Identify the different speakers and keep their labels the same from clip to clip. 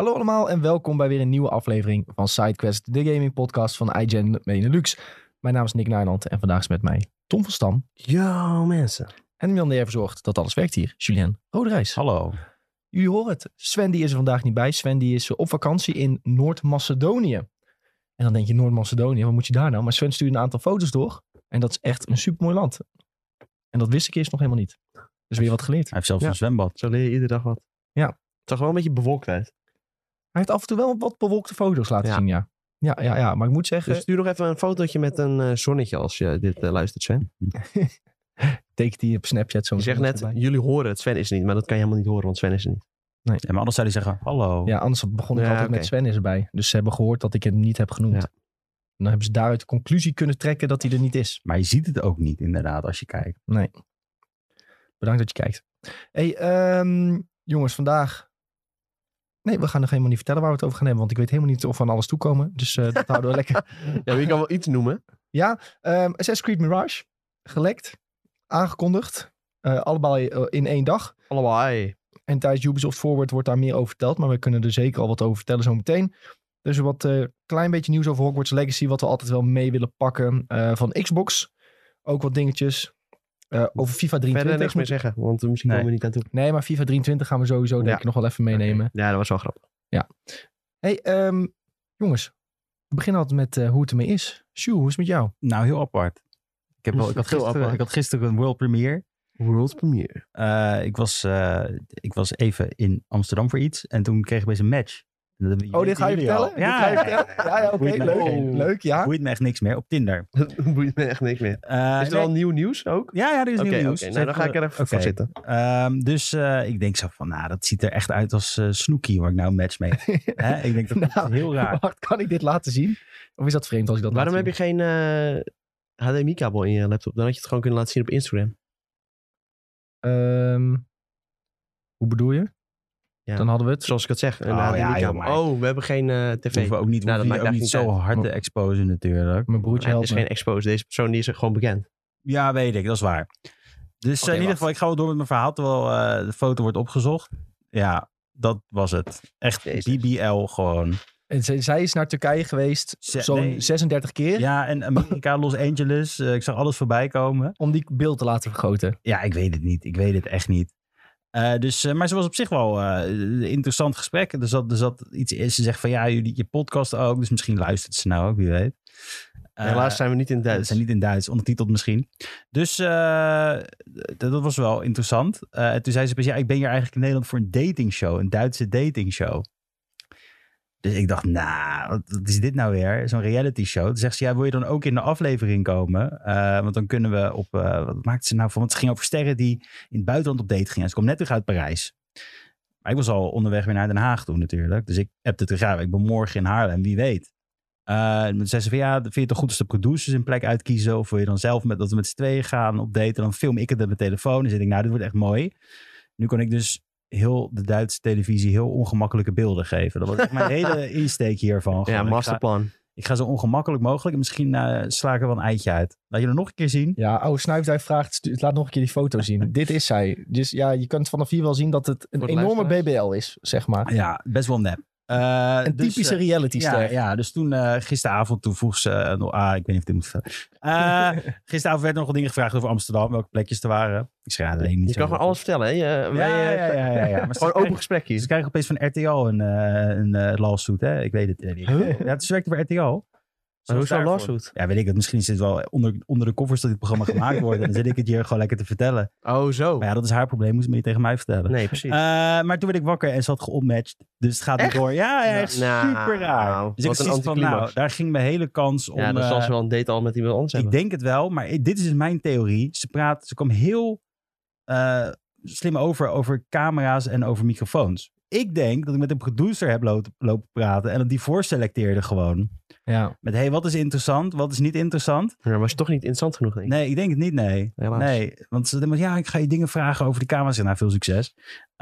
Speaker 1: Hallo allemaal en welkom bij weer een nieuwe aflevering van SideQuest, de gaming podcast van iGen Benelux. Mijn naam is Nick Nijland en vandaag is met mij Tom van Stam.
Speaker 2: Yo mensen.
Speaker 1: En de man die ervoor zorgt dat alles werkt hier, Julien Roderijs.
Speaker 3: Hallo.
Speaker 1: Jullie horen het, Sven die is er vandaag niet bij. Sven die is op vakantie in Noord-Macedonië. En dan denk je Noord-Macedonië, wat moet je daar nou? Maar Sven stuurde een aantal foto's door en dat is echt een supermooi land. En dat wist ik eerst nog helemaal niet. Dus weer wat geleerd.
Speaker 3: Hij heeft zelfs een zwembad.
Speaker 2: Zo leer je iedere dag wat.
Speaker 1: Ja.
Speaker 2: Het zag wel een beetje bewolkt uit.
Speaker 1: Hij heeft af en toe wel wat bewolkte foto's laten zien, ja. Ja, maar ik moet zeggen...
Speaker 2: Dus stuur nog even een fotootje met een zonnetje als je dit luistert, Sven.
Speaker 1: Teken die op Snapchat zo.
Speaker 2: Je zegt net, jullie horen het, Sven is er niet. Maar dat kan je helemaal niet horen, want Sven is er niet.
Speaker 1: Nee.
Speaker 3: Ja, maar anders zou hij zeggen, hallo.
Speaker 1: Ja, anders begon ik altijd met Sven is erbij. Dus ze hebben gehoord dat ik hem niet heb genoemd. Ja. En dan hebben ze daaruit de conclusie kunnen trekken dat hij er niet is.
Speaker 3: Maar je ziet het ook niet inderdaad als je kijkt.
Speaker 1: Nee. Bedankt dat je kijkt. Hey, jongens, vandaag... Nee, we gaan nog helemaal niet vertellen waar we het over gaan hebben. Want ik weet helemaal niet of we aan alles toekomen. Dus dat houden we lekker.
Speaker 2: Ja, je kan wel iets noemen.
Speaker 1: Ja, Assassin's Creed Mirage. Gelekt. Aangekondigd. Allebei in 1 dag.
Speaker 2: Allebei.
Speaker 1: En tijdens Ubisoft Forward wordt daar meer over verteld. Maar we kunnen er zeker al wat over vertellen zo meteen. Dus wat klein beetje nieuws over Hogwarts Legacy. Wat we altijd wel mee willen pakken van Xbox. Ook wat dingetjes. Over FIFA 23.
Speaker 2: Verder niks meer zeggen, want misschien komen we niet aan toe.
Speaker 1: Nee, maar FIFA 23 gaan we sowieso denk ik nog wel even meenemen.
Speaker 2: Okay. Ja, dat was wel grappig.
Speaker 1: Ja. Hey, jongens. We beginnen altijd met hoe het ermee is. Sjoe, hoe is het met jou?
Speaker 3: Nou, heel apart. Ik had gisteren een world premiere.
Speaker 2: World premiere.
Speaker 3: Ik was even in Amsterdam voor iets. En toen kreeg ik opeens een match.
Speaker 1: Dit ga je vertellen? Ja, oké. Leuk, ja.
Speaker 3: Boeit me echt niks meer op Tinder.
Speaker 2: Boeit me echt niks meer. Is er al nieuw nieuws ook?
Speaker 3: Ja, er is nieuw nieuws.
Speaker 2: Nou, dan ga ik er even voor zitten.
Speaker 3: Dus ik denk zo van, dat ziet er echt uit als Snooki, waar ik nou een match mee heb. Ik denk dat is heel raar.
Speaker 1: Wacht, kan ik dit laten zien? Of is dat vreemd als ik dat
Speaker 2: Waarom heb je geen HDMI-kabel in je laptop? Dan had je het gewoon kunnen laten zien op Instagram.
Speaker 1: Hoe bedoel je?
Speaker 2: Ja.
Speaker 1: Dan hadden we het.
Speaker 2: Zoals ik het zeg.
Speaker 3: We
Speaker 2: hebben geen tv.
Speaker 3: Hoeven we ook niet zo hard te exposen natuurlijk.
Speaker 1: Mijn broertje helpt
Speaker 2: het is geen expose. Deze persoon die is gewoon bekend.
Speaker 3: Ja, weet ik. Dat is waar. Dus in ieder geval, ik ga wel door met mijn verhaal terwijl de foto wordt opgezocht. Ja, dat was het. Echt BBL gewoon.
Speaker 1: En zij is naar Turkije geweest zo'n 36 keer.
Speaker 3: Ja, en Amerika, Los Angeles. Ik zag alles voorbij komen.
Speaker 1: Om die beeld te laten vergroten.
Speaker 3: Ja, ik weet het niet. Ik weet het echt niet. Maar ze was op zich wel een interessant gesprek. Er zat iets in. Ze zegt van je podcast ook. Dus misschien luistert ze nou ook, wie weet.
Speaker 2: Helaas zijn we niet in Duits.
Speaker 3: We zijn niet in Duits, ondertiteld misschien. Dus dat was wel interessant. Toen zei ze, ik ben hier eigenlijk in Nederland voor een datingshow. Een Duitse datingshow. Dus ik dacht, wat is dit nou weer? Zo'n reality show. Toen zegt ze, wil je dan ook in de aflevering komen? Want dan kunnen we op... wat maakte ze nou van? Want het ging over sterren die in het buitenland op date gingen. Ze kwam net terug uit Parijs. Maar ik was al onderweg weer naar Den Haag toe natuurlijk. Dus ik heb het terug. Ik ben morgen in Haarlem, wie weet. Toen zei ze van, vind je het toch goed als de producers een plek uitkiezen? Of wil je dan zelf dat we met z'n tweeën gaan op date? En dan film ik het met mijn telefoon. Dan zit ik, dit wordt echt mooi. Nu kon ik dus... heel de Duitse televisie heel ongemakkelijke beelden geven. Dat was echt mijn hele insteek hiervan.
Speaker 2: Ja, masterplan.
Speaker 3: Ik ga zo ongemakkelijk mogelijk. En misschien sla ik er wel een eitje uit. Laat je er nog een keer zien?
Speaker 1: Ja, oude Snuifduif vraagt, laat nog een keer die foto zien. Dit is zij. Dus ja, je kunt vanaf hier wel zien dat het een enorme BBL is, zeg maar.
Speaker 3: Ja, best wel nep.
Speaker 1: Een typische realityster.
Speaker 3: Ja, dus toen gisteravond, toen vroeg ze... ik weet niet of dit moet vertellen. Gisteravond werd nog wat dingen gevraagd over Amsterdam. Welke plekjes er waren. Ik zei, alleen niet.
Speaker 2: Je kan gewoon alles vertellen, hè?
Speaker 3: Ja. Maar
Speaker 2: gewoon open gesprek.
Speaker 3: Ze krijgen opeens van RTL een lawsuit, hè? Ik weet het niet. Ja, ze werkte voor RTL.
Speaker 2: Maar hoe is dat lawsuit?
Speaker 3: Ja, weet ik het. Misschien zit het wel onder de koffers dat dit programma gemaakt wordt. En dan zit ik het hier gewoon lekker te vertellen.
Speaker 2: Oh, zo.
Speaker 3: Maar ja, dat is haar probleem. Moest je niet tegen mij vertellen.
Speaker 2: Nee, precies.
Speaker 3: Maar toen werd ik wakker en ze had geonmatcht. Dus het gaat niet door. Ja, echt super raar. Dus ik zoiets van, daar ging mijn hele kans om...
Speaker 2: Ja, dan zal ze wel een date al met iemand anders hebben.
Speaker 3: Ik denk het wel, maar dit is dus mijn theorie. Ze kwam heel slim over camera's en over microfoons. Ik denk dat ik met een producer heb lopen praten en dat die voorselecteerde gewoon.
Speaker 1: Ja.
Speaker 3: Met, wat is interessant, wat is niet interessant.
Speaker 2: Ja, was je toch niet interessant genoeg, denk ik?
Speaker 3: Nee, ik denk het niet, nee.
Speaker 2: Helaas.
Speaker 3: Nee, want ze denken, ik ga je dingen vragen over de camera's. Nou, veel succes.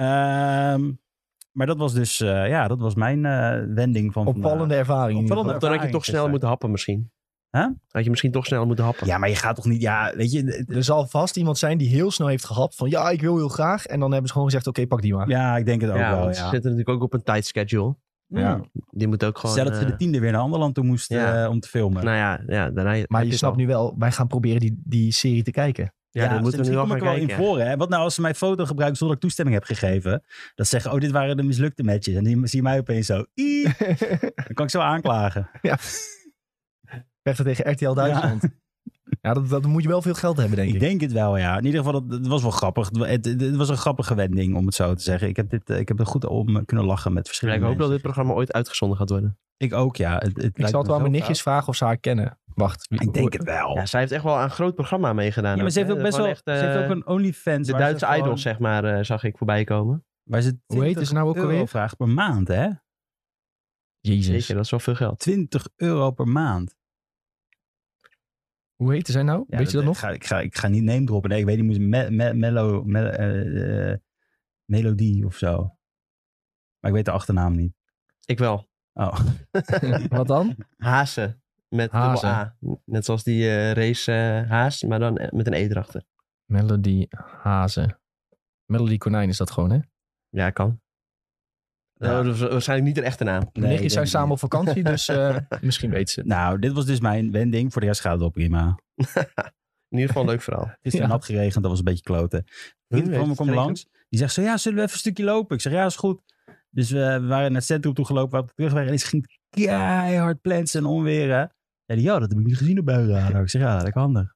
Speaker 3: Maar dat was dus, dat was mijn wending van
Speaker 1: opvallende ervaring.
Speaker 2: Dan had je toch sneller moeten happen misschien.
Speaker 3: Huh?
Speaker 2: Had je misschien toch snel moeten happen.
Speaker 3: Ja, maar je gaat toch niet... Ja, weet je...
Speaker 1: Er zal vast iemand zijn die heel snel heeft gehapt van ik wil heel graag. En dan hebben ze gewoon gezegd, oké, pak die maar.
Speaker 3: Ja, ik denk het ook wel.
Speaker 2: Ze zitten natuurlijk ook op een tight schedule.
Speaker 1: Ja.
Speaker 2: Die moet ook gewoon...
Speaker 3: Stel dat ze de 10e weer naar ander land toe moest om te filmen.
Speaker 2: Nou ja, daarna...
Speaker 1: Maar je snapt nu wel, wij gaan proberen die serie te kijken.
Speaker 2: Ja, dat moeten we nu al
Speaker 3: kom
Speaker 2: gaan
Speaker 3: ik wel in
Speaker 2: kijken.
Speaker 3: voor. Hè? Wat nou als ze mijn foto gebruiken zonder dat ik toestemming heb gegeven? Dat ze zeggen, dit waren de mislukte matches. En die zie je mij opeens zo. Dan kan ik zo aanklagen.
Speaker 1: Vechten tegen RTL Duitsland. Ja, dat moet je wel veel geld hebben, denk ik.
Speaker 3: Ik denk het wel, ja. In ieder geval, het was wel grappig. Het was een grappige wending, om het zo te zeggen. Ik heb er goed om kunnen lachen met
Speaker 2: Ja,
Speaker 3: verschillende
Speaker 2: ik hoop dat
Speaker 3: mensen.
Speaker 2: dit programma ooit uitgezonden gaat worden.
Speaker 3: Ik ook, ja.
Speaker 1: Ik zal het wel aan mijn nichtjes vragen of ze haar kennen. Wacht.
Speaker 3: Ik denk het wel.
Speaker 2: Ja, zij heeft echt wel aan een groot programma meegedaan.
Speaker 3: Ja, maar ze heeft ook
Speaker 2: hè.
Speaker 3: best wel...
Speaker 2: Gewoon echt,
Speaker 3: ze heeft ook een OnlyFans.
Speaker 2: de
Speaker 3: waar ze
Speaker 2: Duitse
Speaker 3: gewoon-
Speaker 2: idols, zeg maar, zag ik voorbij komen.
Speaker 3: Waar ze
Speaker 1: Hoe heet ze nou ook alweer?
Speaker 3: €20 vraagt per maand, hè?
Speaker 1: Jezus.
Speaker 2: Jeetje, dat is wel veel geld.
Speaker 3: €20 per maand.
Speaker 1: Hoe heet zij nou?
Speaker 3: Ja,
Speaker 1: Weet je dat nog?
Speaker 3: Ik ga niet name droppen. Nee, ik weet niet. Melodie of zo. Maar ik weet de achternaam niet.
Speaker 2: Ik wel.
Speaker 3: Oh.
Speaker 1: Wat dan?
Speaker 2: Hazen. Met
Speaker 1: Hazen.
Speaker 2: dubbel A. Net zoals die race Haas, maar dan met een E erachter.
Speaker 1: Melody Hazen. Melody Konijn is dat gewoon, hè?
Speaker 2: Ja, kan.
Speaker 3: Ja.
Speaker 2: Dat is waarschijnlijk niet een echte naam.
Speaker 1: De nichtjes zijn
Speaker 3: denk
Speaker 1: samen
Speaker 3: ik
Speaker 1: op vakantie, dus misschien weet ze het.
Speaker 3: Nou, dit was dus mijn wending. Voor de rest gaat het wel prima.
Speaker 2: In ieder geval een leuk verhaal.
Speaker 3: Het is
Speaker 1: Ja.
Speaker 3: nat geregend, dat was een beetje kloten. Vriend
Speaker 2: heeft
Speaker 3: van me
Speaker 2: het
Speaker 3: kwam
Speaker 2: geregend?
Speaker 3: langs. Die zegt zo, ja, zullen we even een stukje lopen? Ik zeg, ja, is goed. Dus we waren naar het centrum toe gelopen, waar we terugweg. En het ging keihard plensen en onweren. Ja, dat heb ik niet gezien op buienradar. Ik zeg, ja, lekker handig.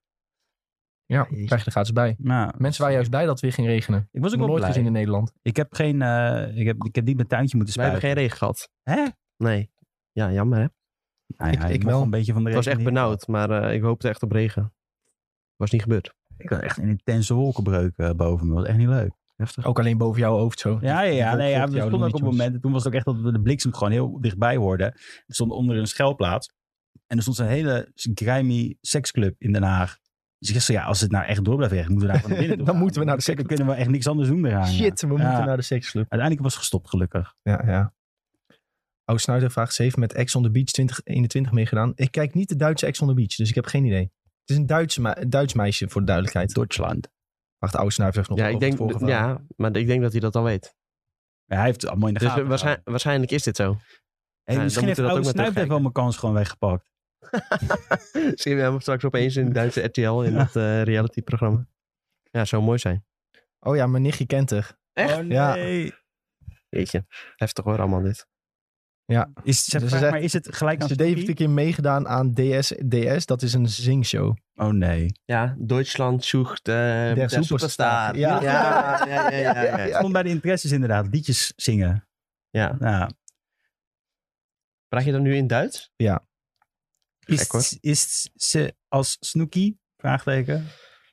Speaker 1: Ja, krijg je er gratis bij.
Speaker 3: Nou,
Speaker 1: Mensen waren juist blij dat het weer ging regenen.
Speaker 3: ik was ook
Speaker 1: Nog
Speaker 3: wel
Speaker 1: nooit
Speaker 3: blij.
Speaker 1: gezien in Nederland.
Speaker 3: Ik heb geen, ik heb niet mijn tuintje moeten
Speaker 2: Wij hebben
Speaker 3: spuiten.
Speaker 2: geen regen gehad.
Speaker 3: Hè?
Speaker 2: Nee. Ja, jammer hè.
Speaker 3: Nou ja,
Speaker 1: Ik
Speaker 3: mocht
Speaker 1: wel.
Speaker 3: een beetje van de
Speaker 2: Het was
Speaker 3: regen
Speaker 2: echt
Speaker 3: niet.
Speaker 2: benauwd, maar ik hoopte echt op regen. Was niet gebeurd.
Speaker 3: Ik had echt een intense wolkenbreuk boven me. Dat was echt niet leuk.
Speaker 2: Heftig.
Speaker 1: Ook alleen boven jouw hoofd zo.
Speaker 3: Ja,
Speaker 1: Die
Speaker 3: nee,
Speaker 1: wolk
Speaker 3: ja,
Speaker 1: volgt
Speaker 3: we
Speaker 1: jou
Speaker 3: stonden ook
Speaker 1: nog
Speaker 3: op
Speaker 1: niet,
Speaker 3: momenten. Toen was het ook echt dat we de bliksem gewoon heel dichtbij hoorden. We stonden onder een schuilplaats. En er stond zo'n hele grimy seksclub in Den Haag. Dus ik zei, ja, als het nou echt door blijft regenen, moeten we daar gewoon naar binnen
Speaker 1: Dan
Speaker 3: gaan.
Speaker 1: moeten we naar de
Speaker 3: Dan
Speaker 1: seksclub.
Speaker 3: kunnen we echt niks anders doen eraan.
Speaker 1: Shit, we
Speaker 3: Ja.
Speaker 1: moeten naar de seksclub.
Speaker 3: Uiteindelijk was het gestopt, gelukkig.
Speaker 1: Ja. Oude Snuiter vraagt 7 met Ex on the Beach 2021 meegedaan. Ik kijk niet de Duitse Ex on the Beach, dus ik heb geen idee. Het is een Duits meisje, voor de duidelijkheid.
Speaker 3: Duitsland.
Speaker 1: Wacht, Oude Snuiter heeft nog
Speaker 2: Ja,
Speaker 1: over
Speaker 2: ik
Speaker 1: het
Speaker 2: denk,
Speaker 1: vorige verhaal.
Speaker 2: ja, maar ik denk dat hij dat al weet.
Speaker 3: Ja, hij heeft het allemaal in de
Speaker 2: Dus
Speaker 3: gaten. gehouden.
Speaker 2: waarschijnlijk is dit zo.
Speaker 3: Hey,
Speaker 2: dan
Speaker 3: misschien heeft
Speaker 2: moeten we dat
Speaker 3: oude
Speaker 2: ook maar
Speaker 3: Snuit heeft wel mijn kans gewoon weggepakt.
Speaker 2: Zien we hem straks opeens in het Duitse RTL in dat reality-programma. Ja, zou mooi zijn.
Speaker 1: Oh ja, mijn nichtje kent haar.
Speaker 2: Echt?
Speaker 3: Oh
Speaker 1: Ja.
Speaker 3: nee.
Speaker 2: Jeetje, heftig hoor allemaal dit.
Speaker 3: Is, zeg,
Speaker 1: Dus
Speaker 3: vraag
Speaker 1: ze
Speaker 3: maar, is het gelijk aan
Speaker 1: Ze heeft
Speaker 3: Snoekie?
Speaker 1: een keer meegedaan aan DS. Dat is een zingshow.
Speaker 3: Oh nee.
Speaker 2: Ja, Duitsland zoekt der
Speaker 1: Superstar.
Speaker 2: Ja,
Speaker 1: Ja.
Speaker 3: Het stond bij de interesses inderdaad. Liedjes zingen.
Speaker 2: Ja.
Speaker 3: Ja.
Speaker 2: Praat je dan nu in Duits? Gek, hoor.
Speaker 3: Is ze als Snoekie? Vraagteken.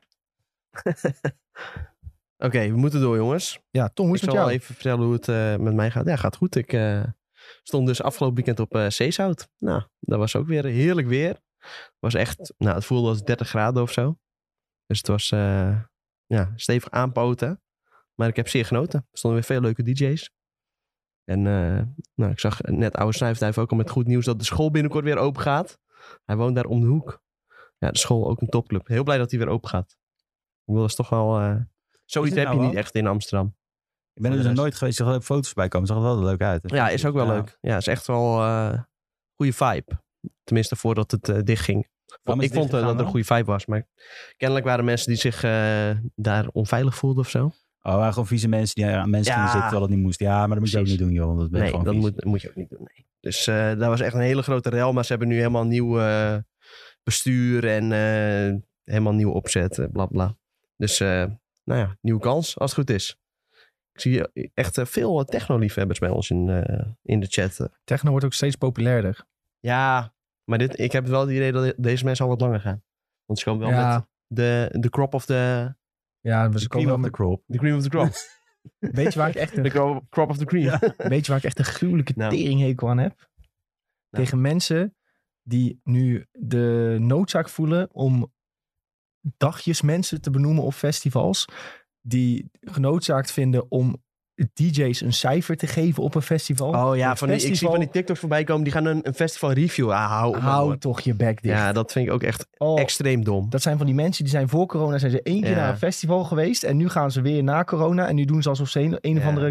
Speaker 2: Oké, we moeten door jongens.
Speaker 1: Ja, Tom, hoe is
Speaker 2: Ik
Speaker 1: het
Speaker 2: zal
Speaker 1: met jou?
Speaker 2: even vertellen hoe het met mij gaat. Ja, gaat goed. Ik stond dus afgelopen weekend op Zeezout. Nou, dat was ook weer heerlijk weer. Was echt, nou, het voelde als 30 graden of zo. Dus het was stevig aanpoten. Maar ik heb zeer genoten. Er stonden weer veel leuke DJ's. En nou, ik zag net oude Snuifduif ook al met goed nieuws dat de school binnenkort weer open gaat. Hij woont daar om de hoek. Ja, de school ook een topclub. Heel blij dat hij weer open gaat. Ik wil dus toch wel... zoiets
Speaker 3: het
Speaker 2: heb
Speaker 3: nou
Speaker 2: je niet
Speaker 3: wel?
Speaker 2: echt in Amsterdam.
Speaker 3: Ik ben er
Speaker 2: de
Speaker 3: dus nog
Speaker 2: rest.
Speaker 3: nooit geweest. Ik zag ook foto's bij komen. Zag er wel leuk uit.
Speaker 2: Ja, is ook wel leuk. Ja, is echt wel goede vibe. Tenminste, voordat het dichtging.
Speaker 3: Waarom is
Speaker 2: Ik
Speaker 3: het
Speaker 2: vond dat
Speaker 3: dichtgegaan
Speaker 2: het een
Speaker 3: dan?
Speaker 2: goede vibe was. Maar kennelijk waren mensen die zich daar onveilig voelden of zo.
Speaker 3: Oh, waren gewoon vieze mensen die aan mensen
Speaker 2: Ja.
Speaker 3: gingen zitten terwijl het niet moest. Ja, maar dat moet je ook
Speaker 2: Precies.
Speaker 3: niet doen, joh. Want dat ben je
Speaker 2: Nee,
Speaker 3: gewoon
Speaker 2: dat
Speaker 3: vies.
Speaker 2: moet je ook niet doen. Nee. Dus dat was echt een hele grote rel. Maar ze hebben nu helemaal nieuw bestuur en helemaal nieuw opzet. Bla bla. Dus nou ja, nieuwe kans als het goed is. Ik zie echt veel techno-liefhebbers bij ons in de chat.
Speaker 1: Techno wordt ook steeds populairder.
Speaker 2: Ja, maar ik heb wel het idee dat deze mensen al wat langer gaan. Want ze komen wel
Speaker 1: Ja.
Speaker 2: met de crop of the...
Speaker 1: Ja,
Speaker 3: De
Speaker 1: ze
Speaker 3: cream
Speaker 1: komen
Speaker 3: of the
Speaker 1: wel
Speaker 3: crop.
Speaker 2: The cream of the crop.
Speaker 1: Weet je waar ik echt
Speaker 2: De crop of the cream.
Speaker 1: weet je waar ik echt een gruwelijke
Speaker 2: Nou.
Speaker 1: teringhekel aan heb? Tegen mensen die nu de noodzaak voelen om dagjes mensen te benoemen op festivals. Die genoodzaakt vinden om DJ's een cijfer te geven op een festival.
Speaker 2: Oh ja,
Speaker 1: Een
Speaker 2: ik zie
Speaker 1: festival-
Speaker 2: van die TikToks voorbij komen. Die gaan een festival review. Hou op,
Speaker 1: Hou
Speaker 2: man.
Speaker 1: toch je bek dicht.
Speaker 2: Ja, dat vind ik ook echt
Speaker 1: Oh,
Speaker 2: extreem dom.
Speaker 1: dat zijn van die mensen die zijn voor corona zijn ze 1 keer
Speaker 2: Ja.
Speaker 1: naar een festival geweest. En nu gaan ze weer na corona. En nu doen ze alsof ze een of
Speaker 2: Ja.
Speaker 1: andere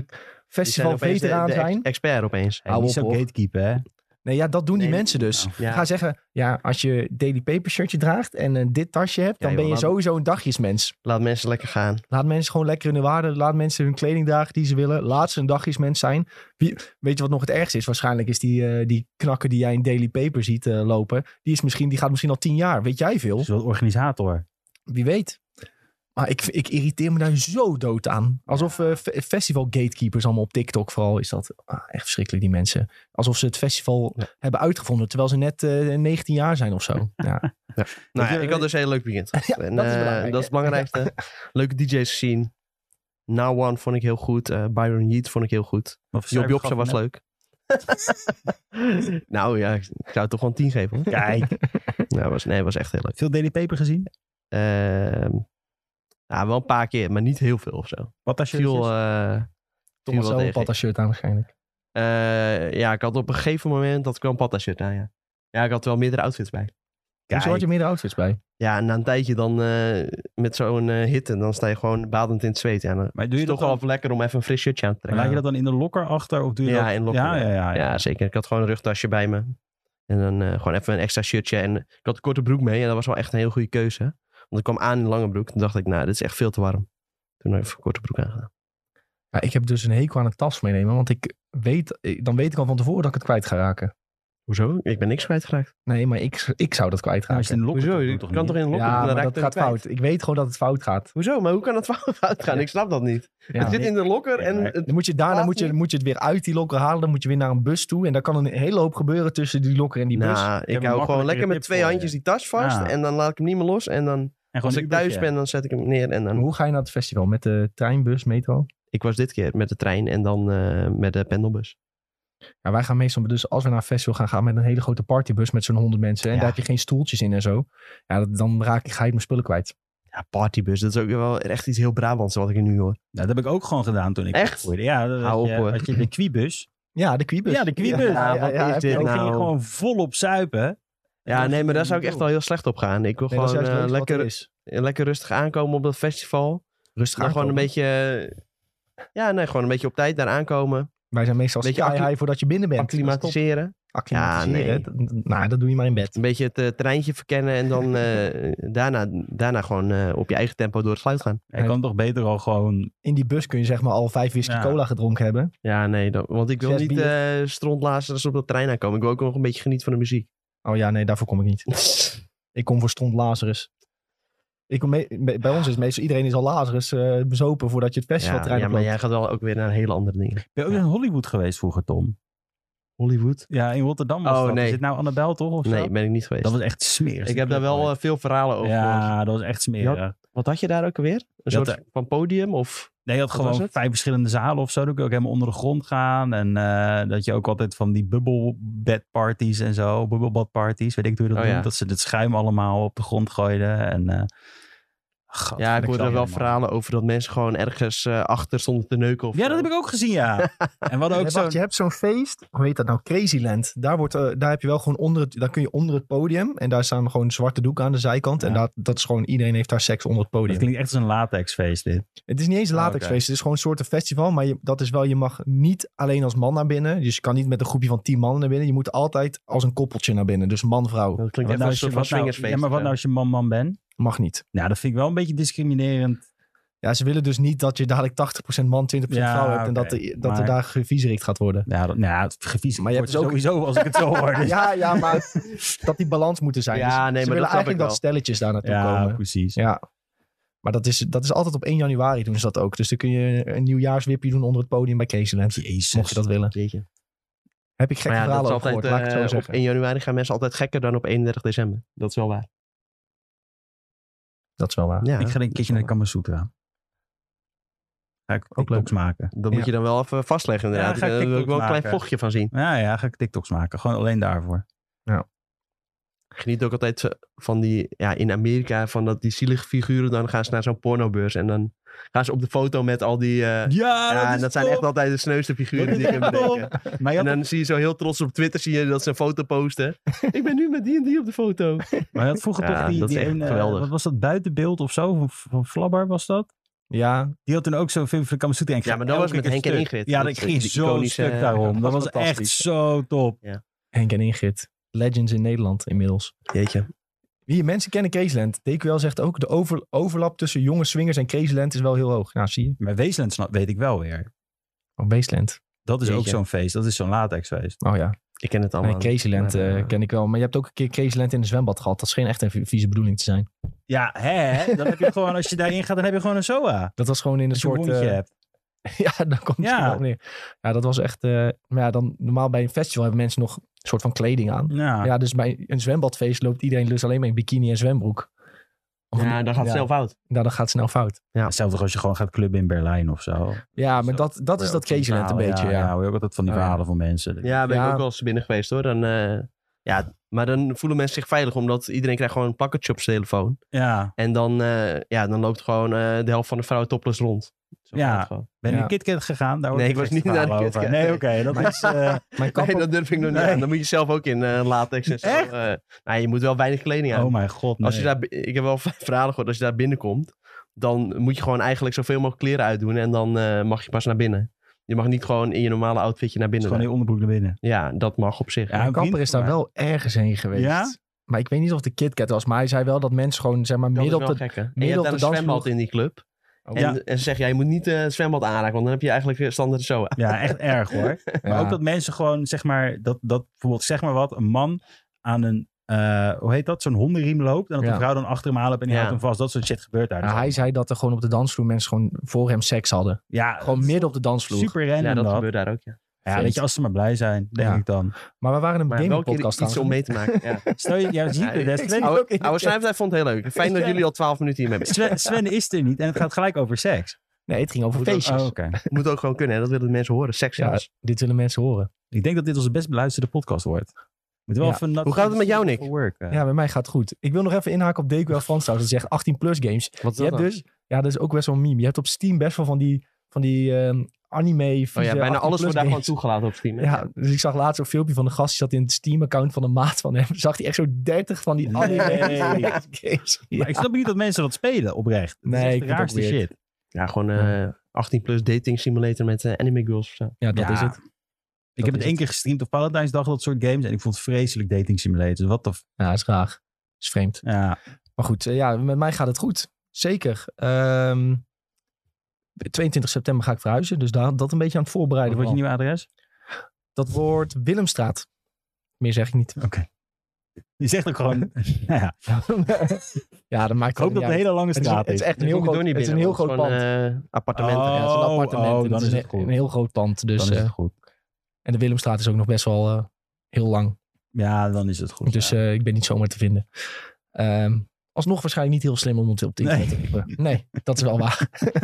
Speaker 1: festivalveteraan zijn.
Speaker 2: Expert opeens.
Speaker 3: Hey,
Speaker 1: Hou
Speaker 3: niet
Speaker 1: op,
Speaker 3: zo
Speaker 1: hoor.
Speaker 3: gatekeeper, hè?
Speaker 1: Nee, ja, dat doen die
Speaker 2: Nee,
Speaker 1: mensen dus.
Speaker 2: Ja.
Speaker 1: Ga zeggen, ja, als je Daily Paper shirtje draagt en dit tasje hebt, dan
Speaker 2: Ja,
Speaker 1: ben
Speaker 2: joh,
Speaker 1: je
Speaker 2: laat-
Speaker 1: sowieso een dagjesmens.
Speaker 2: Laat mensen lekker gaan.
Speaker 1: Laat mensen gewoon lekker in de waarde. Laat mensen hun kleding dragen die ze willen. Laat ze een dagjesmens zijn. Weet je wat nog het ergste is? Waarschijnlijk is die knakker die jij in Daily Paper ziet lopen. Die gaat misschien al 10 jaar. Weet jij veel?
Speaker 3: Dus wel organisator.
Speaker 1: Wie weet. Maar ik irriteer me daar zo dood aan. Alsof festival gatekeepers allemaal op TikTok vooral is dat. Echt verschrikkelijk die mensen. Alsof ze het festival hebben uitgevonden. Terwijl ze net 19 jaar zijn of zo. Ja.
Speaker 2: Nou ja, ik had dus een heel leuk weekend.
Speaker 1: Ja,
Speaker 2: En,
Speaker 1: dat is belangrijk,
Speaker 2: dat is het belangrijkste. Leuke DJ's gezien. Now One vond ik heel goed. Byron Yeat vond ik heel goed. Job Jobsen was leuk. Nou ja, ik zou het toch gewoon 10 geven hoor.
Speaker 3: Kijk,
Speaker 2: was echt heel leuk.
Speaker 3: veel Daily Paper gezien?
Speaker 2: Nou, wel een paar keer, maar niet heel veel of zo.
Speaker 3: Wat als je
Speaker 2: Viel,
Speaker 1: Thomas
Speaker 2: wel
Speaker 1: zelf een
Speaker 2: tegen.
Speaker 1: patta shirt aan waarschijnlijk.
Speaker 2: Ja, ik had op een gegeven moment dat ik wel een patta shirt aan, ja. Ja, ik had wel meerdere outfits bij.
Speaker 1: Hoezo had je meerdere outfits bij?
Speaker 2: Ja, en na een tijdje dan met zo'n hitte, dan sta je gewoon badend in het zweet. Ja, dan
Speaker 3: Maar
Speaker 2: is
Speaker 3: doe je
Speaker 2: het
Speaker 3: dat
Speaker 2: toch
Speaker 3: dan?
Speaker 2: wel lekker om even een fris shirtje aan te
Speaker 3: Maar
Speaker 2: trekken.
Speaker 3: laat je dat dan in de lokker achter? Of doe je
Speaker 2: Ja,
Speaker 3: dat?
Speaker 2: in lokker,
Speaker 3: Ja.
Speaker 2: Ja, zeker. Ik had gewoon een rugtasje bij me. En dan gewoon even een extra shirtje. En ik had een korte broek mee en dat was wel echt een heel goede keuze. Want ik kwam aan in een lange broek. Toen dacht ik, nou, dit is echt veel te warm. Toen heb ik even een korte broek aangedaan.
Speaker 1: Ja, ik heb dus een hekel aan een tas meenemen. Want dan weet ik al van tevoren dat ik het kwijt ga raken.
Speaker 2: Hoezo? Ik ben niks kwijtgeraakt.
Speaker 1: Nee, maar ik zou dat kwijt
Speaker 3: Nou, als je
Speaker 1: raken.
Speaker 3: in de lokker
Speaker 2: Hoezo?
Speaker 3: doet,
Speaker 2: Je
Speaker 3: toch
Speaker 2: kan
Speaker 3: niet?
Speaker 2: toch in een lokker?
Speaker 1: Ja,
Speaker 2: dan
Speaker 1: maar
Speaker 2: raakt
Speaker 1: dat
Speaker 2: het
Speaker 1: gaat
Speaker 2: kwijt.
Speaker 1: fout. Ik weet gewoon dat het fout gaat.
Speaker 2: Hoezo? Maar hoe kan het fout gaan?
Speaker 1: Ja.
Speaker 2: Ik snap dat niet.
Speaker 1: Ja.
Speaker 2: Het zit in de lokker en...
Speaker 3: maar-
Speaker 2: het-
Speaker 1: Dan moet je daarna
Speaker 2: Laat
Speaker 1: moet je het weer uit die lokker halen. Dan moet je weer naar een bus toe. En daar kan een hele hoop gebeuren tussen die lokker en die bus.
Speaker 2: Nou, ik
Speaker 3: een
Speaker 2: hou gewoon lekker
Speaker 3: makkelijkere
Speaker 2: met
Speaker 3: tip
Speaker 2: 2
Speaker 3: voor je.
Speaker 2: handjes die tas vast.
Speaker 3: Ja.
Speaker 2: En dan laat ik hem niet meer los. En dan,
Speaker 3: En gewoon
Speaker 2: als
Speaker 3: een
Speaker 2: ik thuis
Speaker 3: busje.
Speaker 2: ben, dan zet ik hem neer. En
Speaker 1: Maar
Speaker 2: dan...
Speaker 1: hoe ga je naar het festival? Met de trein, bus, metro?
Speaker 2: Ik was dit keer met de trein en dan met de pendelbus.
Speaker 1: Ja, wij gaan meestal, dus als we naar een festival gaan met een hele grote partybus met zo'n 100 mensen. En
Speaker 2: Ja.
Speaker 1: daar heb je geen stoeltjes in en zo. Ja, dan ga ik mijn spullen kwijt.
Speaker 2: Ja, partybus. Dat is ook wel echt iets heel Brabants wat ik er nu hoor.
Speaker 3: Nou, dat heb ik ook gewoon gedaan toen ik
Speaker 2: Echt?
Speaker 3: opgroeide. Ja, dat
Speaker 2: Hou op, hoor.
Speaker 3: had je de Quibus.
Speaker 1: Ja, de Quibus.
Speaker 3: Ja, de Quibus.
Speaker 2: Ja, wat is
Speaker 1: heb
Speaker 2: dit
Speaker 1: je ook.
Speaker 3: Dan ging je
Speaker 2: nou?
Speaker 3: gewoon volop zuipen.
Speaker 2: Ja, nee, maar daar zou ik echt wel heel slecht op gaan. Ik wil
Speaker 1: Nee, dat is
Speaker 2: gewoon
Speaker 1: juist leuk wat er is.
Speaker 2: lekker rustig aankomen op dat festival.
Speaker 1: Rustig
Speaker 2: Dan gewoon een
Speaker 1: aankomen.
Speaker 2: beetje... gewoon een beetje op tijd daar aankomen.
Speaker 1: Wij zijn meestal
Speaker 2: Beetje
Speaker 1: sky high voordat je binnen bent.
Speaker 2: Acclimatiseren.
Speaker 1: Acclimatiseren.
Speaker 2: Ja,
Speaker 1: Dat doe je maar in bed.
Speaker 2: Een beetje het terreintje verkennen en dan daarna gewoon op je eigen tempo door het sluit gaan.
Speaker 3: Je kan toch beter al gewoon...
Speaker 1: In die bus kun je zeg maar al 5 whisky
Speaker 3: Ja.
Speaker 1: cola gedronken hebben.
Speaker 2: Ja, nee, want ik wil
Speaker 1: 6
Speaker 2: niet strontlazers op dat trein aankomen. Ik wil ook nog een beetje genieten van de muziek.
Speaker 1: Oh ja, nee, daarvoor kom ik niet. Ik kom voor Stront Lazarus. Bij ons is meestal iedereen is al Lazarus bezopen voordat je het festivaltrein
Speaker 2: ja, maar
Speaker 1: oploopt.
Speaker 2: jij gaat wel ook weer naar hele andere dingen.
Speaker 3: Ben je ook in Hollywood geweest vroeger, Tom?
Speaker 2: Hollywood?
Speaker 3: Ja, in Rotterdam was
Speaker 2: Oh,
Speaker 3: dat.
Speaker 2: nee.
Speaker 3: Is het nou Annabel toch? Of zo?
Speaker 2: Nee, ben ik niet geweest.
Speaker 3: Dat was echt smerig.
Speaker 2: Ik heb daar wel veel verhalen over gehoord.
Speaker 3: Ja, dat was echt smerig.
Speaker 2: Wat had je daar ook alweer? Een
Speaker 3: Je had
Speaker 2: soort van podium? Of...
Speaker 3: Nee, je had
Speaker 2: Wat was
Speaker 3: gewoon
Speaker 2: het?
Speaker 3: 5 verschillende zalen of zo. Dan kun je ook helemaal onder de grond gaan. En dat je ook altijd van die bubbelbedparties en zo. Bubbelbadparties, weet ik hoe je dat
Speaker 2: Oh,
Speaker 3: noemt.
Speaker 2: ja.
Speaker 3: Dat ze het schuim allemaal op de grond gooiden. En,
Speaker 2: Ja, ik hoorde er wel verhalen over dat mensen gewoon ergens achter stonden te neuken. Of
Speaker 3: Ja, dat heb ik ook gezien, ja. En we hadden ook
Speaker 1: Nee,
Speaker 3: zo...
Speaker 1: wacht, je hebt zo'n feest, hoe heet dat nou? Crazyland. Daar heb je wel gewoon daar kun je onder het podium. En daar staan gewoon zwarte doeken aan de zijkant.
Speaker 3: Ja.
Speaker 1: En dat is gewoon, iedereen heeft daar seks onder het
Speaker 3: Dat
Speaker 1: podium.
Speaker 3: klinkt echt als een latexfeest dit.
Speaker 1: Het is niet eens een
Speaker 3: Oh,
Speaker 1: latexfeest. Het is gewoon een soort festival. Maar dat is wel, je mag niet alleen als man naar binnen. Dus je kan niet met een groepje van 10 mannen naar binnen. Je moet altijd als een koppeltje naar binnen. Dus man-vrouw.
Speaker 2: Dat klinkt echt
Speaker 3: nou
Speaker 2: als een soort van swingersfeest.
Speaker 3: ja, maar wat nou als je man bent?
Speaker 1: Mag niet.
Speaker 3: Nou, dat vind ik wel een beetje discriminerend.
Speaker 1: Ja, ze willen dus niet dat je dadelijk 80% man, 20%
Speaker 3: Ja,
Speaker 1: vrouw hebt. En
Speaker 3: oké.
Speaker 1: dat er
Speaker 3: Maar-
Speaker 1: daar gevieserikt gaat worden.
Speaker 3: Ja, het gevies
Speaker 1: Maar je
Speaker 3: wordt
Speaker 1: hebt dus ook-
Speaker 3: sowieso als ik het zo hoor. Dus-
Speaker 1: Ja, maar dat die balans moet er zijn.
Speaker 2: Ja,
Speaker 1: Dus
Speaker 2: nee,
Speaker 1: ze
Speaker 2: maar
Speaker 1: willen
Speaker 2: dat snap
Speaker 1: eigenlijk
Speaker 2: ik
Speaker 1: dat stelletjes daar naartoe
Speaker 3: Ja,
Speaker 1: komen.
Speaker 3: precies.
Speaker 1: Ja. Maar dat is altijd op 1 januari doen ze dat ook. Dus dan kun je een nieuwjaarswipje doen onder het podium bij Crazyland.
Speaker 3: Jezus.
Speaker 1: Mocht je dat willen.
Speaker 2: Jeetje.
Speaker 1: Heb ik gekke
Speaker 2: Maar ja, dat
Speaker 1: verhalen
Speaker 2: is
Speaker 1: over
Speaker 2: altijd,
Speaker 1: gehoord, laat ik het zo
Speaker 2: op
Speaker 1: zeggen.
Speaker 2: 1 januari gaan mensen altijd gekker dan op 31 december. Dat is wel waar.
Speaker 1: Dat is wel waar.
Speaker 2: Ja,
Speaker 3: Ik ga een keertje naar de Kamasutra. Ga ik
Speaker 1: Ook
Speaker 3: TikToks maken.
Speaker 2: dat moet je dan wel even vastleggen inderdaad.
Speaker 3: Ja, ga ik
Speaker 2: Daar wil ik
Speaker 3: TikToks
Speaker 2: wel een klein
Speaker 3: maken.
Speaker 2: vlogje van zien.
Speaker 3: Ja, ga ik TikToks maken. Gewoon alleen daarvoor.
Speaker 2: Ik geniet ook altijd van die, ja, in Amerika, van dat die zielige figuren. Dan gaan ze naar zo'n pornobeurs en dan gaan ze op de foto met al die... ja, en dat zijn echt altijd de sneuwste figuren die ik kan bedenken.
Speaker 3: Maar je
Speaker 2: En
Speaker 3: had,
Speaker 2: dan zie je zo heel trots op Twitter zie je dat ze een foto posten. Ik ben nu met die en die op de foto.
Speaker 3: maar je had vroeger
Speaker 2: Ja,
Speaker 3: toch
Speaker 2: dat is echt
Speaker 3: ene,
Speaker 2: geweldig.
Speaker 3: wat was dat, buitenbeeld of zo? Van Flabber was dat?
Speaker 1: Ja,
Speaker 3: Die had toen ook zo'n film van de Kamasutra. En ik
Speaker 2: Ja,
Speaker 3: ga
Speaker 2: maar dat was
Speaker 3: elke
Speaker 2: met
Speaker 3: keer
Speaker 2: Henk en
Speaker 3: stuk.
Speaker 2: Ingrid.
Speaker 3: Ja,
Speaker 2: Dat
Speaker 3: dat ging
Speaker 2: die
Speaker 3: zo
Speaker 2: iconische-
Speaker 3: stuk daarom.
Speaker 2: Ja,
Speaker 3: dat was echt
Speaker 2: fantastisch.
Speaker 3: zo top.
Speaker 1: Henk en Ingrid. Legends in Nederland inmiddels.
Speaker 2: Jeetje.
Speaker 1: Wie mensen kennen Crazyland. DQL zegt ook, de overlap tussen jonge swingers en Crazyland is wel heel hoog. Nou, zie je.
Speaker 3: Maar Wasteland weet ik wel weer.
Speaker 1: Oh, Wasteland.
Speaker 3: Dat is ook
Speaker 2: Jeetje.
Speaker 3: zo'n feest. Dat is zo'n latexfeest.
Speaker 1: Oh ja.
Speaker 2: Ik ken het allemaal.
Speaker 1: Nee, Crazyland
Speaker 2: Maar,
Speaker 1: ken ik wel. Maar je hebt ook een keer Crazyland in een zwembad gehad. Dat scheen echt een vieze bedoeling te zijn.
Speaker 3: Ja, hè? Dan heb je gewoon, als je daarin gaat, dan heb je gewoon een SOA.
Speaker 1: Dat was gewoon in een
Speaker 3: Als je een
Speaker 1: soort...
Speaker 3: wondje hebt.
Speaker 1: ja, daar komt het
Speaker 3: Ja.
Speaker 1: wel op neer. Ja, dat was echt... maar ja, dan normaal bij een festival hebben mensen nog een soort van kleding aan.
Speaker 3: Ja.
Speaker 1: Ja, dus bij een zwembadfeest loopt iedereen dus alleen maar in bikini en zwembroek.
Speaker 2: Ja, dan gaat het snel fout.
Speaker 1: Nou, dan gaat het snel fout.
Speaker 3: Hetzelfde als je gewoon gaat clubben in Berlijn of zo.
Speaker 1: Ja, maar
Speaker 3: Zo.
Speaker 1: dat is dat Crazyland een beetje, ja.
Speaker 3: hoor je ook altijd van die
Speaker 1: Oh, ja.
Speaker 3: verhalen van mensen.
Speaker 2: Ja, ben ik
Speaker 1: Ja.
Speaker 2: ook wel eens binnen geweest hoor. Dan, maar dan voelen mensen zich veilig, omdat iedereen krijgt gewoon een plakkertje op zijn telefoon.
Speaker 3: Ja,
Speaker 2: En dan, dan loopt gewoon de helft van de vrouwen topless rond. Zo
Speaker 3: Ja.
Speaker 2: gaat het gewoon.
Speaker 3: ben je
Speaker 1: Ja.
Speaker 3: naar KitKat gegaan? Daar hoor
Speaker 2: Nee,
Speaker 3: ik
Speaker 2: ik was
Speaker 3: echt
Speaker 2: niet naar de
Speaker 3: verhalen
Speaker 2: KitKat.
Speaker 3: over. Nee, oké. Dat is...
Speaker 1: Mijn kapper...
Speaker 2: Nee, dat durf ik nog niet
Speaker 3: Nee.
Speaker 2: aan. Dan moet je zelf ook in latex en zo.
Speaker 3: Echt?
Speaker 2: Je moet wel weinig kleding aan.
Speaker 3: oh mijn god, nee.
Speaker 2: Als je daar, ik heb wel verhalen gehoord, als je daar binnenkomt, dan moet je gewoon eigenlijk zoveel mogelijk kleren uitdoen en dan mag je pas naar binnen. Je mag niet gewoon in je normale outfitje naar
Speaker 3: Dus
Speaker 2: binnen.
Speaker 3: gewoon in je onderbroek naar binnen.
Speaker 2: Ja, dat mag op zich.
Speaker 3: Ja,
Speaker 1: Mijn
Speaker 3: een vriend
Speaker 1: kapper is daar
Speaker 3: van mij.
Speaker 1: wel ergens heen geweest.
Speaker 3: Ja?
Speaker 1: Maar ik weet niet of de KitKat was. Maar hij zei wel dat mensen gewoon, zeg maar,
Speaker 2: dat is
Speaker 1: midden
Speaker 2: wel
Speaker 1: op de...
Speaker 2: gek, hè? En je
Speaker 1: midden
Speaker 2: hebt
Speaker 1: op
Speaker 2: daar
Speaker 1: de
Speaker 2: een zwembad
Speaker 1: dansvloer.
Speaker 2: in die club.
Speaker 1: Oh,
Speaker 3: Ja.
Speaker 2: En ze zeggen, je moet niet het zwembad aanraken, want dan heb je eigenlijk standaard zo.
Speaker 3: Ja, echt erg hoor. Maar
Speaker 1: Ja.
Speaker 3: ook dat mensen gewoon, zeg maar, dat bijvoorbeeld, zeg maar wat, een man aan een, hoe heet dat, zo'n hondenriem loopt. En dat
Speaker 1: Ja.
Speaker 3: een vrouw dan achter hem aanloopt en die
Speaker 2: Ja.
Speaker 3: houdt hem vast. Dat soort shit gebeurt daar.
Speaker 1: Ja, hij zei dat er gewoon op de dansvloer mensen gewoon voor hem seks hadden.
Speaker 3: Ja,
Speaker 1: Gewoon midden op de dansvloer.
Speaker 3: super random
Speaker 2: Ja, dat
Speaker 3: dat.
Speaker 2: gebeurt daar ook, ja.
Speaker 3: Ja, weet je, als ze maar blij zijn, denk
Speaker 1: Ja.
Speaker 3: ik dan.
Speaker 1: Maar we waren een
Speaker 2: Maar wel
Speaker 1: gaming
Speaker 2: een keer
Speaker 1: podcast
Speaker 2: iets om mee te maken. Ja.
Speaker 3: Stel je, ja, zie je, dat Sven,
Speaker 2: Oude Snijptijd vond het heel leuk. Fijn dat jullie al 12 minuten hiermee bezig
Speaker 3: Sven is er niet en het gaat gelijk over seks.
Speaker 1: Nee, het ging over
Speaker 2: Moet ook-
Speaker 1: feestjes.
Speaker 3: Oh, oké.
Speaker 2: Moet ook gewoon kunnen, hè? Dat willen de mensen horen. Seks
Speaker 1: Ja,
Speaker 2: zelfs.
Speaker 1: dit willen mensen horen.
Speaker 3: Ik denk dat dit onze best beluisterde podcast wordt. Moet wel
Speaker 1: Ja.
Speaker 3: even
Speaker 2: Hoe gaat het met jou, Nick?
Speaker 1: Ja, bij mij gaat het goed. Ik wil nog even inhaken op DQL Frans trouwens. Dat zegt 18 plus games.
Speaker 2: Wat is
Speaker 1: Je
Speaker 2: dat
Speaker 1: hebt
Speaker 2: dan?
Speaker 1: dus, ja, dat is ook best wel een meme. Je hebt op Steam best wel van die anime.
Speaker 2: Oh ja,
Speaker 1: vieze
Speaker 2: bijna
Speaker 1: 18
Speaker 2: alles
Speaker 1: plus
Speaker 2: wordt daar gewoon
Speaker 1: games.
Speaker 2: toegelaten op Steam. hè?
Speaker 1: Ja, dus ik zag laatst een filmpje van een gast die zat in het Steam-account van een maat van hem. Zag hij echt zo 30 van die anime games. Ja.
Speaker 3: Maar ik snap niet dat mensen dat spelen, oprecht. Dat
Speaker 1: Nee,
Speaker 3: is echt
Speaker 1: ik
Speaker 3: de
Speaker 1: vind het
Speaker 3: raarste
Speaker 1: ook weird.
Speaker 3: shit.
Speaker 2: Ja, gewoon 18 plus dating simulator met anime girls of zo.
Speaker 1: Ja, dat
Speaker 3: Ja.
Speaker 1: is het.
Speaker 3: Ik heb
Speaker 1: is
Speaker 3: het één keer gestreamd op Valentijnsdag, dat soort games. En ik vond het vreselijk dating simulators. Wat de...
Speaker 1: Ja, dat is raar. Dat is vreemd.
Speaker 3: Ja.
Speaker 1: Maar goed, ja, met mij gaat het goed. Zeker. 22 september ga ik verhuizen. Dus dat een beetje aan het voorbereiden.
Speaker 3: Wat wordt je
Speaker 1: vooral.
Speaker 3: nieuwe adres?
Speaker 1: Dat wordt Willemstraat. Meer zeg ik niet.
Speaker 3: Oké. Je zegt ook gewoon... nou ja,
Speaker 1: Ja, dat maakt
Speaker 3: ik hoop dat het een hele lange
Speaker 1: het is,
Speaker 3: straat
Speaker 1: het is
Speaker 3: is.
Speaker 1: echt een heel groot, het is een heel groot pand.
Speaker 2: Appartementen.
Speaker 3: Oh.
Speaker 1: Ja, het is een appartement.
Speaker 3: oh,
Speaker 1: en
Speaker 3: dan
Speaker 1: het
Speaker 3: is
Speaker 1: een,
Speaker 3: het goed.
Speaker 1: een heel groot pand. Dus,
Speaker 3: Dan is het goed.
Speaker 1: en de Willemstraat is ook nog best wel heel lang.
Speaker 3: Ja, dan is het goed.
Speaker 1: Dus
Speaker 3: ja.
Speaker 1: ik ben niet zomaar te vinden. Alsnog waarschijnlijk niet heel slim om het op de internet te typen. Nee, dat is wel waar.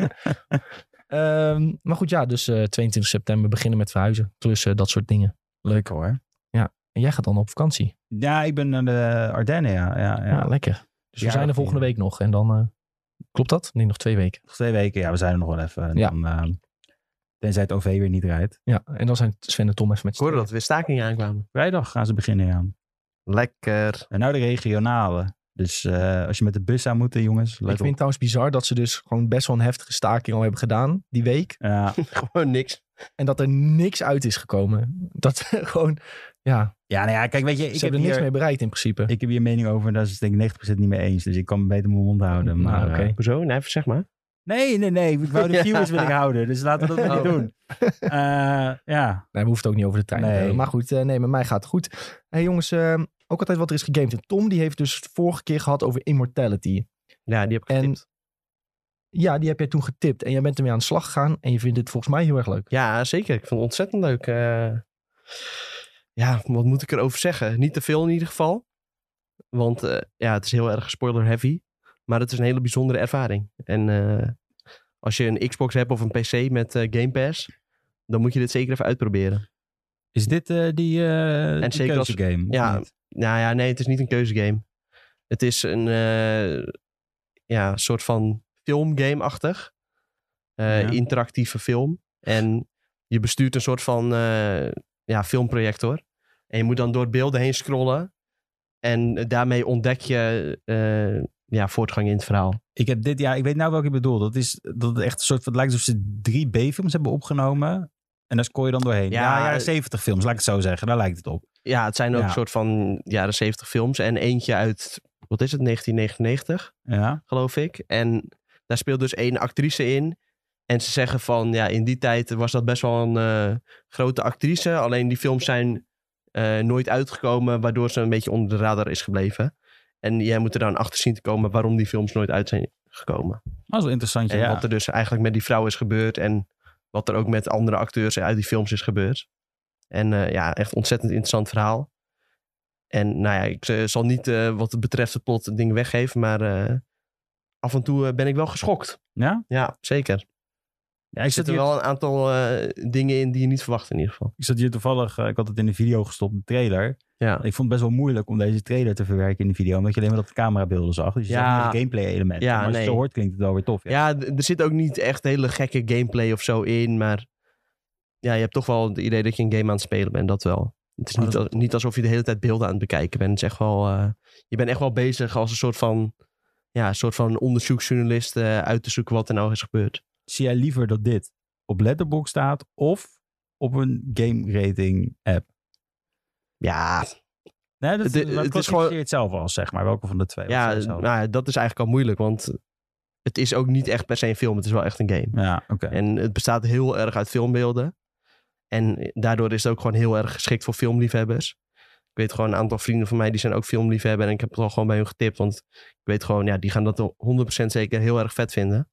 Speaker 1: Maar goed, ja, dus 22 september beginnen met verhuizen. Klussen, dat soort dingen.
Speaker 3: Leuk hoor.
Speaker 1: En jij gaat dan op vakantie.
Speaker 3: Ja, ik ben naar de Ardennen, ja.
Speaker 1: Ja, lekker. Dus we
Speaker 3: Ja,
Speaker 1: zijn er
Speaker 3: dat
Speaker 1: volgende
Speaker 3: ging.
Speaker 1: week nog. En dan, klopt dat? Nee, nog 2 weken.
Speaker 3: Nog 2 weken, ja, we zijn er nog wel even. En
Speaker 1: Ja.
Speaker 3: dan, tenzij het OV weer niet rijdt.
Speaker 1: Ja, en dan zijn Sven en Tom even met
Speaker 2: Ik hoorde dat er weer stakingen aankwamen.
Speaker 3: Vrijdag gaan ze beginnen, ja.
Speaker 2: Lekker.
Speaker 3: En nou de regionale. Dus als je met de bus zou moeten, jongens,
Speaker 1: Ik
Speaker 3: let
Speaker 1: vind
Speaker 3: op.
Speaker 1: het trouwens bizar dat ze dus gewoon best wel een heftige staking al hebben gedaan die week.
Speaker 3: Ja,
Speaker 2: Gewoon niks.
Speaker 1: En dat er niks uit is gekomen. Dat gewoon, ja,
Speaker 3: ja, nou ja, kijk, weet je,
Speaker 1: ze
Speaker 3: ik heb,
Speaker 1: hebben er niks
Speaker 3: hier,
Speaker 1: mee bereikt in principe.
Speaker 3: ik heb hier een mening over en daar is het denk ik 90% niet mee eens. Dus ik kan me beter mijn mond houden.
Speaker 1: Nou,
Speaker 3: Maar,
Speaker 1: oké.
Speaker 2: Hoezo? Nee, even zeg maar.
Speaker 3: Nee, ik wou de viewers wil ik houden. Dus laten we dat niet
Speaker 2: Oh.
Speaker 3: doen. Ja,
Speaker 1: Nee, we hoeven het ook niet over de trein te
Speaker 3: Nee.
Speaker 1: hebben. Maar goed, nee, met mij gaat het goed. Hey jongens, ook altijd wat er is gegamed. En Tom, die heeft dus vorige keer gehad over Immortality.
Speaker 2: Ja, die heb ik
Speaker 1: En
Speaker 2: getipt.
Speaker 1: ja, die heb jij toen getipt. En jij bent ermee aan de slag gegaan. En je vindt het volgens mij heel erg leuk.
Speaker 2: Ja, zeker. Ik vond het ontzettend leuk. Ja, wat moet ik erover zeggen? Niet te veel in ieder geval. Want het is heel erg spoiler heavy. Maar het is een hele bijzondere ervaring. En als je een Xbox hebt of een PC met Game Pass, dan moet je dit zeker even uitproberen.
Speaker 3: is dit die
Speaker 2: zeker als-
Speaker 3: keuzegame?
Speaker 2: ja. Nou ja, nee, het is niet een keuzegame. Het is een soort van filmgame-achtig.
Speaker 3: Ja.
Speaker 2: Interactieve film. En je bestuurt een soort van filmprojector. En je moet dan door beelden heen scrollen. En daarmee ontdek je voortgang in het verhaal.
Speaker 3: Ik weet nou welke je bedoelt. Dat het echt een soort van, het lijkt alsof ze 3 B-films hebben opgenomen. En daar scoor je dan doorheen.
Speaker 2: Ja,
Speaker 3: jaren 70 films, laat ik het zo zeggen. Daar lijkt het op.
Speaker 2: Ja, het zijn ook een soort van jaren 70 films. En eentje uit, 1999, geloof ik. En daar speelt dus 1 actrice in. En ze zeggen van, in die tijd was dat best wel een grote actrice. Alleen die films zijn nooit uitgekomen, waardoor ze een beetje onder de radar is gebleven. En jij moet er dan achter zien te komen waarom die films nooit uit zijn gekomen.
Speaker 3: Dat is wel interessant,
Speaker 2: En wat er dus eigenlijk met die vrouw is gebeurd. En wat er ook met andere acteurs uit die films is gebeurd. En echt ontzettend interessant verhaal. En ik zal niet wat het betreft het plot dingen weggeven. Maar af en toe ben ik wel geschokt.
Speaker 3: Ja?
Speaker 2: Ja, zeker.
Speaker 3: Ja,
Speaker 2: er zitten wel een aantal dingen in die je niet verwacht in ieder geval.
Speaker 3: Ik zat hier toevallig, ik had het in de video gestopt, de trailer.
Speaker 2: Ja.
Speaker 3: Ik vond het best wel moeilijk om deze trailer te verwerken in de video. Omdat je alleen maar dat de camerabeelden zag. Dus je zag niet de gameplay elementen. Maar als je het zo hoort klinkt het wel weer tof.
Speaker 2: Ja, er zit ook niet echt hele gekke gameplay of zo in. Maar je hebt toch wel het idee dat je een game aan het spelen bent. Dat wel. Het is niet alsof je de hele tijd beelden aan het bekijken bent. Het is echt wel, je bent echt wel bezig als een soort van onderzoeksjournalist uit te zoeken wat er nou is gebeurd.
Speaker 3: Zie jij liever dat dit op Letterboxd staat of op een game rating app?
Speaker 2: Ja.
Speaker 3: Nee, het is gewoon het zelf al, zeg maar. Welke van de twee?
Speaker 2: Ja, dat is eigenlijk al moeilijk, want het is ook niet echt per se een film. Het is wel echt een game.
Speaker 3: Ja, oké.
Speaker 2: En het bestaat heel erg uit filmbeelden. En daardoor is het ook gewoon heel erg geschikt voor filmliefhebbers. Ik weet gewoon een aantal vrienden van mij die zijn ook filmliefhebber. En ik heb het al gewoon bij hun getipt. Want ik weet gewoon, die gaan dat 100% zeker heel erg vet vinden.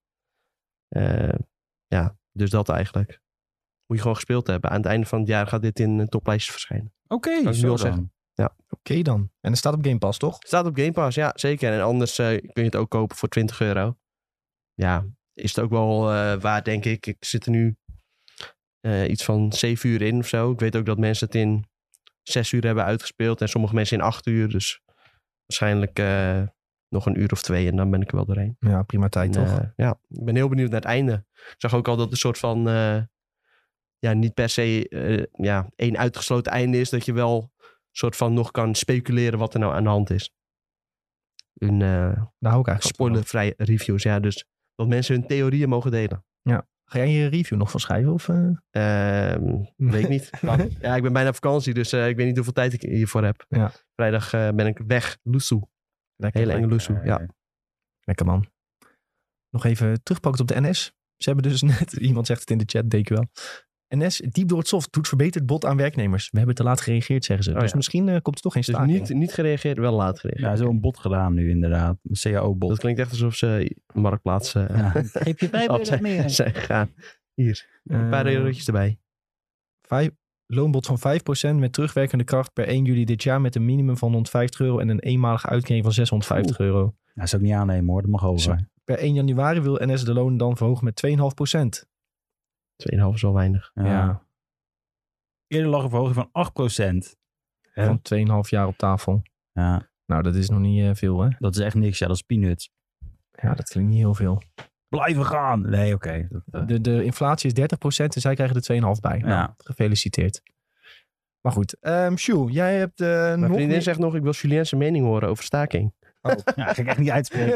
Speaker 2: Dus dat eigenlijk. Moet je gewoon gespeeld hebben. Aan het einde van het jaar gaat dit in toplijstjes verschijnen.
Speaker 3: Oké,
Speaker 2: zo zeggen. Ja.
Speaker 1: Oké dan. En het staat op Game Pass, toch?
Speaker 2: Het staat op Game Pass, ja, zeker. En anders kun je het ook kopen voor €20. Ja, is het ook wel waard, denk ik. Ik zit er nu iets van 7 uur in of zo. Ik weet ook dat mensen het in 6 uur hebben uitgespeeld. En sommige mensen in 8 uur. Dus waarschijnlijk nog een uur of 2 en dan ben ik er wel doorheen.
Speaker 1: Ja, prima tijd, toch?
Speaker 2: Ja, ik ben heel benieuwd naar het einde. Ik zag ook al dat het een soort van niet per se één uitgesloten einde is. Dat je wel soort van nog kan speculeren wat er nou aan de hand is.
Speaker 1: Daar hou ik eigenlijk
Speaker 2: spoilervrije reviews, ja. Dus dat mensen hun theorieën mogen delen.
Speaker 1: Ja. Ga jij je review nog van schrijven? Of,
Speaker 2: weet ik niet. Ja, ik ben bijna op vakantie, dus ik weet niet hoeveel tijd ik hiervoor heb.
Speaker 1: Ja.
Speaker 2: Vrijdag ben ik weg. Loesoe. Hele enge Loesoe, ja.
Speaker 1: Lekker man. Nog even terugpakken op de NS. Ze hebben dus net, iemand zegt het in de chat, denk ik wel. NS, diep door het soft, doet verbeterd bod aan werknemers. We hebben te laat gereageerd, zeggen ze. Dus misschien komt er toch geen staking.
Speaker 2: Dus niet gereageerd, wel laat gereageerd.
Speaker 3: Ja, zo'n bot gedaan nu inderdaad. Een CAO-bot.
Speaker 2: Dat klinkt echt alsof ze Marktplaats
Speaker 3: geef je 5 euro meer.
Speaker 2: zijn gegaan. Hier, een paar eurotjes erbij.
Speaker 1: Loonbod van 5% met terugwerkende kracht per 1 juli dit jaar met een minimum van €150 en een eenmalige uitkering van €650.
Speaker 3: Dat zou ik niet aannemen hoor, dat mag over.
Speaker 1: Dus per 1 januari wil NS de loon dan verhogen met 2,5%.
Speaker 2: 2,5 is wel weinig.
Speaker 1: Ja.
Speaker 3: Eerder lag een verhoging van 8%.
Speaker 1: Van 2,5 jaar op tafel.
Speaker 3: Ja.
Speaker 1: Nou, dat is nog niet veel, hè?
Speaker 3: Dat is echt niks, ja. Dat is peanuts.
Speaker 1: Ja, dat klinkt niet heel veel.
Speaker 3: Blijven gaan! Nee, oké.
Speaker 1: De inflatie is 30% en zij krijgen er 2,5 bij.
Speaker 3: Ja.
Speaker 1: Nou, gefeliciteerd. Maar goed, Sjoe, jij hebt
Speaker 2: Mijn vriendin zegt nog, ik wil Julien zijn mening horen over staking.
Speaker 3: Oh. Ja, ga ik echt niet uitspreken.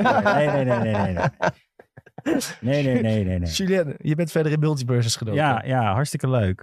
Speaker 3: Nee.
Speaker 1: Julien, je bent verder in multiverses gedoken.
Speaker 3: Ja, hartstikke leuk.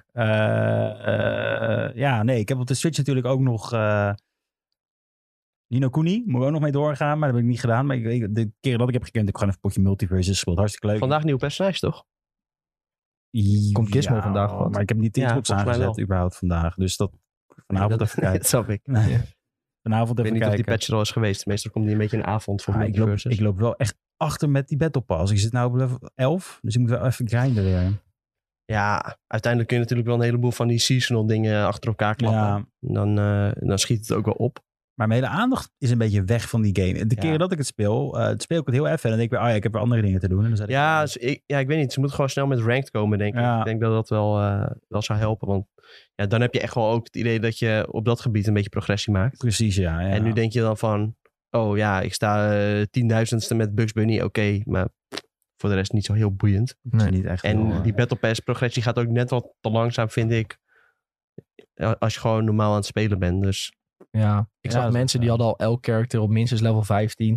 Speaker 3: Ik heb op de Switch natuurlijk ook nog Ni no Kuni. Moet ik ook nog mee doorgaan, maar dat heb ik niet gedaan. Maar de keer dat ik heb gekend, heb ik gewoon even een potje multiverses gespeeld. Hartstikke leuk.
Speaker 2: Vandaag nieuw personage, toch?
Speaker 1: Komt Gizmo vandaag wat?
Speaker 3: Maar ik heb niet Xbox aangezet überhaupt vandaag. Dus dat vanavond even kijken.
Speaker 2: Dat snap ik.
Speaker 3: Nee. Vanavond
Speaker 2: ik
Speaker 3: even
Speaker 2: weet niet
Speaker 3: kijken.
Speaker 2: of die patch er al is geweest. Meestal komt die een beetje een avond voor multiverses.
Speaker 3: Ik loop wel echt achter met die Battle Pass. Ik zit nu op level 11, dus ik moet wel even grinden weer.
Speaker 2: Ja, uiteindelijk kun je natuurlijk wel een heleboel van die seasonal dingen achter elkaar klappen. Ja. Dan schiet het ook wel op.
Speaker 3: Maar mijn hele aandacht is een beetje weg van die game. De keren dat ik het speel ik het heel even. En dan denk ik weer, ik heb weer andere dingen te doen. En dan
Speaker 2: ik weet niet. Ze moeten gewoon snel met ranked komen, denk ik.
Speaker 3: Ja.
Speaker 2: Ik denk dat dat wel zou helpen. Want dan heb je echt wel ook het idee dat je op dat gebied een beetje progressie maakt.
Speaker 3: Precies, ja.
Speaker 2: En nu denk je dan van, ik sta 10.000ste met Bugs Bunny. Oké, maar voor de rest niet zo heel boeiend.
Speaker 3: Nee, niet echt
Speaker 2: en die Battle Pass progressie gaat ook net wat te langzaam, vind ik. Als je gewoon normaal aan het spelen bent. Dus
Speaker 1: ja, ik zag mensen die hadden al elk character op minstens level 15.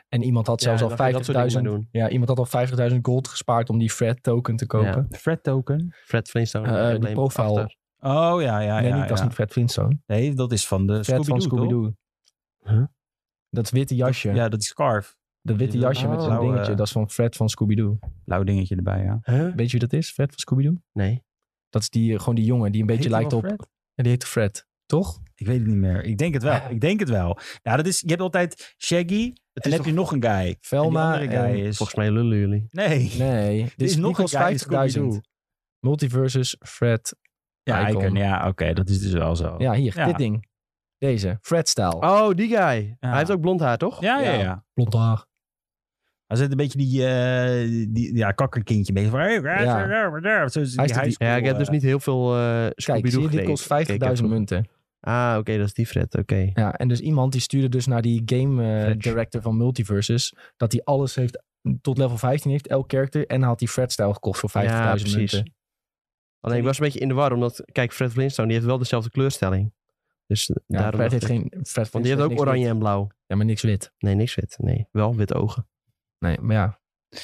Speaker 1: En iemand had zelfs
Speaker 2: Ja,
Speaker 1: al
Speaker 2: dan ga je dat soort dingen
Speaker 1: 50.000...
Speaker 2: maar doen.
Speaker 1: Ja, iemand had al 50.000 gold gespaard om die Fred token te kopen.
Speaker 3: Fred token?
Speaker 2: Fred Flintstone.
Speaker 1: Die
Speaker 2: embleem
Speaker 1: profile.
Speaker 2: achter.
Speaker 3: Oh, ja.
Speaker 1: Nee,
Speaker 3: ja,
Speaker 1: dat is
Speaker 3: ja.
Speaker 1: niet Fred Flintstone.
Speaker 3: Nee, dat is van de
Speaker 1: Fred van
Speaker 3: Scooby-Doo, toch?
Speaker 1: Scooby-Doo.
Speaker 2: Huh?
Speaker 1: Dat witte jasje.
Speaker 3: Ja, dat is Scarf.
Speaker 1: Dat witte jasje met zo'n
Speaker 3: blauwe-
Speaker 1: dingetje. Dat is van Fred van Scooby-Doo.
Speaker 3: Blauw dingetje erbij, ja.
Speaker 2: Huh?
Speaker 1: Weet je wie dat is? Fred van Scooby-Doo?
Speaker 2: Nee.
Speaker 1: Dat is gewoon die jongen die een beetje
Speaker 3: Heet hij
Speaker 1: lijkt
Speaker 3: wel
Speaker 1: op...
Speaker 3: Fred?
Speaker 1: Ja, die heet Fred. Toch?
Speaker 3: Ik weet het niet meer. Ik denk het wel. Nou, je hebt altijd Shaggy en dan heb je nog een guy.
Speaker 1: Velma
Speaker 3: En die andere guy is...
Speaker 2: Volgens mij lullen jullie.
Speaker 3: Nee.
Speaker 1: Nee. Dit
Speaker 3: is nog
Speaker 1: die kost
Speaker 3: een guy in Scooby-Doo.
Speaker 1: 50.000. Multiversus Fred.
Speaker 3: Ja,
Speaker 1: Icon.
Speaker 3: Icon. Ja, oké. Dat is dus wel zo.
Speaker 1: Ja, hier.
Speaker 3: Ja.
Speaker 1: Dit ding. Deze. Fred-style.
Speaker 2: Oh, die guy.
Speaker 3: Ja.
Speaker 2: Hij heeft ook blond haar, toch?
Speaker 3: Ja.
Speaker 1: Blond haar.
Speaker 3: Hij zit een beetje die kakkerkindje mee. Van,
Speaker 1: Ja.
Speaker 3: Zo is die
Speaker 1: Hij is
Speaker 3: high
Speaker 1: die-
Speaker 3: school,
Speaker 2: Ja, ik heb dus niet heel veel
Speaker 1: Kijk,
Speaker 2: Scooby-Doo
Speaker 1: zie je, dit
Speaker 2: gekeken.
Speaker 1: kost
Speaker 2: Kijk,
Speaker 1: 50.000 munten.
Speaker 2: Ah, oké, dat is die Fred. Oké.
Speaker 1: Ja, en dus iemand die stuurde dus naar die game
Speaker 2: Fred.
Speaker 1: director van Multiversus. Dat hij alles heeft tot level 15 heeft, elk character. En hij had die Fred-style gekocht voor 50.000
Speaker 2: Ja, precies.
Speaker 1: munten.
Speaker 2: Alleen ik was een beetje in de war, omdat... Kijk, Fred Flintstone, die heeft wel dezelfde kleurstelling. Dus
Speaker 1: Ja,
Speaker 2: daarom
Speaker 1: Fred
Speaker 2: dacht
Speaker 1: heeft
Speaker 2: ik-
Speaker 1: geen... Fred
Speaker 2: Want die heeft ook
Speaker 1: niks
Speaker 2: oranje
Speaker 1: wit.
Speaker 2: en blauw.
Speaker 1: Ja, maar niks wit.
Speaker 2: Nee, niks wit. Nee, wel witte ogen.
Speaker 1: Nee, maar ja.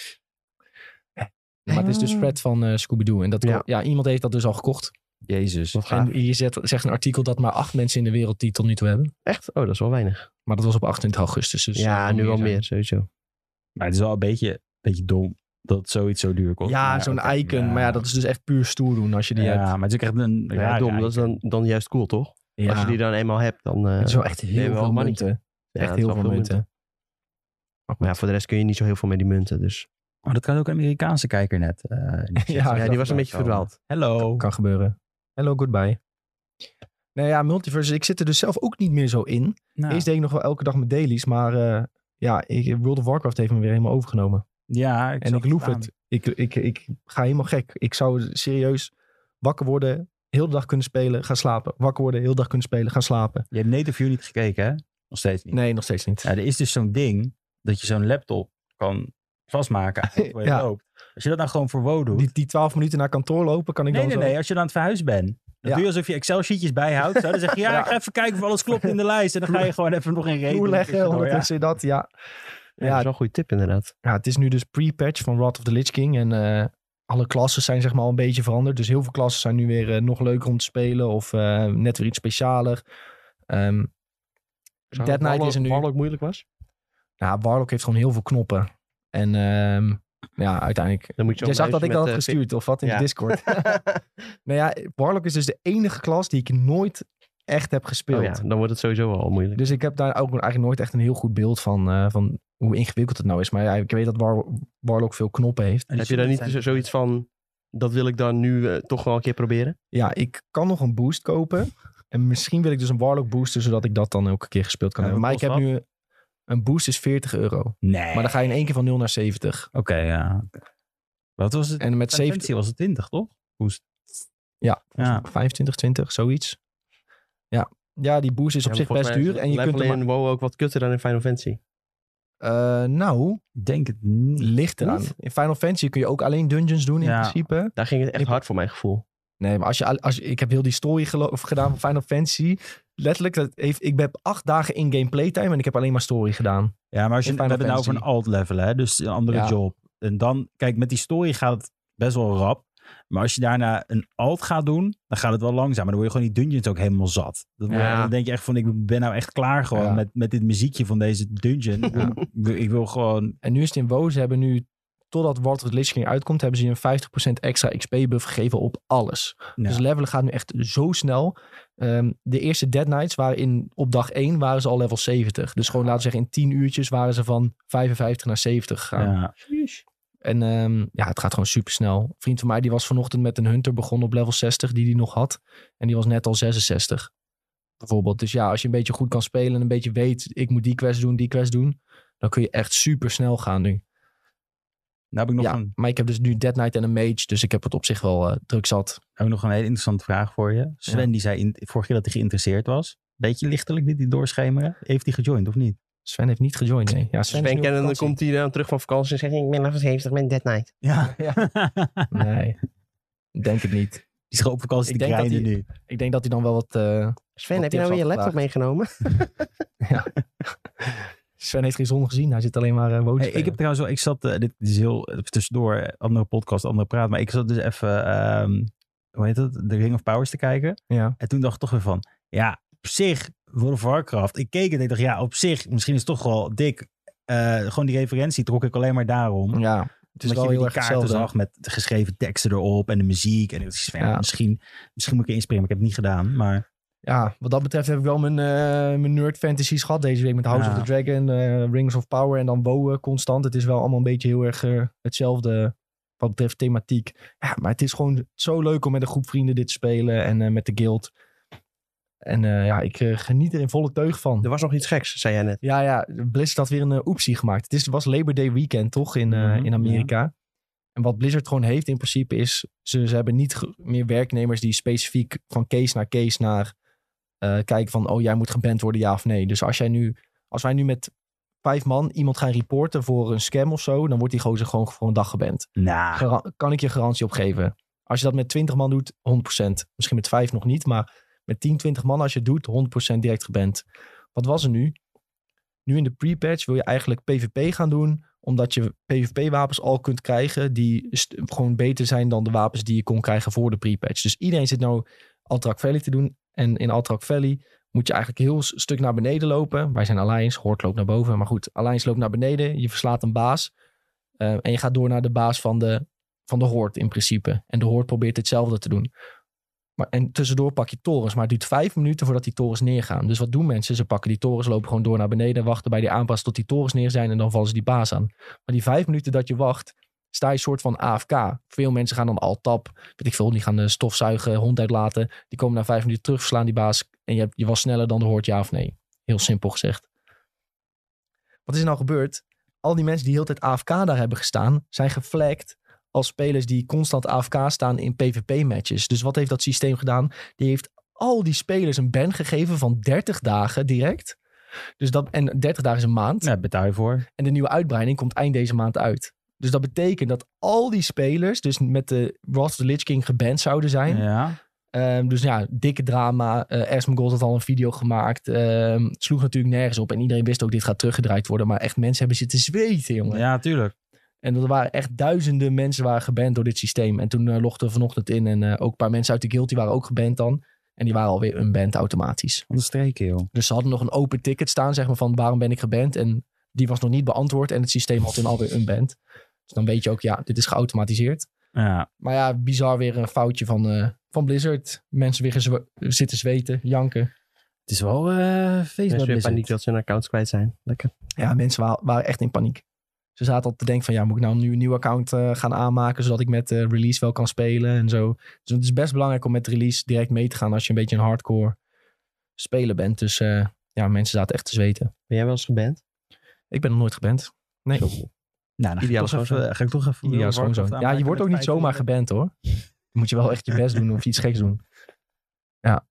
Speaker 1: Maar het is dus Fred van Scooby-Doo. En dat
Speaker 2: Ja.
Speaker 1: iemand heeft dat dus al gekocht.
Speaker 3: Jezus.
Speaker 2: Wat gaaf.
Speaker 1: En je zegt een artikel dat maar 8 mensen in de wereld die tot nu toe hebben.
Speaker 2: Echt? Oh, dat is wel weinig.
Speaker 1: Maar dat was op 28 augustus. Dus
Speaker 2: ja, nu wel
Speaker 1: zijn.
Speaker 2: meer, sowieso.
Speaker 3: Maar het is wel een beetje dom dat zoiets zo duur kost.
Speaker 1: Ja, zo'n
Speaker 3: oké,
Speaker 1: icon. Maar ja, dat is dus echt puur stoer doen als je die
Speaker 3: ja,
Speaker 1: hebt.
Speaker 3: maar het is ook echt een
Speaker 2: Ja,
Speaker 3: rare
Speaker 2: dom. Dat is
Speaker 3: icon.
Speaker 2: dan juist cool, toch?
Speaker 1: Ja,
Speaker 2: Als je die dan eenmaal hebt, dan...
Speaker 1: het is wel echt
Speaker 2: ben je
Speaker 1: heel
Speaker 2: wel
Speaker 1: veel
Speaker 2: money.
Speaker 1: munten.
Speaker 2: Ja,
Speaker 1: Echt
Speaker 2: het is
Speaker 1: heel
Speaker 2: wel
Speaker 1: veel
Speaker 2: veel
Speaker 1: munten. Maar
Speaker 2: Maar ja, voor de rest kun je niet zo heel veel met die munten, dus...
Speaker 3: Oh, dat kan ook een Amerikaanse kijker net.
Speaker 2: Ja, die was een beetje verdwaald.
Speaker 3: Hello.
Speaker 1: kan gebeuren. Hello, goodbye. Nou ja, Multiverse, ik zit er dus zelf ook niet meer zo in.
Speaker 3: Nou,
Speaker 1: Eerst deed ik nog wel elke dag mijn dailies, maar World of Warcraft heeft me weer helemaal overgenomen.
Speaker 3: ja,
Speaker 1: En ik loef het. Ik ga helemaal gek. Ik zou serieus wakker worden, heel de dag kunnen spelen, gaan slapen. Wakker worden, heel de dag kunnen spelen, gaan slapen.
Speaker 3: Je hebt Native View niet gekeken, hè? Nog steeds niet.
Speaker 1: Nee, nog steeds niet.
Speaker 3: Ja, er is dus zo'n ding dat je zo'n laptop kan vastmaken terwijl je
Speaker 1: Ja.
Speaker 3: loopt. Als je dat nou gewoon voor WoW doet.
Speaker 1: Die 12 minuten naar kantoor lopen, kan ik dan zo...
Speaker 3: Nee. Als je dan aan het verhuizen bent. Dan
Speaker 1: Ja.
Speaker 3: doe je alsof je Excel-sheetjes bijhoudt. Zo. Dan zeg je, ja, ik ga even kijken of alles klopt in de lijst. En dan ga je gewoon even nog een reden.
Speaker 1: Toeleggen, ondertussen dat, ja.
Speaker 2: Ja, dat is wel een goede tip inderdaad.
Speaker 1: Ja, het is nu dus pre-patch van Wrath of the Lich King. En alle klassen zijn zeg maar al een beetje veranderd. Dus heel veel klassen zijn nu weer nog leuker om te spelen. Of net weer iets specialer. Dead Knight is er nu...
Speaker 2: Warlock moeilijk was?
Speaker 1: Ja, Warlock heeft gewoon heel veel knoppen. En ja, uiteindelijk...
Speaker 2: Dan moet je
Speaker 1: Jij
Speaker 2: zo'n
Speaker 1: zag dat ik
Speaker 2: muisje
Speaker 1: dat had
Speaker 2: met,
Speaker 1: gestuurd, of wat? In
Speaker 2: ja.
Speaker 1: de Discord. Nou ja, Warlock is dus de enige klas die ik nooit echt heb gespeeld.
Speaker 2: Oh ja, dan wordt het sowieso wel moeilijk.
Speaker 1: Dus ik heb daar ook eigenlijk nooit echt een heel goed beeld van hoe ingewikkeld het nou is. Maar ja, ik weet dat Warlock veel knoppen heeft.
Speaker 2: Heb je daar niet zoiets van, dat wil ik dan nu toch wel een keer proberen?
Speaker 1: Ja, ik kan nog een boost kopen. En misschien wil ik dus een Warlock booster, zodat ik dat dan ook een keer gespeeld kan
Speaker 3: Ja,
Speaker 1: hebben. Maar
Speaker 3: wat
Speaker 1: ik heb
Speaker 3: kost
Speaker 1: nu... Een boost is €40.
Speaker 3: Nee.
Speaker 1: Maar dan ga je in één keer van 0 naar 70.
Speaker 3: Oké, ja. Wat was het?
Speaker 1: En met 70...
Speaker 3: was het 20, toch? Boost.
Speaker 1: Ja.
Speaker 3: Ja.
Speaker 1: 25, 20, zoiets. Ja, die boost is op
Speaker 2: Ja,
Speaker 1: zich
Speaker 2: maar
Speaker 1: best
Speaker 2: volgens
Speaker 1: duur.
Speaker 2: mij
Speaker 1: En je kunt
Speaker 2: levelen
Speaker 1: er
Speaker 2: in WoW ook wat kutter dan in Final Fantasy.
Speaker 1: nou,
Speaker 3: Ik denk het niet.
Speaker 1: ligt eraan.
Speaker 2: Niet?
Speaker 1: In Final Fantasy kun je ook alleen dungeons doen in
Speaker 3: Ja.
Speaker 1: principe.
Speaker 2: Daar ging het echt hard voor mijn gevoel.
Speaker 1: Nee, maar ik heb heel die story gedaan van Final Fantasy. Letterlijk, ik heb 8 dagen in-game playtime en ik heb alleen maar story gedaan.
Speaker 3: Ja, maar als je
Speaker 1: In
Speaker 3: we
Speaker 1: Final
Speaker 3: hebben het nou over een
Speaker 1: Fantasy.
Speaker 3: alt-level, hè? Dus een andere
Speaker 1: Ja.
Speaker 3: job. En dan, kijk, met die story gaat het best wel rap. Maar als je daarna een alt gaat doen, dan gaat het wel langzaam. Maar dan word je gewoon die dungeons ook helemaal zat. Dan denk je echt van, ik ben nou echt klaar gewoon
Speaker 1: Ja.
Speaker 3: met dit muziekje van deze dungeon.
Speaker 1: Ja.
Speaker 3: Ik wil gewoon...
Speaker 1: En nu is het in WoW, ze hebben nu, totdat Wrath of the Lich King uitkomt, hebben ze je een 50% extra XP-buff gegeven op alles.
Speaker 3: Ja.
Speaker 1: Dus levelen gaat nu echt zo snel. De eerste Dead Knights waren op dag 1 waren ze al level 70. Dus gewoon, laten we zeggen, in 10 uurtjes waren ze van 55 naar 70 gegaan.
Speaker 3: Ja.
Speaker 1: En het gaat gewoon super snel. Een vriend van mij die was vanochtend met een hunter begonnen op level 60 die hij nog had. En die was net al 66. Bijvoorbeeld. Dus ja, als je een beetje goed kan spelen en een beetje weet, ik moet die quest doen, dan kun je echt super snel gaan nu.
Speaker 3: Nou heb ik nog,
Speaker 1: Maar ik heb dus nu Dead Knight en een mage, dus ik heb het op zich wel druk zat.
Speaker 3: heb ik nog een hele interessante vraag voor je. Sven die zei vorige keer dat hij geïnteresseerd was. Beetje lichtelijk dit die doorschemeren. Heeft hij gejoind of niet?
Speaker 1: Sven heeft niet gejoind, nee. Ja,
Speaker 2: Sven
Speaker 1: is nu op
Speaker 2: kennen, dan
Speaker 1: vakantie.
Speaker 2: komt hij dan terug van vakantie en zegt, ik ben level 70, ik ben Dead Knight.
Speaker 3: Ja.
Speaker 1: Nee, ik denk het niet.
Speaker 3: Die is gewoon op vakantie
Speaker 1: Ik
Speaker 3: te
Speaker 1: denk dat
Speaker 3: grinden
Speaker 1: hij-
Speaker 3: nu.
Speaker 1: Ik denk dat hij dan wel wat...
Speaker 2: Sven,
Speaker 1: Wat
Speaker 2: heb je nou
Speaker 1: tips
Speaker 2: weer je
Speaker 1: had
Speaker 2: laptop meegenomen?
Speaker 1: Sven heeft geen zon gezien. Hij zit alleen maar WoW te
Speaker 3: Ik heb trouwens wel... Ik zat... dit is heel tussendoor. Andere podcast, andere praat. Maar ik zat dus even... hoe heet het? The Ring of Powers te kijken.
Speaker 1: Ja.
Speaker 3: En toen dacht ik toch weer van... Ja, op zich... World of Warcraft. Ik keek en ik dacht... Ja, op zich... Misschien is het toch wel dik. Gewoon die referentie trok ik alleen maar daarom.
Speaker 1: Ja, het is
Speaker 3: Omdat
Speaker 1: wel
Speaker 3: je
Speaker 1: heel
Speaker 3: die
Speaker 1: erg
Speaker 3: kaarten
Speaker 1: hetzelfde.
Speaker 3: zag met de geschreven teksten erop en de muziek. En ik dacht van,
Speaker 1: Ja.
Speaker 3: misschien moet ik inspringen, maar ik heb het niet gedaan. Maar
Speaker 1: Ja, wat dat betreft heb ik wel mijn nerd fantasies gehad deze week met House of the Dragon, Rings of Power en dan WoW constant. Het is wel allemaal een beetje heel erg hetzelfde wat betreft thematiek. Ja, maar het is gewoon zo leuk om met een groep vrienden dit te spelen en met de guild. En ik geniet er in volle teug van.
Speaker 2: Er was nog iets geks, zei jij net.
Speaker 1: Ja, Blizzard had weer een oepsie gemaakt. Het was Labor Day weekend toch in Amerika. En wat Blizzard gewoon heeft in principe is... Ze hebben niet meer werknemers die specifiek van case naar case naar kijken van... Oh, jij moet geband worden, ja of nee. Dus als wij nu met 5 man iemand gaan reporten voor een scam of zo... dan wordt die gozer gewoon voor een dag geband. Kan ik je garantie op geven. Als je dat met 20 man doet, 100%. Misschien met 5 nog niet, maar met 10, 20 man als je het doet... 100% direct geband. Wat was er nu? Nu in de pre-patch wil je eigenlijk PvP gaan doen... omdat je PvP-wapens al kunt krijgen... die gewoon beter zijn dan de wapens die je kon krijgen voor de pre-patch. Dus iedereen zit nou Alterac Valley te doen. En in Alterac Valley moet je eigenlijk een heel stuk naar beneden lopen. Wij zijn Alliance, Horde loopt naar boven. Maar goed, Alliance loopt naar beneden. Je verslaat een baas. En je gaat door naar de baas van de Horde in principe. En de Horde probeert hetzelfde te doen. En tussendoor pak je torens. Maar het duurt 5 minuten voordat die torens neergaan. Dus wat doen mensen? Ze pakken die torens, lopen gewoon door naar beneden... wachten bij die aanpas tot die torens neer zijn... en dan vallen ze die baas aan. Maar die 5 minuten dat je wacht... sta je een soort van AFK. Veel mensen gaan dan alt-tab. Weet ik veel, die gaan de stofzuigen, hond uitlaten. Die komen na 5 minuten terug, verslaan die baas... en je was sneller dan de Horde, ja of nee. Heel simpel gezegd. Wat is er nou gebeurd? Al die mensen die de hele tijd AFK daar hebben gestaan... zijn geflagd als spelers die constant AFK staan in PvP-matches. Dus wat heeft dat systeem gedaan? Die heeft al die spelers een ban gegeven van 30 dagen direct. Dus en 30 dagen is een maand.
Speaker 3: Ja, betaal je voor.
Speaker 1: En de nieuwe uitbreiding komt eind deze maand uit. Dus dat betekent dat al die spelers dus met de Wrath of the Lich King geband zouden zijn.
Speaker 3: Ja.
Speaker 1: Dus ja, dikke drama. Asmongold had al een video gemaakt. Sloeg natuurlijk nergens op. En iedereen wist ook dit gaat teruggedraaid worden. Maar echt mensen hebben zitten zweten, jongen.
Speaker 3: Ja, tuurlijk.
Speaker 1: En er waren echt duizenden mensen waren geband door dit systeem. En toen logden we vanochtend in. En ook een paar mensen uit de guild die waren ook geband dan. En die waren alweer unband automatisch.
Speaker 3: Wat een streken, joh.
Speaker 1: Dus ze hadden nog een open ticket staan, zeg maar, van waarom ben ik geband? En die was nog niet beantwoord. En het systeem had toen alweer unband. Dus dan weet je ook, ja, dit is geautomatiseerd.
Speaker 3: Ja.
Speaker 1: Maar ja, bizar weer een foutje van Blizzard. Mensen weer zitten zweten, janken.
Speaker 3: Het is wel feest bij
Speaker 2: Mensen weer
Speaker 3: Blizzard.
Speaker 2: paniek dat ze hun accounts kwijt zijn. Lekker.
Speaker 1: Ja, mensen waren echt in paniek. Ze zaten al te denken van, ja, moet ik nou nu een nieuw account gaan aanmaken... zodat ik met release wel kan spelen en zo. Dus het is best belangrijk om met release direct mee te gaan... als je een beetje een hardcore speler bent. Dus ja, mensen zaten echt te zweten.
Speaker 2: Ben jij wel eens geband?
Speaker 1: Ik ben nog nooit geband. Nee.
Speaker 3: Nou, dan
Speaker 2: Ideale
Speaker 3: ga ik toch even...
Speaker 1: Ideaal schoonzoon. Ja, je wordt ook niet zomaar geband, hoor. Dan moet je wel echt je best doen of iets geks doen. Ja.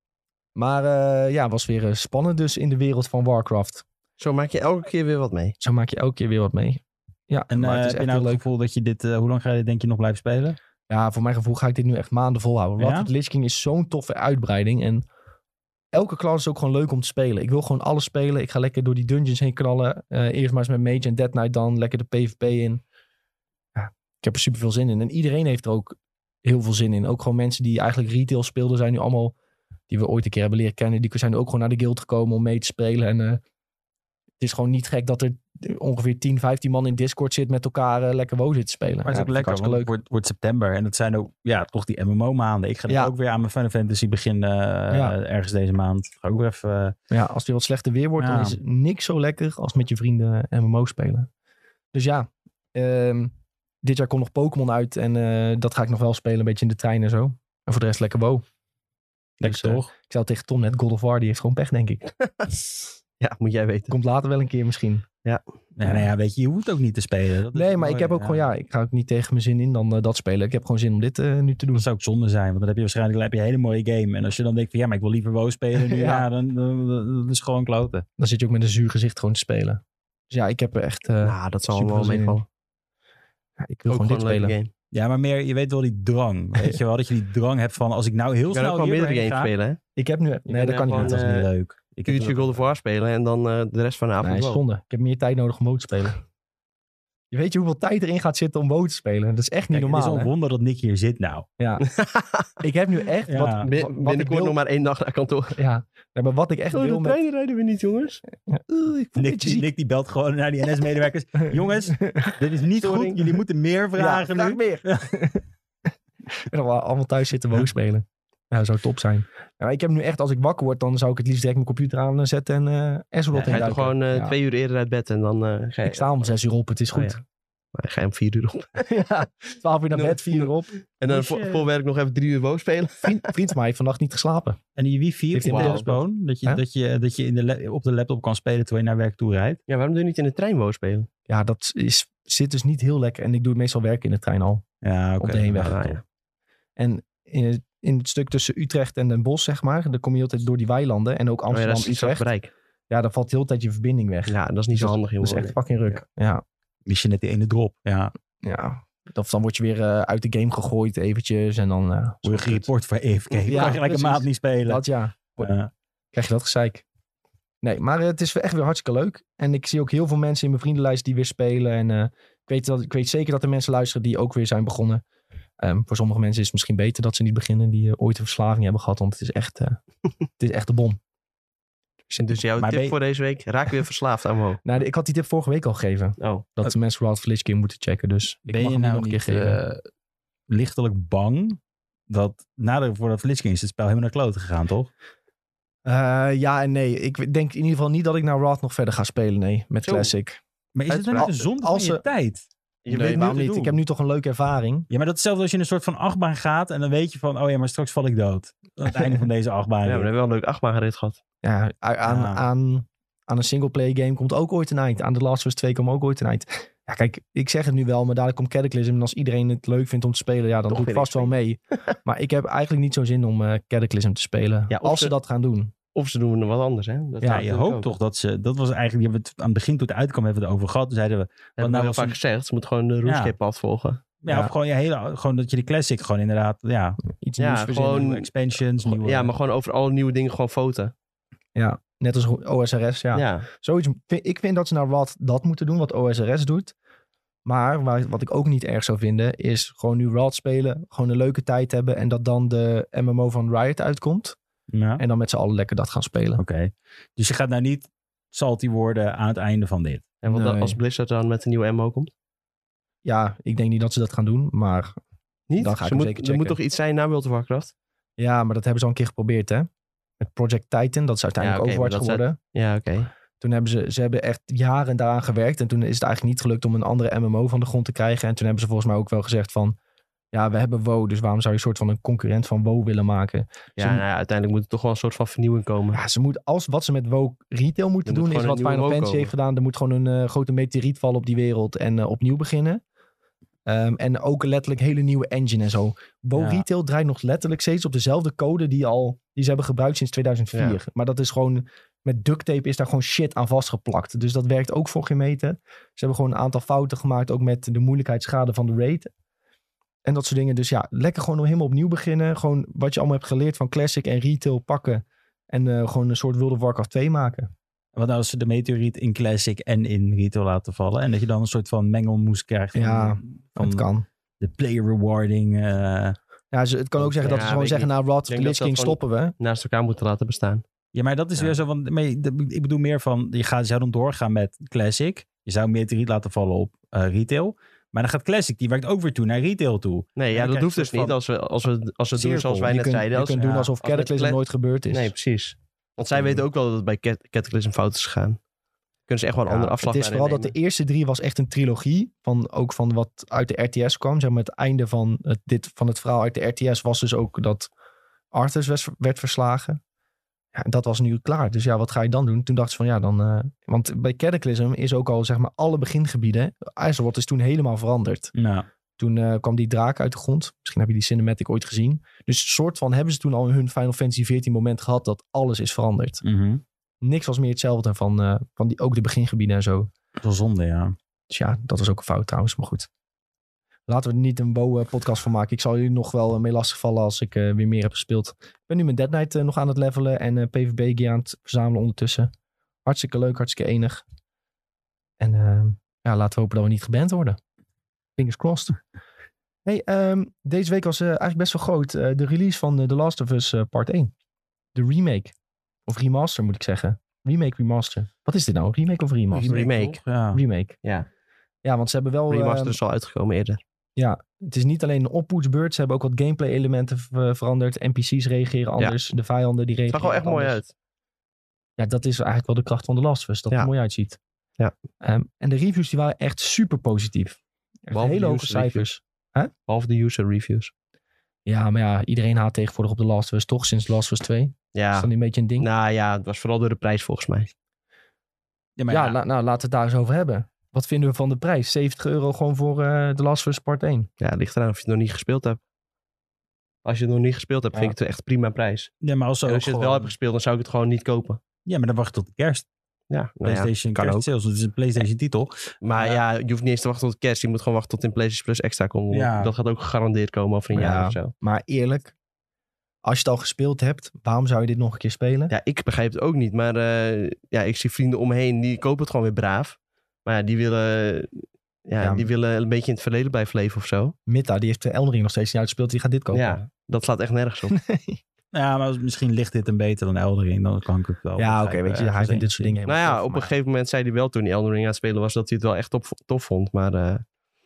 Speaker 1: Maar ja, was weer spannend dus in de wereld van Warcraft.
Speaker 2: Zo maak je elke keer weer wat mee.
Speaker 1: Zo maak je elke keer weer wat mee. Ja,
Speaker 3: En
Speaker 1: maar het is
Speaker 3: heb je
Speaker 1: echt
Speaker 3: nou
Speaker 1: heel
Speaker 3: het
Speaker 1: leuk.
Speaker 3: gevoel dat je dit... hoe lang ga je denk je nog blijven spelen?
Speaker 1: Ja, voor mijn gevoel ga ik dit nu echt maanden volhouden.
Speaker 3: Ja?
Speaker 1: Wrath of the Lich King is zo'n toffe uitbreiding. En elke klas is ook gewoon leuk om te spelen. Ik wil gewoon alles spelen. Ik ga lekker door die dungeons heen knallen. Eerst maar eens met Mage en Death Knight dan. Lekker de PvP in. Ja, ik heb er super veel zin in. En iedereen heeft er ook heel veel zin in. Ook gewoon mensen die eigenlijk retail speelden zijn nu allemaal... die we ooit een keer hebben leren kennen. Die zijn nu ook gewoon naar de guild gekomen om mee te spelen. En het is gewoon niet gek dat er ongeveer 10, 15 man in Discord zit met elkaar lekker WoW zit te spelen.
Speaker 3: Maar het is ook
Speaker 1: dat vind ik
Speaker 3: lekker, want het wordt september. En dat zijn ook toch die MMO-maanden. Ik ga ook weer aan mijn Final Fantasy beginnen ergens deze maand. Ga ook weer even...
Speaker 1: Ja, als het weer wat slechter weer wordt, dan is het niks zo lekker als met je vrienden MMO spelen. Dus ja, dit jaar komt nog Pokémon uit en dat ga ik nog wel spelen, een beetje in de trein en zo. En voor de rest lekker WoW.
Speaker 3: Lekker
Speaker 1: Dus,
Speaker 3: toch?
Speaker 1: Ik zei tegen Tom net, God of War, die heeft gewoon pech, denk ik.
Speaker 2: Ja, moet jij weten.
Speaker 1: Komt later wel een keer misschien.
Speaker 3: Ja, nou ja, weet je hoeft ook niet te spelen. Dat is
Speaker 1: Nee, maar
Speaker 3: mooi,
Speaker 1: ik heb ook gewoon, ik ga ook niet tegen mijn zin in dan dat spelen. Ik heb gewoon zin om dit nu te doen.
Speaker 3: Dat zou ook zonde zijn, want dan heb je waarschijnlijk een hele mooie game. En als je dan denkt van maar ik wil liever WoW spelen nu, dan is het gewoon kloten.
Speaker 1: Dan zit je ook met een zuur gezicht gewoon te spelen. Dus ja, ik heb er echt
Speaker 2: dat zal
Speaker 1: super
Speaker 2: allemaal
Speaker 1: veel zin in.
Speaker 2: meevallen.
Speaker 1: Ja, ik wil
Speaker 2: Ook
Speaker 1: gewoon dit
Speaker 2: een leuke
Speaker 1: spelen.
Speaker 2: game.
Speaker 3: Ja, maar meer, je weet wel die drang. Weet je wel, dat je die drang hebt van als ik nou heel
Speaker 2: Je kan
Speaker 3: snel
Speaker 2: ook wel
Speaker 3: hier
Speaker 2: meerdere
Speaker 3: doorheen
Speaker 2: games
Speaker 3: ga.
Speaker 2: spelen, hè?
Speaker 1: Ik heb nu... Nee, dat kan niet.
Speaker 2: gewoon,
Speaker 3: Dat is niet leuk.
Speaker 2: Een uurtje God of War spelen en dan de rest van de avond
Speaker 1: Nee,
Speaker 2: WoW.
Speaker 1: zonde. Ik heb meer tijd nodig om WoW te spelen. Je weet je hoeveel tijd erin gaat zitten om WoW te spelen? Dat is echt niet
Speaker 3: Kijk,
Speaker 1: normaal.
Speaker 3: het is
Speaker 1: hè?
Speaker 3: een wonder dat Nick hier zit nou.
Speaker 1: Ja. Ik heb nu echt...
Speaker 3: Ja.
Speaker 1: Wat ik
Speaker 2: Binnenkort
Speaker 1: wil,
Speaker 2: nog maar 1 dag naar kantoor.
Speaker 1: Ja, nee, maar wat ik echt wil
Speaker 2: de
Speaker 1: met...
Speaker 2: treinen rijden we niet, jongens.
Speaker 1: Ik voel een beetje ziek.
Speaker 3: Nick die belt gewoon naar die NS-medewerkers. Jongens, dit is niet
Speaker 2: Sorry.
Speaker 3: goed. Jullie moeten meer vragen
Speaker 1: vraag
Speaker 3: nu.
Speaker 1: meer. En dan allemaal thuis zitten WoW spelen. Ja, dat zou top zijn. Ja, ik heb nu echt, als ik wakker word, dan zou ik het liefst direct mijn computer aanzetten en Azeroth
Speaker 2: Ga je toch
Speaker 1: induiken.
Speaker 2: gewoon
Speaker 1: Ja.
Speaker 2: 2 uur eerder uit bed en dan ga je...
Speaker 1: Ik sta om 6 uur op, het is
Speaker 2: Oh,
Speaker 1: goed.
Speaker 2: ja. Maar ga je om 4 uur op.
Speaker 1: Ja, 12 uur naar bed, 4 uur op.
Speaker 2: En dan
Speaker 3: Dus je-
Speaker 2: voor werk nog even 3 uur WoW spelen.
Speaker 1: Vriend van mij heeft vannacht niet geslapen.
Speaker 3: En die wifi
Speaker 1: Heeft
Speaker 3: op
Speaker 1: hij
Speaker 3: de
Speaker 1: een
Speaker 3: telefoon,
Speaker 1: Huh?
Speaker 3: dat je in op de laptop kan spelen terwijl je naar werk toe rijdt.
Speaker 2: Ja, waarom doe je niet in de trein WoW spelen?
Speaker 1: Ja, zit dus niet heel lekker. En ik doe meestal werken in de trein al.
Speaker 3: Ja, oké.
Speaker 1: Op de heenweg.
Speaker 2: Ja, ja.
Speaker 1: En in het stuk tussen Utrecht en Den Bosch, zeg maar, dan kom je altijd door die weilanden. En ook
Speaker 2: Oh ja,
Speaker 1: Amsterdam,
Speaker 2: dat is straks
Speaker 1: Utrecht.
Speaker 2: bereik.
Speaker 1: Ja, dan valt de hele tijd je verbinding weg.
Speaker 2: Ja, dat is niet zo handig,
Speaker 1: Dat is
Speaker 2: jongen.
Speaker 1: echt fucking ruk. Ja.
Speaker 3: Mis je net die ene drop. Ja.
Speaker 1: Dan word je weer uit de game gegooid eventjes. En dan
Speaker 3: Word je gereport voor EFK.
Speaker 1: Ja,
Speaker 3: Kan je gelijk
Speaker 1: precies.
Speaker 3: een maand niet spelen.
Speaker 1: dat ja.
Speaker 3: Ja.
Speaker 1: Krijg je dat gezeik. Nee, maar het is echt weer hartstikke leuk. En ik zie ook heel veel mensen in mijn vriendenlijst die weer spelen. En ik weet zeker dat er mensen luisteren die ook weer zijn begonnen. Voor sommige mensen is het misschien beter dat ze niet beginnen. Die ooit een verslaving hebben gehad. Want het is echt, het is echt de bom.
Speaker 2: Dus jouw
Speaker 3: Maar
Speaker 2: tip
Speaker 3: ben je-
Speaker 2: voor deze week? Raak weer verslaafd aan WoW.
Speaker 1: Nou, ik had die tip vorige week al gegeven.
Speaker 2: Oh.
Speaker 1: Dat de mensen Wild Village King moeten checken. Dus ik
Speaker 3: Ben
Speaker 1: mag
Speaker 3: je
Speaker 1: hem nu
Speaker 3: nou
Speaker 1: nog een keer
Speaker 3: niet
Speaker 1: geven.
Speaker 3: lichtelijk bang dat voor dat Village King is het spel helemaal naar kloten gegaan, toch?
Speaker 1: Ja en nee. Ik denk in ieder geval niet dat ik naar Wrath nog verder ga spelen. Nee, met
Speaker 2: Zo.
Speaker 1: Classic.
Speaker 3: Maar is het dan niet een zonde van
Speaker 1: als
Speaker 3: je
Speaker 1: ze-
Speaker 3: tijd?
Speaker 2: Je
Speaker 1: Nee,
Speaker 2: weet
Speaker 1: waarom
Speaker 2: nu
Speaker 1: niet? Ik heb nu toch een leuke ervaring.
Speaker 3: Ja, maar dat is hetzelfde als je in een soort van achtbaan gaat en dan weet je van, oh ja, maar straks val ik dood. Aan het einde van deze achtbaan.
Speaker 2: Ja, maar we hebben wel een leuk 8-baangerit gehad.
Speaker 1: Ja, aan,
Speaker 3: Ja.
Speaker 1: aan een singleplayer game komt ook ooit een eind. Aan The Last of Us 2 komt ook ooit een eind. Ja, kijk, ik zeg het nu wel, maar dadelijk komt Cataclysm. En als iedereen het leuk vindt om te spelen, ja, dan
Speaker 2: Toch
Speaker 1: doe ik
Speaker 2: weer
Speaker 1: vast wel mee. Maar ik heb eigenlijk niet zo'n zin om Cataclysm te spelen.
Speaker 2: Ja, of
Speaker 1: als ze
Speaker 2: ze-
Speaker 1: dat gaan doen.
Speaker 2: Of ze doen nog wat anders, hè? Dat
Speaker 3: Ja,
Speaker 2: kan
Speaker 3: je
Speaker 2: natuurlijk
Speaker 3: hoopt
Speaker 2: ook.
Speaker 3: toch dat ze... Dat was eigenlijk... Die hebben we het aan het begin toen het uitkwam hebben we het over gehad. Toen zeiden we...
Speaker 2: Hebben we
Speaker 3: nou
Speaker 2: heel
Speaker 3: was
Speaker 2: vaak
Speaker 3: een-
Speaker 2: gezegd. Ze moeten gewoon de RuneScape-pad volgen.
Speaker 3: Ja,
Speaker 1: Ja.
Speaker 3: of gewoon dat je de classic gewoon inderdaad... Ja,
Speaker 1: Iets
Speaker 2: Ja,
Speaker 1: nieuws verzinnen.
Speaker 2: gewoon-
Speaker 3: nieuwe expansions, nieuwe...
Speaker 2: Ja, maar gewoon over alle nieuwe dingen gewoon foten.
Speaker 1: Ja, net als OSRS. Ja.
Speaker 2: Ja.
Speaker 1: Zoiets, ik vind dat ze naar wat dat moeten doen, wat OSRS doet. Maar wat ik ook niet erg zou vinden, is gewoon nu Rad spelen. Gewoon een leuke tijd hebben. En dat dan de MMO van Riot uitkomt.
Speaker 3: Ja.
Speaker 1: En dan met z'n allen lekker dat gaan spelen.
Speaker 3: Oké. Dus je gaat nou niet salty worden aan het einde van dit.
Speaker 2: En wat
Speaker 1: Nee.
Speaker 2: als Blizzard dan met een nieuwe MMO komt?
Speaker 1: Ja, ik denk niet dat ze dat gaan doen. Maar
Speaker 2: Niet?
Speaker 1: Dan ga ik
Speaker 2: Ze
Speaker 1: hem
Speaker 2: moet,
Speaker 1: zeker
Speaker 2: er moet
Speaker 1: checken.
Speaker 2: toch iets zijn na World of Warcraft?
Speaker 1: ja, maar dat hebben ze al een keer geprobeerd, hè. Met Project Titan, dat is uiteindelijk
Speaker 2: Ja, oké,
Speaker 1: Overwatch
Speaker 2: maar dat
Speaker 1: geworden.
Speaker 2: Ja, oké.
Speaker 1: Toen hebben ze hebben echt jaren daaraan gewerkt. En toen is het eigenlijk niet gelukt om een andere MMO van de grond te krijgen. En toen hebben ze volgens mij ook wel gezegd van... Ja, we hebben WoW, dus waarom zou je een soort van een concurrent van WoW willen maken?
Speaker 2: Ja, nou ja, uiteindelijk moet er toch wel een soort van vernieuwing komen.
Speaker 1: Ja, ze moet, wat ze met WoW retail moeten
Speaker 2: Er moet
Speaker 1: doen, is
Speaker 2: gewoon
Speaker 1: wat
Speaker 2: een nieuwe
Speaker 1: Final
Speaker 2: WoW
Speaker 1: Fantasy
Speaker 2: komen.
Speaker 1: heeft gedaan. Er moet gewoon een grote meteoriet vallen op die wereld en opnieuw beginnen. En ook letterlijk hele nieuwe engine en zo. WoW
Speaker 3: Ja.
Speaker 1: retail draait nog letterlijk steeds op dezelfde code die ze hebben gebruikt sinds 2004.
Speaker 2: Ja.
Speaker 1: Maar dat is gewoon, met duct tape is daar gewoon shit aan vastgeplakt. Dus dat werkt ook voor geen meter. Ze hebben gewoon een aantal fouten gemaakt, ook met de moeilijkheidsschade van de raid. En dat soort dingen. Dus ja, lekker gewoon helemaal opnieuw beginnen. Gewoon wat je allemaal hebt geleerd van Classic en retail pakken. En gewoon een soort World of Warcraft 2 maken.
Speaker 3: Wat nou als ze de meteoriet in Classic en in Retail laten vallen. En dat je dan een soort van mengelmoes krijgt.
Speaker 1: Ja,
Speaker 3: van
Speaker 1: het kan.
Speaker 3: de player rewarding.
Speaker 1: Ja, het kan ook zeggen dat
Speaker 2: Ja,
Speaker 1: ze gewoon
Speaker 2: weet
Speaker 1: zeggen,
Speaker 2: ik
Speaker 1: nou Wrath of
Speaker 2: denk
Speaker 1: the
Speaker 2: dat
Speaker 1: Lich King
Speaker 2: dat gewoon-
Speaker 1: stoppen we.
Speaker 2: Naast elkaar moeten laten bestaan.
Speaker 3: Ja, maar dat is
Speaker 2: Ja.
Speaker 3: weer zo van... Maar ik bedoel meer van... Je zou dan doorgaan met Classic. Je zou meteoriet laten vallen op Retail. Maar dan gaat Classic, die werkt ook weer toe naar Retail toe.
Speaker 2: Nee,
Speaker 3: dan
Speaker 2: ja, dat
Speaker 3: krijg
Speaker 2: hoeft
Speaker 3: je
Speaker 2: dus
Speaker 3: een
Speaker 2: niet
Speaker 3: soort
Speaker 2: als we het doen
Speaker 3: cirkel.
Speaker 2: zoals wij
Speaker 1: Je
Speaker 2: net
Speaker 1: kunt,
Speaker 2: zeiden.
Speaker 1: je
Speaker 2: Als,
Speaker 1: kunt doen alsof
Speaker 2: als met
Speaker 1: Cataclysm
Speaker 2: Cla-
Speaker 1: nooit gebeurd is.
Speaker 2: Nee, precies. Want zij weten ook wel dat het bij Cataclysm fout is gegaan. Kunnen ze echt wel een andere afslag
Speaker 1: Het is
Speaker 2: daarin
Speaker 1: vooral dat de
Speaker 2: nemen.
Speaker 1: eerste 3 was echt een trilogie. Ook van wat uit de RTS kwam. Zeg maar het einde van het verhaal uit de RTS was dus ook dat Arthas werd verslagen. Ja, en dat was nu klaar. Dus ja, wat ga je dan doen? Toen dacht ze van ja, dan... want bij Cataclysm is ook al zeg maar alle begingebieden. Azeroth is toen helemaal veranderd.
Speaker 3: Nou,
Speaker 1: Toen kwam die draak uit de grond. Misschien heb je die cinematic ooit gezien. Dus soort van hebben ze toen al in hun Final Fantasy 14 moment gehad dat alles is veranderd. Niks was meer hetzelfde van ook de begingebieden en zo.
Speaker 3: dat is wel zonde, ja.
Speaker 1: Dus ja, dat was ook een fout trouwens, maar goed. Laten we er niet een podcast van maken. Ik zal jullie nog wel mee lastigvallen als ik weer meer heb gespeeld. Ik ben nu mijn Dead Knight nog aan het levelen en PvP-gear aan het verzamelen ondertussen. Hartstikke leuk, hartstikke enig. En laten we hopen dat we niet geband worden. Fingers crossed. Hey, deze week was eigenlijk best wel groot. De release van The Last of Us Part 1. De remake. Of remaster moet ik zeggen. Remake, remaster. Wat is dit nou? Remake of remaster?
Speaker 2: Remake.
Speaker 3: Ja.
Speaker 1: Remake. Ja, want ze hebben wel...
Speaker 2: Remaster is al uitgekomen eerder.
Speaker 1: Ja, het is niet alleen een oppoetsbeurt. Ze hebben ook wat gameplay elementen veranderd. NPC's reageren anders. De vijanden die reageren
Speaker 2: Het zag er wel echt mooi uit.
Speaker 1: Ja, dat is eigenlijk wel de kracht van The Last of Us. Dat het er mooi uitziet.
Speaker 2: Ja.
Speaker 1: En de reviews die waren echt super positief. Echt hele hoge cijfers.
Speaker 2: Behalve de user reviews.
Speaker 1: Ja, maar ja, iedereen haat tegenwoordig op The Last of Us toch? Sinds The Last of Us 2.
Speaker 2: Ja.
Speaker 1: Is dat niet een beetje een ding?
Speaker 2: Nou ja, het was vooral door de prijs volgens mij.
Speaker 1: Laten we het daar eens over hebben. Wat vinden we van de prijs? €70 gewoon voor The Last of Us Part 1.
Speaker 2: Ja, het ligt eraan of je het nog niet gespeeld hebt. Als je het nog niet gespeeld hebt, vind ik het echt prima prijs.
Speaker 3: Ja, maar als
Speaker 2: je het wel hebt gespeeld, dan zou ik het gewoon niet kopen.
Speaker 3: Ja, maar dan wacht je tot de kerst.
Speaker 2: Ja,
Speaker 3: PlayStation
Speaker 2: kan
Speaker 3: kerst
Speaker 2: ook.
Speaker 3: sales. Het is een PlayStation titel.
Speaker 2: Maar je hoeft niet eens te wachten tot de kerst. Je moet gewoon wachten tot in PlayStation Plus extra komt.
Speaker 3: Ja.
Speaker 2: Dat gaat ook gegarandeerd komen over een jaar of zo.
Speaker 1: Maar eerlijk, als je het al gespeeld hebt, waarom zou je dit nog een keer spelen?
Speaker 2: Ja, ik begrijp het ook niet. Maar ik zie vrienden om me heen, die kopen het gewoon weer braaf. Maar ja, die willen een beetje in het verleden blijven leven of zo.
Speaker 1: Mitta, die heeft de Elden Ring nog steeds niet uitgespeeld. Die gaat dit kopen.
Speaker 2: Ja, dat slaat echt nergens op.
Speaker 3: Ja, maar misschien ligt dit een beter dan Elden Ring. Dan kan ik het wel.
Speaker 1: Ja, oké, weet je, hij vindt dit soort dingen
Speaker 2: Nou ja, op een gegeven moment zei hij wel toen hij Elden Ring aan het spelen was, dat hij het wel echt tof vond. Maar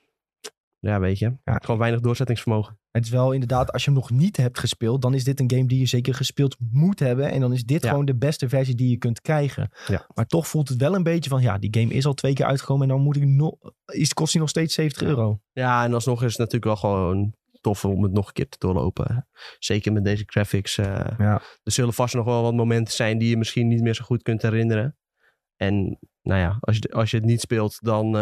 Speaker 2: weet je, gewoon weinig doorzettingsvermogen.
Speaker 1: Het is wel inderdaad, als je hem nog niet hebt gespeeld, dan is dit een game die je zeker gespeeld moet hebben. En dan is dit gewoon de beste versie die je kunt krijgen.
Speaker 2: Ja.
Speaker 1: Maar toch voelt het wel een beetje van, die game is al 2 keer uitgekomen en dan kost hij nog steeds €70.
Speaker 2: Ja, en alsnog is het natuurlijk wel gewoon tof om het nog een keer te doorlopen. Zeker met deze graphics. Er zullen vast nog wel wat momenten zijn die je misschien niet meer zo goed kunt herinneren. En nou ja, als je het niet speelt,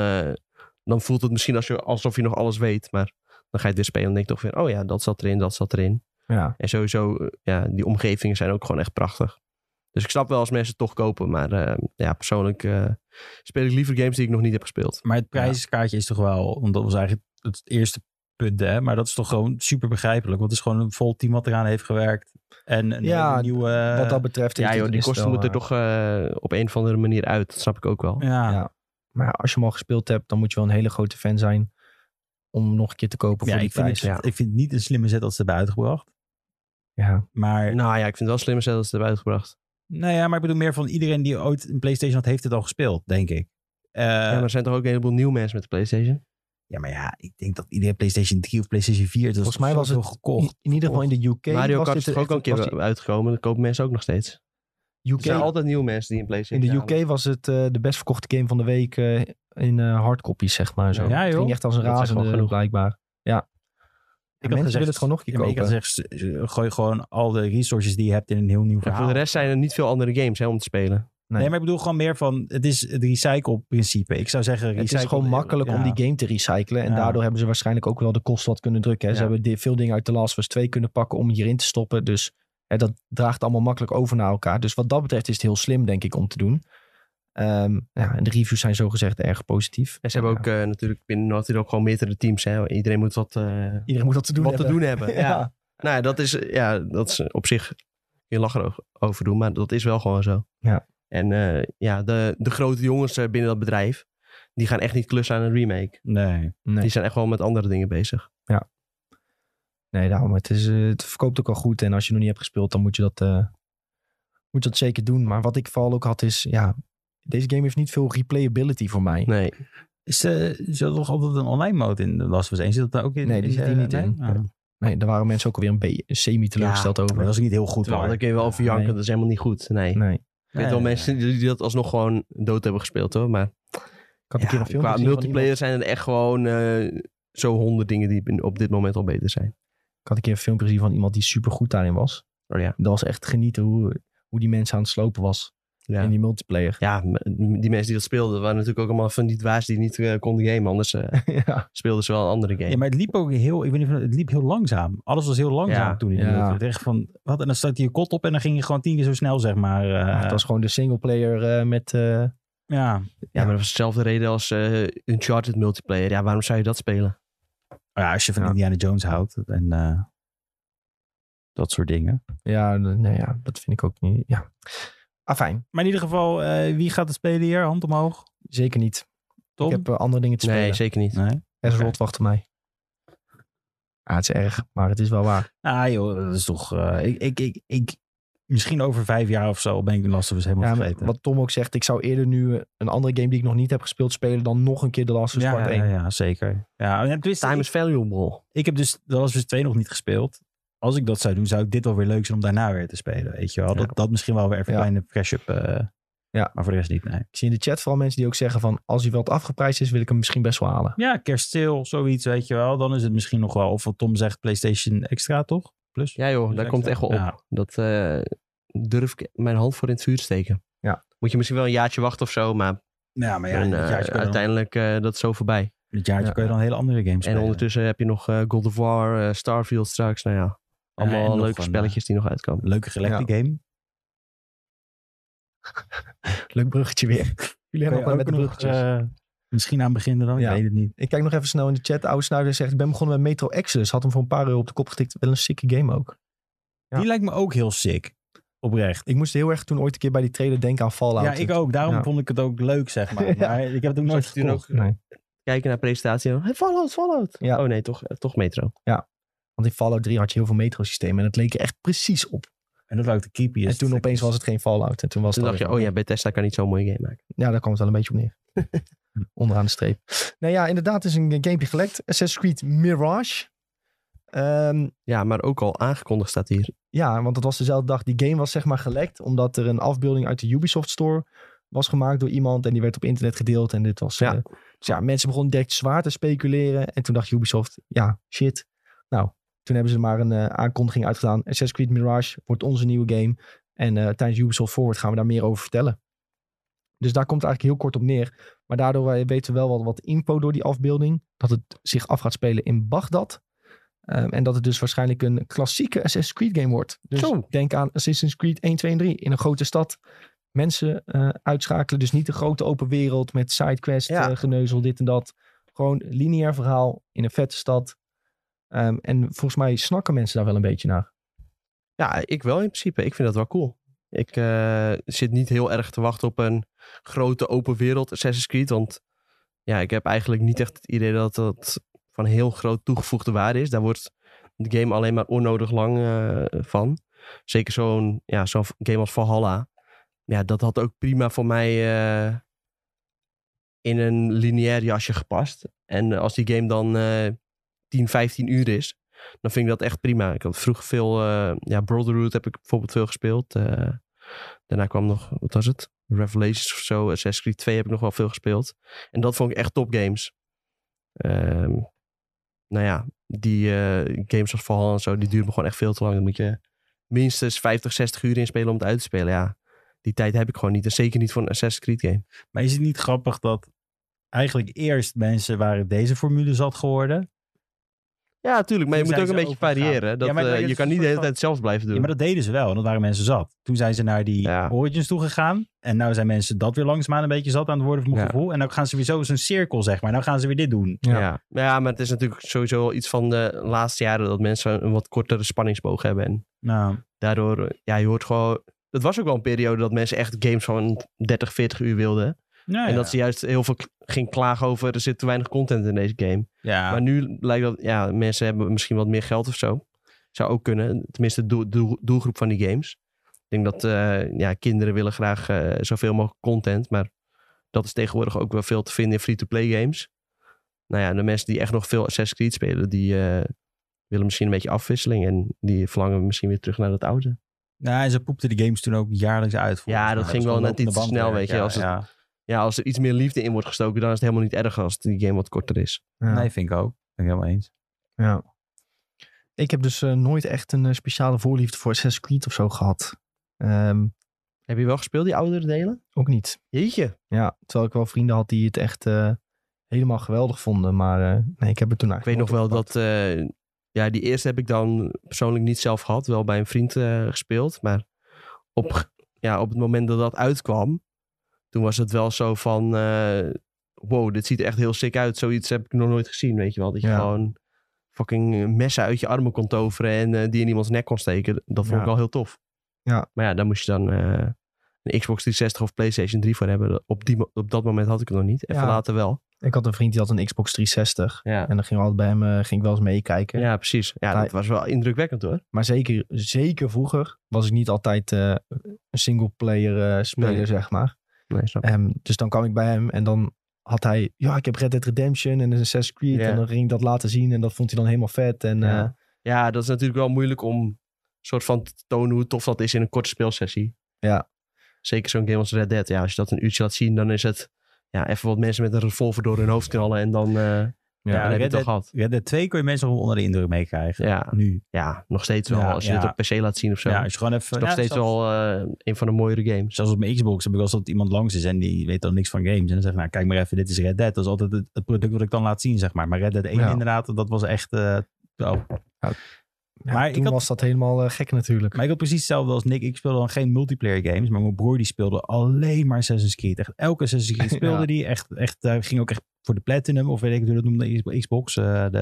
Speaker 2: dan voelt het misschien alsof je nog alles weet. Maar dan ga je het weer spelen en denk je toch weer, oh ja, dat zat erin, dat zat erin.
Speaker 1: Ja.
Speaker 2: En sowieso, die omgevingen zijn ook gewoon echt prachtig. Dus ik snap wel als mensen het toch kopen. Maar persoonlijk speel ik liever games die ik nog niet heb gespeeld.
Speaker 3: Maar het prijskaartje is toch wel, want dat was eigenlijk het eerste punt, hè? Maar dat is toch gewoon super begrijpelijk. Want het is gewoon een vol team wat eraan heeft gewerkt. En een nieuwe...
Speaker 1: wat dat betreft...
Speaker 2: die kosten moeten er toch op een of andere manier uit. Dat snap ik ook wel.
Speaker 3: Ja.
Speaker 1: Maar als je hem al gespeeld hebt, dan moet je wel een hele grote fan zijn om nog een keer te kopen voor die prijs.
Speaker 3: Ik vind het niet een slimme zet dat ze het hebben uitgebracht.
Speaker 1: Ja.
Speaker 3: Maar...
Speaker 2: Nou ja, ik vind het wel slimmer zet dat ze het hebben uitgebracht.
Speaker 3: Nou ja, maar ik bedoel meer van iedereen die ooit een PlayStation had, heeft het al gespeeld, denk ik.
Speaker 2: Maar er zijn toch ook een heleboel nieuwe mensen met de PlayStation?
Speaker 3: Ja, maar ja, ik denk dat iedereen PlayStation 3 of PlayStation 4...
Speaker 1: Volgens mij was het
Speaker 3: gekocht.
Speaker 1: In ieder geval in de UK...
Speaker 2: Mario Kart is toch ook een keer uitgekomen. Dat kopen mensen ook nog steeds. Er zijn altijd nieuwe mensen die een PlayStation
Speaker 1: in de UK was het de best verkochte game van de week in hardcopies, zeg maar. Zo.
Speaker 3: Ja,
Speaker 1: het ging echt als een razende, blijkbaar. Ja.
Speaker 3: Ik
Speaker 1: mensen willen het gewoon nog een keer kopen.
Speaker 3: Ik had gezegd, gooi gewoon al de resources die je hebt in een heel nieuw verhaal.
Speaker 2: Voor de rest zijn er niet veel andere games om te spelen.
Speaker 3: Nee, maar ik bedoel gewoon meer van, het is het recycle-principe. Ik zou zeggen...
Speaker 1: Het is gewoon makkelijk om die game te recyclen. En daardoor hebben ze waarschijnlijk ook wel de kosten wat kunnen drukken. Hè. Ze hebben veel dingen uit The Last of Us 2 kunnen pakken om hierin te stoppen. Dus dat draagt allemaal makkelijk over naar elkaar. Dus wat dat betreft is het heel slim, denk ik, om te doen. En de reviews zijn zogezegd erg positief.
Speaker 2: En ze hebben ook natuurlijk binnen Naughty Dog gewoon meerdere teams. Hè. Iedereen moet wat te doen hebben. Ja. Nou, dat is op zich... Je lachen over doen, maar dat is wel gewoon zo.
Speaker 1: Ja.
Speaker 2: En de grote jongens binnen dat bedrijf, die gaan echt niet klussen aan een remake.
Speaker 3: Nee.
Speaker 2: Die zijn echt wel met andere dingen bezig.
Speaker 1: Ja. Nee, daarom. Het verkoopt ook al goed. En als je nog niet hebt gespeeld, dan moet je dat zeker doen. Maar wat ik vooral ook had is, deze game heeft niet veel replayability voor mij.
Speaker 2: Nee.
Speaker 3: Zit er toch altijd een online mode in The Last of Us 1? Zit dat daar ook in?
Speaker 1: Nee, die zit hier niet in.
Speaker 3: Oh.
Speaker 1: Nee, daar waren mensen ook alweer een beetje semi-teleurgesteld over.
Speaker 3: Maar dat is niet heel goed.
Speaker 2: Daar kun je wel over janken. Dat is helemaal niet goed. Nee. Ik weet wel mensen die dat alsnog gewoon dood hebben gespeeld, hoor. Maar
Speaker 1: ik had een keer een film
Speaker 2: qua
Speaker 1: gezien
Speaker 2: multiplayer zijn er echt gewoon zo 100 dingen die op dit moment al beter zijn.
Speaker 1: Ik had een keer een filmpje gezien van iemand die super goed daarin was.
Speaker 2: Oh ja.
Speaker 1: Dat was echt genieten hoe die mensen aan het slopen was.
Speaker 2: Ja.
Speaker 1: In die multiplayer.
Speaker 2: Ja, die mensen die dat speelden waren natuurlijk ook allemaal van die dwaas die niet konden gamen. Anders speelden ze wel een andere game.
Speaker 3: Ja, maar het liep ook het liep heel langzaam. Alles was heel langzaam toen. Het echt van, wat? En dan staat je kot op en dan ging je gewoon 10 keer zo snel, zeg maar.
Speaker 1: Het was gewoon de singleplayer met...
Speaker 2: maar dat was dezelfde reden als Uncharted multiplayer. Ja, waarom zou je dat spelen?
Speaker 3: Ja, als je van
Speaker 1: Ja.
Speaker 3: Indiana Jones houdt en dat soort dingen.
Speaker 1: Ja, dat vind ik ook niet. Ja. Fijn.
Speaker 3: Maar in ieder geval, wie gaat het spelen hier? Hand omhoog.
Speaker 1: Zeker niet.
Speaker 3: Tom?
Speaker 1: Ik heb andere dingen te spelen.
Speaker 2: Nee, zeker niet.
Speaker 3: Nee?
Speaker 1: Azeroth wacht op mij. Het is erg, maar het is wel waar.
Speaker 3: Ah joh, dat is toch... misschien over 5 jaar of zo ben ik de Last of Us helemaal
Speaker 1: Ja, maar
Speaker 3: vergeten.
Speaker 1: wat Tom ook zegt, ik zou eerder nu een andere game die ik nog niet heb gespeeld spelen dan nog een keer The Last of Us Part 1.
Speaker 3: Ja, zeker. Ja, en tenminste,
Speaker 2: Time is valuable.
Speaker 3: ik heb dus The Last of Us 2 nog niet gespeeld. Als ik dat zou doen, zou ik dit wel weer leuk zijn om daarna weer te spelen. Weet je wel?
Speaker 1: Ja.
Speaker 3: Dat misschien wel weer even een kleine fresh-up.
Speaker 1: Ja.
Speaker 3: Maar voor de rest niet, nee.
Speaker 1: Ik zie in de chat vooral mensen die ook zeggen van als hij wat afgeprijsd is, wil ik hem misschien best wel halen.
Speaker 3: Ja, kerstsale, zoiets, weet je wel. Dan is het misschien nog wel, of wat Tom zegt, PlayStation Extra, toch? Plus?
Speaker 2: Ja joh,
Speaker 3: Plus
Speaker 2: daar komt het echt wel op.
Speaker 3: Ja.
Speaker 2: Dat durf ik mijn hand voor in het vuur te steken.
Speaker 1: Ja.
Speaker 2: Moet je misschien wel een jaartje wachten of zo, maar,
Speaker 3: Ja, maar ja,
Speaker 2: dan,
Speaker 3: dit jaartje,
Speaker 2: uiteindelijk dat is zo voorbij.
Speaker 3: kun je dan hele andere games
Speaker 2: En
Speaker 3: spelen.
Speaker 2: ondertussen heb je nog God of War, Starfield straks. Nou ja,
Speaker 3: en
Speaker 2: allemaal
Speaker 3: nog
Speaker 2: leuke
Speaker 3: een,
Speaker 2: spelletjes die nog uitkomen.
Speaker 3: Leuke gelekte game.
Speaker 1: Leuk bruggetje weer. Jullie hebben nog met de bruggetjes.
Speaker 3: Misschien aan beginnen dan?
Speaker 1: Ja.
Speaker 3: Ik weet het niet.
Speaker 1: Ik kijk nog even snel in de chat. Oude Snuiter zegt, ik ben begonnen met Metro Exodus. Had hem voor een paar euro op de kop getikt. Wel een sicke game ook. Ja.
Speaker 3: Die lijkt me ook heel sick. Oprecht.
Speaker 1: Ik moest heel erg toen ooit een keer bij die trailer denken aan Fallout.
Speaker 3: Ja, ik ook. Daarom
Speaker 1: Ja.
Speaker 3: vond ik het ook leuk, zeg maar.
Speaker 1: Ja.
Speaker 3: Maar ik heb het ook nooit
Speaker 2: Zat je toen
Speaker 3: gekocht.
Speaker 1: Nee.
Speaker 2: Kijken naar presentatie. Hey, Fallout.
Speaker 1: Ja.
Speaker 2: Oh nee, toch Metro.
Speaker 1: Want in Fallout 3 had je heel veel metro-systemen. En het leek er echt precies op.
Speaker 3: En dat wou ik de creepy.
Speaker 1: En toen opeens was het geen Fallout. En toen was
Speaker 2: Toen
Speaker 1: het
Speaker 2: dacht je,
Speaker 1: alweer
Speaker 2: oh ja, Bethesda kan niet zo'n mooie game maken.
Speaker 1: Ja, daar kwam het wel een beetje op neer. Onderaan de streep. Nou ja, inderdaad is een gamepje gelekt. Assassin's Creed Mirage.
Speaker 2: Ja, maar ook al aangekondigd staat hier.
Speaker 1: Ja, want het was dezelfde dag. Die game was zeg maar gelekt. Omdat er een afbeelding uit de Ubisoft Store was gemaakt door iemand. En die werd op internet gedeeld. En dit was...
Speaker 2: Ja.
Speaker 1: Dus ja, mensen begonnen direct zwaar te speculeren. En toen dacht Ubisoft, ja, shit. Nou, toen hebben ze maar een aankondiging uitgedaan. Assassin's Creed Mirage wordt onze nieuwe game. En tijdens Ubisoft Forward gaan we daar meer over vertellen. Dus daar komt het eigenlijk heel kort op neer. Maar daardoor weten we wel wat info door die afbeelding. Dat het zich af gaat spelen in Bagdad. En dat het dus waarschijnlijk een klassieke Assassin's Creed game wordt. Dus
Speaker 2: Zo.
Speaker 1: denk aan Assassin's Creed 1, 2 en 3. In een grote stad mensen uitschakelen. Dus niet de grote open wereld met sidequest,
Speaker 2: Ja.
Speaker 1: geneuzel, dit en dat. Gewoon lineair verhaal in een vette stad. En volgens mij snakken mensen daar wel een beetje naar.
Speaker 2: Ja, ik wel in principe. Ik vind dat wel cool. Ik zit niet heel erg te wachten op een grote open wereld Assassin's Creed. Want ja, ik heb eigenlijk niet echt het idee dat dat van heel groot toegevoegde waarde is. Daar wordt de game alleen maar onnodig lang van. Zeker zo'n game als Valhalla. Ja, dat had ook prima voor mij in een lineair jasje gepast. En als die game dan 10, 15 uur is, dan vind ik dat echt prima. Ik had vroeger veel... Brotherhood heb ik bijvoorbeeld veel gespeeld. Daarna kwam nog, wat was het? Revelations of zo. Assassin's Creed 2 heb ik nog wel veel gespeeld. En dat vond ik echt top games. Die games als Valhalla en zo, die duren me gewoon echt veel te lang. Dan moet je minstens 50, 60 uur inspelen om het uit te spelen. Ja, die tijd heb ik gewoon niet. En zeker niet voor een Assassin's Creed game.
Speaker 3: Maar is het niet grappig dat eigenlijk eerst mensen waren deze formule zat geworden?
Speaker 2: Ja, natuurlijk. Maar je
Speaker 3: Toen
Speaker 2: moet ook
Speaker 3: zijn
Speaker 2: een
Speaker 3: ze
Speaker 2: beetje
Speaker 3: overgegaan.
Speaker 2: variëren. Dat,
Speaker 3: Ja, maar het
Speaker 2: je
Speaker 3: is
Speaker 2: kan
Speaker 3: een
Speaker 2: niet de hele
Speaker 3: soort
Speaker 2: tijd hetzelfde blijven doen.
Speaker 3: Ja, maar dat deden ze wel. En dat waren mensen zat. Toen zijn ze naar die Origins toegegaan. En nou zijn mensen dat weer langzaamaan een beetje zat aan het worden van mijn gevoel. En dan gaan ze weer zo zo'n cirkel, zeg maar. Nou gaan ze weer dit doen.
Speaker 2: Ja, maar het is natuurlijk sowieso wel iets van de laatste jaren dat mensen een wat kortere spanningsboog hebben. En daardoor, je hoort gewoon... Het was ook wel een periode dat mensen echt games van 30, 40 uur wilden.
Speaker 3: Ja,
Speaker 2: en dat ze juist heel veel ging klagen over er zit te weinig content in deze game.
Speaker 3: Ja.
Speaker 2: Maar nu lijkt dat, mensen hebben misschien wat meer geld of zo. Zou ook kunnen. Tenminste, de doelgroep van die games. Ik denk dat kinderen willen graag zoveel mogelijk content. Maar dat is tegenwoordig ook wel veel te vinden in free-to-play games. Nou ja, de mensen die echt nog veel Assassin's Creed spelen, die willen misschien een beetje afwisseling. En die verlangen misschien weer terug naar het oude.
Speaker 3: Ja, en ze poepten de games toen ook jaarlijks uit.
Speaker 2: Ja, dat ging wel net iets te snel, weet je. Als er iets meer liefde in wordt gestoken, dan is het helemaal niet erg als die game wat korter is.
Speaker 1: Ja.
Speaker 3: Nee, vind ik ook. Ben ik helemaal eens.
Speaker 1: Ja. Ik heb dus nooit echt een speciale voorliefde voor Assassin's Creed of zo gehad.
Speaker 2: Heb je wel gespeeld, die oudere delen?
Speaker 1: Ook niet.
Speaker 2: Jeetje.
Speaker 1: Ja, terwijl ik wel vrienden had die het echt helemaal geweldig vonden. Maar nee, ik heb het toen
Speaker 2: Ik weet nog wel dat... die eerste heb ik dan persoonlijk niet zelf gehad. Wel bij een vriend gespeeld. Maar op het moment dat dat uitkwam... Toen was het wel zo van... wow, dit ziet er echt heel sick uit. Zoiets heb ik nog nooit gezien, weet je wel. Dat je gewoon fucking messen uit je armen kon toveren en die in iemands nek kon steken. Dat vond ik wel heel tof.
Speaker 1: Ja.
Speaker 2: Maar ja, daar moest je dan een Xbox 360 of PlayStation 3 voor hebben. Op dat moment had ik het nog niet. Even later wel.
Speaker 1: Ik had een vriend die had een Xbox 360.
Speaker 2: Ja.
Speaker 1: En dan ging we altijd bij hem ging ik wel eens meekijken.
Speaker 2: Ja, precies. Ja, dat was wel indrukwekkend hoor.
Speaker 1: Maar zeker vroeger was ik niet altijd een singleplayer speler, zeg maar.
Speaker 2: Nee, snap je.
Speaker 1: Dus dan kwam ik bij hem en dan had hij... Ja, ik heb Red Dead Redemption en Assassin's Creed. En dan ging ik dat laten zien en dat vond hij dan helemaal vet. En,
Speaker 2: ja, dat is natuurlijk wel moeilijk om soort van te tonen hoe tof dat is in een korte speelsessie.
Speaker 1: Ja.
Speaker 2: Zeker zo'n game als Red Dead. Ja, als je dat een uurtje laat zien, dan is het even wat mensen met een revolver door hun hoofd knallen en dan... dan heb je het al gehad.
Speaker 3: Red Dead 2 kun je mensen nog onder de indruk meekrijgen.
Speaker 2: Ja,
Speaker 3: nu.
Speaker 2: Ja, nog steeds wel. Als je het op PC laat zien of zo.
Speaker 3: Ja, als je gewoon even...
Speaker 2: is nog steeds wel een van de mooiere games.
Speaker 3: Zelfs op mijn Xbox heb ik wel eens dat iemand langs is en die weet dan niks van games. En dan zegt nou kijk maar even, dit is Red Dead. Dat is altijd het product wat ik dan laat zien, zeg maar. Maar Red Dead 1 inderdaad, dat was echt...
Speaker 1: Maar toen was dat helemaal gek natuurlijk.
Speaker 3: Maar ik had precies hetzelfde als Nick. Ik speelde dan geen multiplayer games. Maar mijn broer die speelde alleen maar Assassin's Creed. Echt elke Assassin's Creed speelde die. Echt, ging ook echt voor de Platinum. Of weet ik hoe dat noemde. Xbox.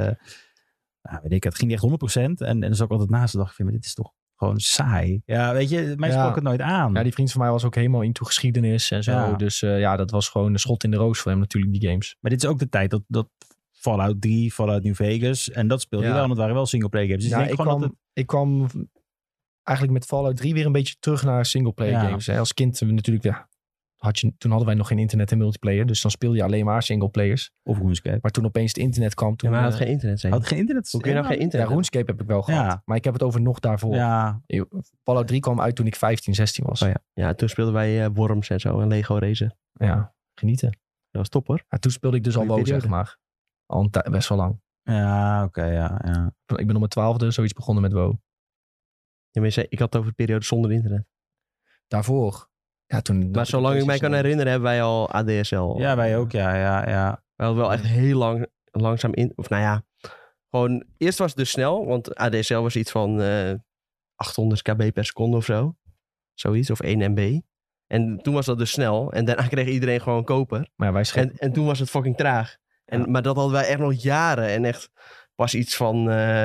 Speaker 3: Weet ik, het ging echt 100%. En dan zat ik altijd naast en dacht ik, maar dit is toch gewoon saai. Ja, weet je, mij sprak het nooit aan.
Speaker 1: Ja, die vriend van mij was ook helemaal into geschiedenis en zo. Ja. Dus dat was gewoon een schot in de roos voor hem natuurlijk, die games.
Speaker 3: Maar dit is ook de tijd dat Fallout 3, Fallout New Vegas. En dat speelde je wel, want het waren wel singleplayer games. Dus
Speaker 1: ik kwam eigenlijk met Fallout 3 weer een beetje terug naar singleplayer games. Hè. Als kind natuurlijk, toen hadden wij nog geen internet en multiplayer. Dus dan speelde je alleen maar singleplayers.
Speaker 3: Of RuneScape.
Speaker 1: Maar toen opeens het internet kwam. Toen,
Speaker 2: maar hij had geen internet.
Speaker 3: Had geen internet?
Speaker 2: Hoe kun je nou geen internet?
Speaker 1: Ja, RuneScape heb ik wel gehad. Ja. Maar ik heb het over nog daarvoor.
Speaker 3: Ja.
Speaker 1: Fallout 3 kwam uit toen ik 15, 16 was.
Speaker 2: Oh ja, toen speelden wij Worms en zo en Lego Racen.
Speaker 1: Ja, genieten.
Speaker 2: Dat was top hoor.
Speaker 1: Ja, toen speelde ik dus al WoW, zeg maar. Al best wel lang.
Speaker 3: Ja, oké, ja.
Speaker 1: Ik ben op mijn 12e zoiets begonnen met WoW.
Speaker 2: Ja, maar ik had het over de periode zonder internet.
Speaker 1: Daarvoor. Ja, toen.
Speaker 2: Maar zolang ik mij kan herinneren hebben wij al ADSL.
Speaker 3: Ja, wij ook, ja.
Speaker 2: Wij hadden wel echt heel langzaam gewoon, eerst was het dus snel, want ADSL was iets van 800 kb per seconde of zo. Zoiets, of 1 MB. En toen was dat dus snel. En daarna kreeg iedereen gewoon koper.
Speaker 1: Maar wij
Speaker 2: en toen was het fucking traag. Maar dat hadden wij echt nog jaren. En echt pas iets van,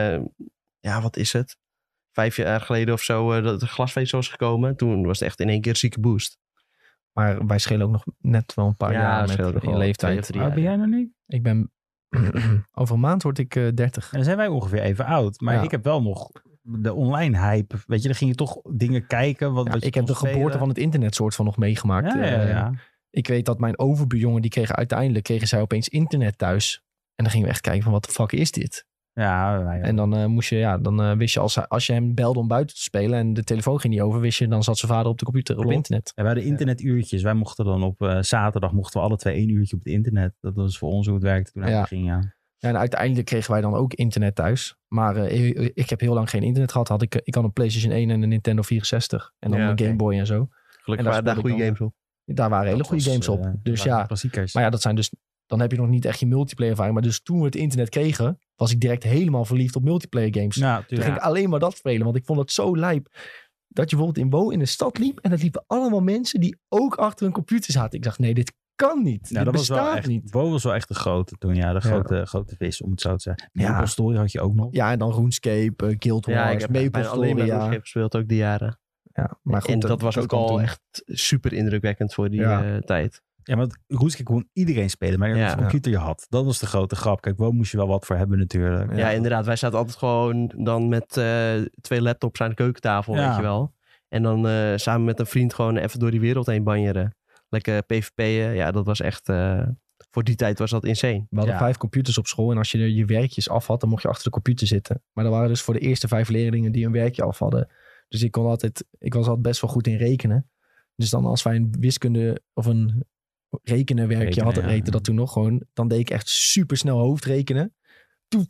Speaker 2: wat is het? 5 jaar geleden of zo, dat de glasvezel was gekomen. Toen was het echt in één keer een zieke boost.
Speaker 1: Maar wij schelen ook nog net wel een paar jaar met in leeftijd.
Speaker 3: Ben jij nog niet?
Speaker 1: Ik ben... over een maand word ik 30.
Speaker 3: En dan zijn wij ongeveer even oud. Maar ik heb wel nog de online hype. Weet je, dan ging je toch dingen kijken. Wat
Speaker 1: ik heb de geboorte van het internet soort van nog meegemaakt.
Speaker 3: Ja.
Speaker 1: Ik weet dat mijn overbuurjongen, die kregen zij opeens internet thuis. En dan gingen we echt kijken van, wat de fuck is dit?
Speaker 3: Ja.
Speaker 1: En dan moest je, dan wist je als je hem belde om buiten te spelen en de telefoon ging niet over, wist je, dan zat zijn vader op de computer op internet.
Speaker 3: Ja, wij hadden internetuurtjes. Wij mochten dan op zaterdag mochten we alle 2 1 uurtje op het internet. Dat was voor ons hoe het werkte toen hij ging, Ja,
Speaker 1: en uiteindelijk kregen wij dan ook internet thuis. Maar ik heb heel lang geen internet gehad. Ik had een PlayStation 1 en een Nintendo 64. En dan een Game Boy en zo.
Speaker 2: Gelukkig waren daar goede games op.
Speaker 1: Daar waren hele goede games op. Dus
Speaker 3: klassiekers.
Speaker 1: Maar ja, dat zijn dus... Dan heb je nog niet echt je multiplayer ervaring. Maar dus toen we het internet kregen, was ik direct helemaal verliefd op multiplayer games.
Speaker 3: Ja,
Speaker 1: toen ging ik alleen maar dat spelen. Want ik vond het zo lijp. Dat je bijvoorbeeld in WoW in de stad liep. En dat liepen allemaal mensen die ook achter een computer zaten. Ik dacht, nee, dit kan niet.
Speaker 3: Ja,
Speaker 1: dit
Speaker 3: dat
Speaker 1: bestaat
Speaker 3: was wel echt,
Speaker 1: niet.
Speaker 3: WoW was wel echt de grote toen. Ja, de grote vis, om het zo te zeggen. Maple Story had je ook nog.
Speaker 1: Ja, en dan RuneScape, Guild Wars,
Speaker 2: ik heb
Speaker 1: Maple Story.
Speaker 2: alleen maar RuneScape gespeeld ook die jaren.
Speaker 1: Ja, maar goed,
Speaker 2: en dat was ook al echt super indrukwekkend voor die tijd.
Speaker 3: Ja, want RuneScape kon iedereen spelen, maar als computer je had. Dat was de grote grap. Kijk, WoW moest je wel wat voor hebben natuurlijk.
Speaker 2: Ja, inderdaad. Wij zaten altijd gewoon dan met 2 laptops aan de keukentafel, weet je wel. En dan samen met een vriend gewoon even door die wereld heen banjeren. Lekker PvP'en. Ja, dat was echt... voor die tijd was dat insane.
Speaker 1: We hadden 5 computers op school en als je je werkjes af had, dan mocht je achter de computer zitten. Maar dat waren dus voor de eerste 5 leerlingen die een werkje af hadden. Dus ik was altijd best wel goed in rekenen. Dus dan als wij een wiskunde of een rekenenwerkje hadden, reed dat toen nog gewoon. Dan deed ik echt super snel hoofdrekenen. Toe.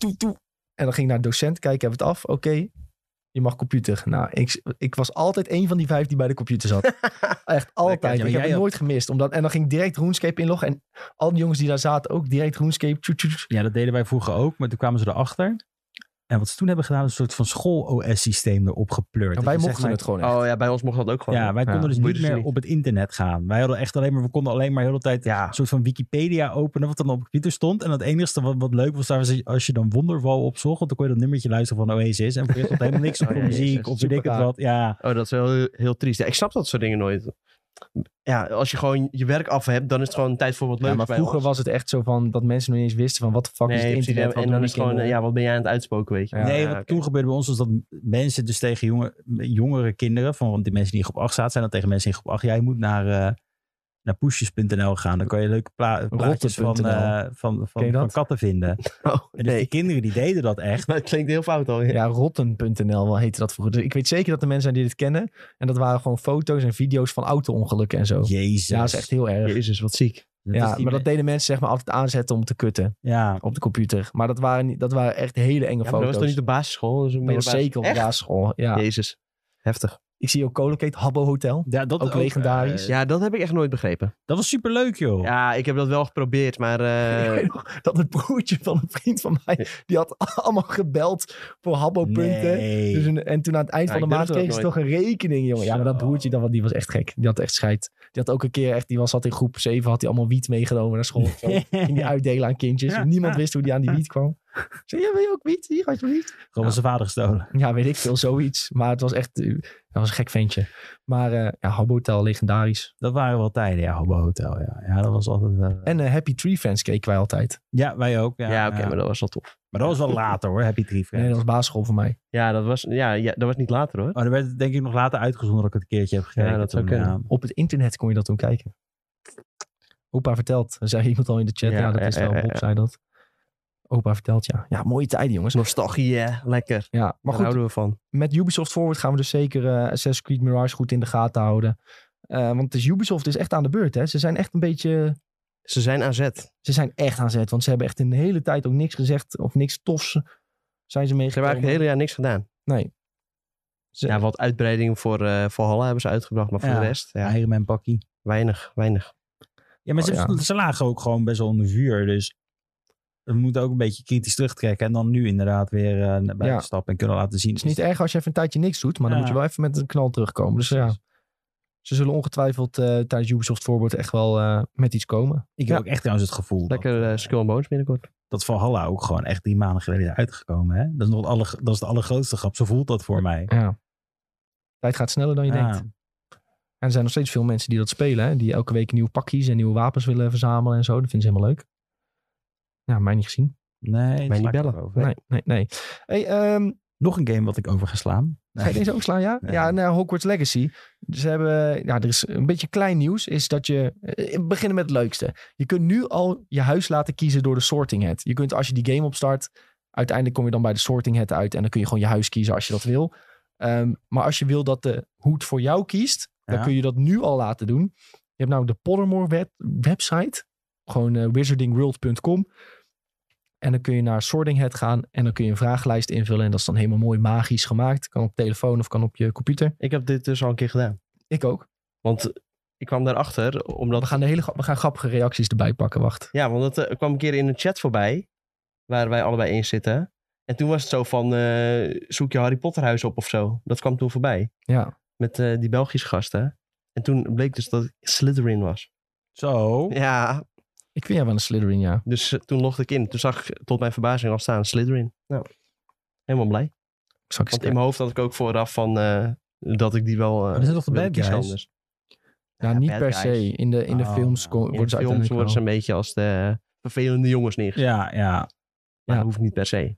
Speaker 1: En dan ging ik naar de docent, kijken, hebben we het af? Oké, je mag computer. Nou, ik was altijd een van die 5 die bij de computer zat. Echt altijd. Ik heb het nooit gemist. En dan ging ik direct RuneScape inloggen. En al die jongens die daar zaten ook direct RuneScape.
Speaker 3: Ja, dat deden wij vroeger ook. Maar toen kwamen ze erachter En wat ze toen hebben gedaan, is een soort van school-OS-systeem erop gepleurd.
Speaker 1: En wij mochten het gewoon echt.
Speaker 2: Oh ja, bij ons mocht dat ook gewoon.
Speaker 3: Ja, wij konden dus
Speaker 2: Moet je
Speaker 3: niet
Speaker 2: dus
Speaker 3: meer
Speaker 2: niet.
Speaker 3: op het internet gaan. Wij hadden echt we konden alleen maar de hele tijd
Speaker 2: Ja.
Speaker 3: een soort van Wikipedia openen, wat dan op de computer stond. En het enige wat leuk was, daar was als je dan Wonderwall opzocht, want dan kon je dat nummertje luisteren van Oasis. En voor je stond helemaal niks op
Speaker 2: Oh,
Speaker 3: voor
Speaker 2: ja,
Speaker 3: muziek,
Speaker 2: jezus,
Speaker 3: of weet ik het
Speaker 1: super
Speaker 3: wat. Ja,
Speaker 2: Oh, dat is wel heel, heel triest. Ja, ik snap dat soort dingen nooit. Ja, als je gewoon je werk af hebt, dan is het gewoon tijd voor wat leuks.
Speaker 1: Ja, maar
Speaker 2: bij
Speaker 1: vroeger
Speaker 2: ons.
Speaker 1: was het echt zo van dat mensen nog niet eens wisten van wat de fuck is het
Speaker 2: Nee,
Speaker 1: internet.
Speaker 2: precies. En dan is het gewoon, wat ben jij aan het uitspoken, weet je.
Speaker 1: Ja.
Speaker 3: nee,
Speaker 2: Ja,
Speaker 3: wat
Speaker 2: oké.
Speaker 3: toen gebeurde bij ons was dat mensen dus tegen jongere kinderen, van die mensen die in groep 8 zaten, zijn dan tegen mensen in groep 8, jij moet naar poesjes.nl gaan. Dan kan je leuke plaatjes
Speaker 1: Rotten.nl.
Speaker 3: van
Speaker 1: Ken je dat?
Speaker 3: katten vinden.
Speaker 2: Oh,
Speaker 3: En dus die
Speaker 2: nee.
Speaker 3: kinderen die deden dat echt.
Speaker 2: Maar het klinkt heel fout al.
Speaker 1: Ja, rotten.nl heette dat vroeger. Dus ik weet zeker dat er mensen zijn die dit kennen. En dat waren gewoon foto's en video's van auto-ongelukken en zo.
Speaker 3: Jezus.
Speaker 1: Ja, dat is echt heel erg.
Speaker 2: Jezus, wat ziek.
Speaker 1: Ja, maar dat deden mensen zeg maar altijd aanzetten om te kutten
Speaker 3: Ja,
Speaker 1: op de computer. Maar dat waren echt hele enge
Speaker 2: Ja, maar dat was
Speaker 1: foto's.
Speaker 2: toch niet de basisschool? Dat
Speaker 1: Dat was zeker op de
Speaker 2: Echt?
Speaker 1: basisschool. Ja.
Speaker 2: Jezus, heftig.
Speaker 1: Ik zie ook Colocate, Habbo Hotel.
Speaker 3: ja dat
Speaker 1: Ook legendarisch.
Speaker 2: Ja, dat heb ik echt nooit begrepen.
Speaker 3: Dat was superleuk, joh.
Speaker 2: Ja, ik heb dat wel geprobeerd, maar...
Speaker 1: Ik weet nog dat het broertje van een vriend van mij, die had allemaal gebeld voor Habbo-punten.
Speaker 3: Nee.
Speaker 1: Dus en toen aan het eind
Speaker 2: Ja,
Speaker 1: van de
Speaker 2: ik
Speaker 1: maand
Speaker 2: durfde
Speaker 1: kregen
Speaker 2: dat
Speaker 1: ze toch een rekening, jongen. Ja, maar dat
Speaker 3: Zo.
Speaker 1: broertje, die was echt gek. Die had echt scheid. Die had ook een keer echt, zat in groep 7, had hij allemaal wiet meegenomen naar school. Zo. Ging die uitdelen aan kindjes.
Speaker 3: Ja.
Speaker 1: Niemand wist hoe die aan die wiet kwam. Zei je, wil je ook wiet? Hier, alsjeblieft.
Speaker 3: Gewoon van zijn vader gestolen.
Speaker 1: Ja, weet ik veel, zoiets. Maar het was echt, dat was een gek ventje. Maar ja, Habbo Hotel, legendarisch.
Speaker 3: Dat waren wel tijden, ja. Habbo Hotel, ja. Ja, dat was altijd wel...
Speaker 1: En Happy Tree Fans keken wij altijd.
Speaker 3: Ja, wij ook. Ja,
Speaker 2: Ja, oké, maar dat was wel tof.
Speaker 3: Maar dat was wel later, hoor. Happy Tree Friends.
Speaker 1: Nee, dat was basisschool voor mij.
Speaker 2: Ja, dat was niet later, hoor.
Speaker 3: Oh, dat werd denk ik nog later uitgezonden dat ik het een keertje heb gekeken.
Speaker 2: Ja, dat zou
Speaker 3: toen,
Speaker 2: kunnen.
Speaker 1: Op het internet kon je dat toen kijken. Opa vertelt. Er zei iemand al in de chat. Ja, dat is wel. Bob zei dat. Opa vertelt, ja. Ja, mooie tijden, jongens.
Speaker 2: Nostalgie, lekker.
Speaker 1: Ja, maar
Speaker 2: Daar
Speaker 1: goed.
Speaker 2: houden we van.
Speaker 1: Met Ubisoft Forward gaan we dus zeker Assassin's Creed Mirage goed in de gaten houden. Want het is Ubisoft is echt aan de beurt, hè. Ze zijn echt een beetje...
Speaker 2: Ze zijn aan zet.
Speaker 1: Ze zijn echt aan zet. Want ze hebben echt in de hele tijd ook niks gezegd. Of niks tofs zijn ze
Speaker 2: Ze hebben
Speaker 1: meegekomen.
Speaker 2: eigenlijk het hele jaar niks gedaan.
Speaker 1: Nee.
Speaker 2: Ja, wat uitbreidingen voor Valhalla hebben ze uitgebracht. Maar voor
Speaker 3: Ja.
Speaker 2: de rest,
Speaker 3: Iron Man pakkie.
Speaker 2: weinig.
Speaker 3: Ja, maar
Speaker 1: Oh,
Speaker 3: ze lagen ook gewoon best wel onder vuur. Dus we moeten ook een beetje kritisch terugtrekken. En dan nu inderdaad weer naar buiten stappen en kunnen laten zien.
Speaker 1: Het is niet erg als je even een tijdje niks doet. Maar dan
Speaker 3: Ja.
Speaker 1: moet je wel even met een knal terugkomen. Dus ja. Ze zullen ongetwijfeld tijdens Ubisoft Forward echt wel met iets komen.
Speaker 3: Ik heb ook echt trouwens het gevoel
Speaker 2: Lekker Skull and Bones binnenkort.
Speaker 3: dat Valhalla ook gewoon echt 3 maanden geleden is uitgekomen. Hè? Dat is nog dat is de allergrootste grap. Zo voelt dat voor mij.
Speaker 1: Ja. Tijd gaat sneller dan je denkt. En er zijn nog steeds veel mensen die dat spelen. Hè? Die elke week nieuwe pakjes en nieuwe wapens willen verzamelen en zo. Dat vinden ze helemaal leuk. Ja, mij niet gezien.
Speaker 3: Nee,
Speaker 2: Mij niet
Speaker 3: sla ik
Speaker 2: bellen.
Speaker 3: ook over.
Speaker 1: Nee. Hey,
Speaker 3: Nog een game wat ik over ga slaan.
Speaker 1: ga je deze ook slaan, ja?
Speaker 3: Nee.
Speaker 1: Ja, nou, Hogwarts Legacy. Ze hebben, ja, er is een beetje klein nieuws. Is dat je, we beginnen met het leukste. Je kunt nu al je huis laten kiezen door de sorting hat. Je kunt als je die game opstart, uiteindelijk kom je dan bij de sorting hat uit. En dan kun je gewoon je huis kiezen als je dat wil. Maar als je wil dat de hoed voor jou kiest, dan
Speaker 3: Ja.
Speaker 1: kun je dat nu al laten doen. Je hebt nou de Pottermore website. Gewoon wizardingworld.com. En dan kun je naar Sorting Hat gaan. En dan kun je een vragenlijst invullen. En dat is dan helemaal mooi magisch gemaakt. Kan op telefoon of kan op je computer.
Speaker 2: Ik heb dit dus al een keer gedaan.
Speaker 1: Ik ook.
Speaker 2: Want ik kwam daarachter omdat...
Speaker 1: We gaan grappige reacties erbij pakken. Wacht.
Speaker 2: Ja, want het kwam een keer in een chat voorbij. Waar wij allebei in zitten. En toen was het zo van... zoek je Harry Potter huis op of zo. Dat kwam toen voorbij.
Speaker 1: Ja.
Speaker 2: Met die Belgische gasten. En toen bleek dus dat het Slytherin was.
Speaker 3: Zo.
Speaker 2: Ja,
Speaker 1: Ik vind jij wel een Slytherin, ja.
Speaker 2: dus toen logde ik in. Toen zag ik tot mijn verbazing al staan Slytherin. Nou, helemaal blij.
Speaker 1: Zal ik eens
Speaker 2: Want in mijn hoofd had ik ook vooraf van... dat ik die wel...
Speaker 3: dat zijn toch de
Speaker 2: wilde
Speaker 3: bad
Speaker 2: kiezen
Speaker 3: guys?
Speaker 2: anders.
Speaker 1: Ja, niet
Speaker 2: bad
Speaker 1: per
Speaker 2: guys.
Speaker 1: se. In de films
Speaker 3: In
Speaker 1: worden
Speaker 2: In
Speaker 1: ze
Speaker 2: films
Speaker 1: uiteindelijk
Speaker 2: worden ze
Speaker 1: wel.
Speaker 2: een beetje als de vervelende jongens neergezet.
Speaker 3: Ja.
Speaker 2: Maar
Speaker 1: Ja.
Speaker 2: dat hoeft niet per se.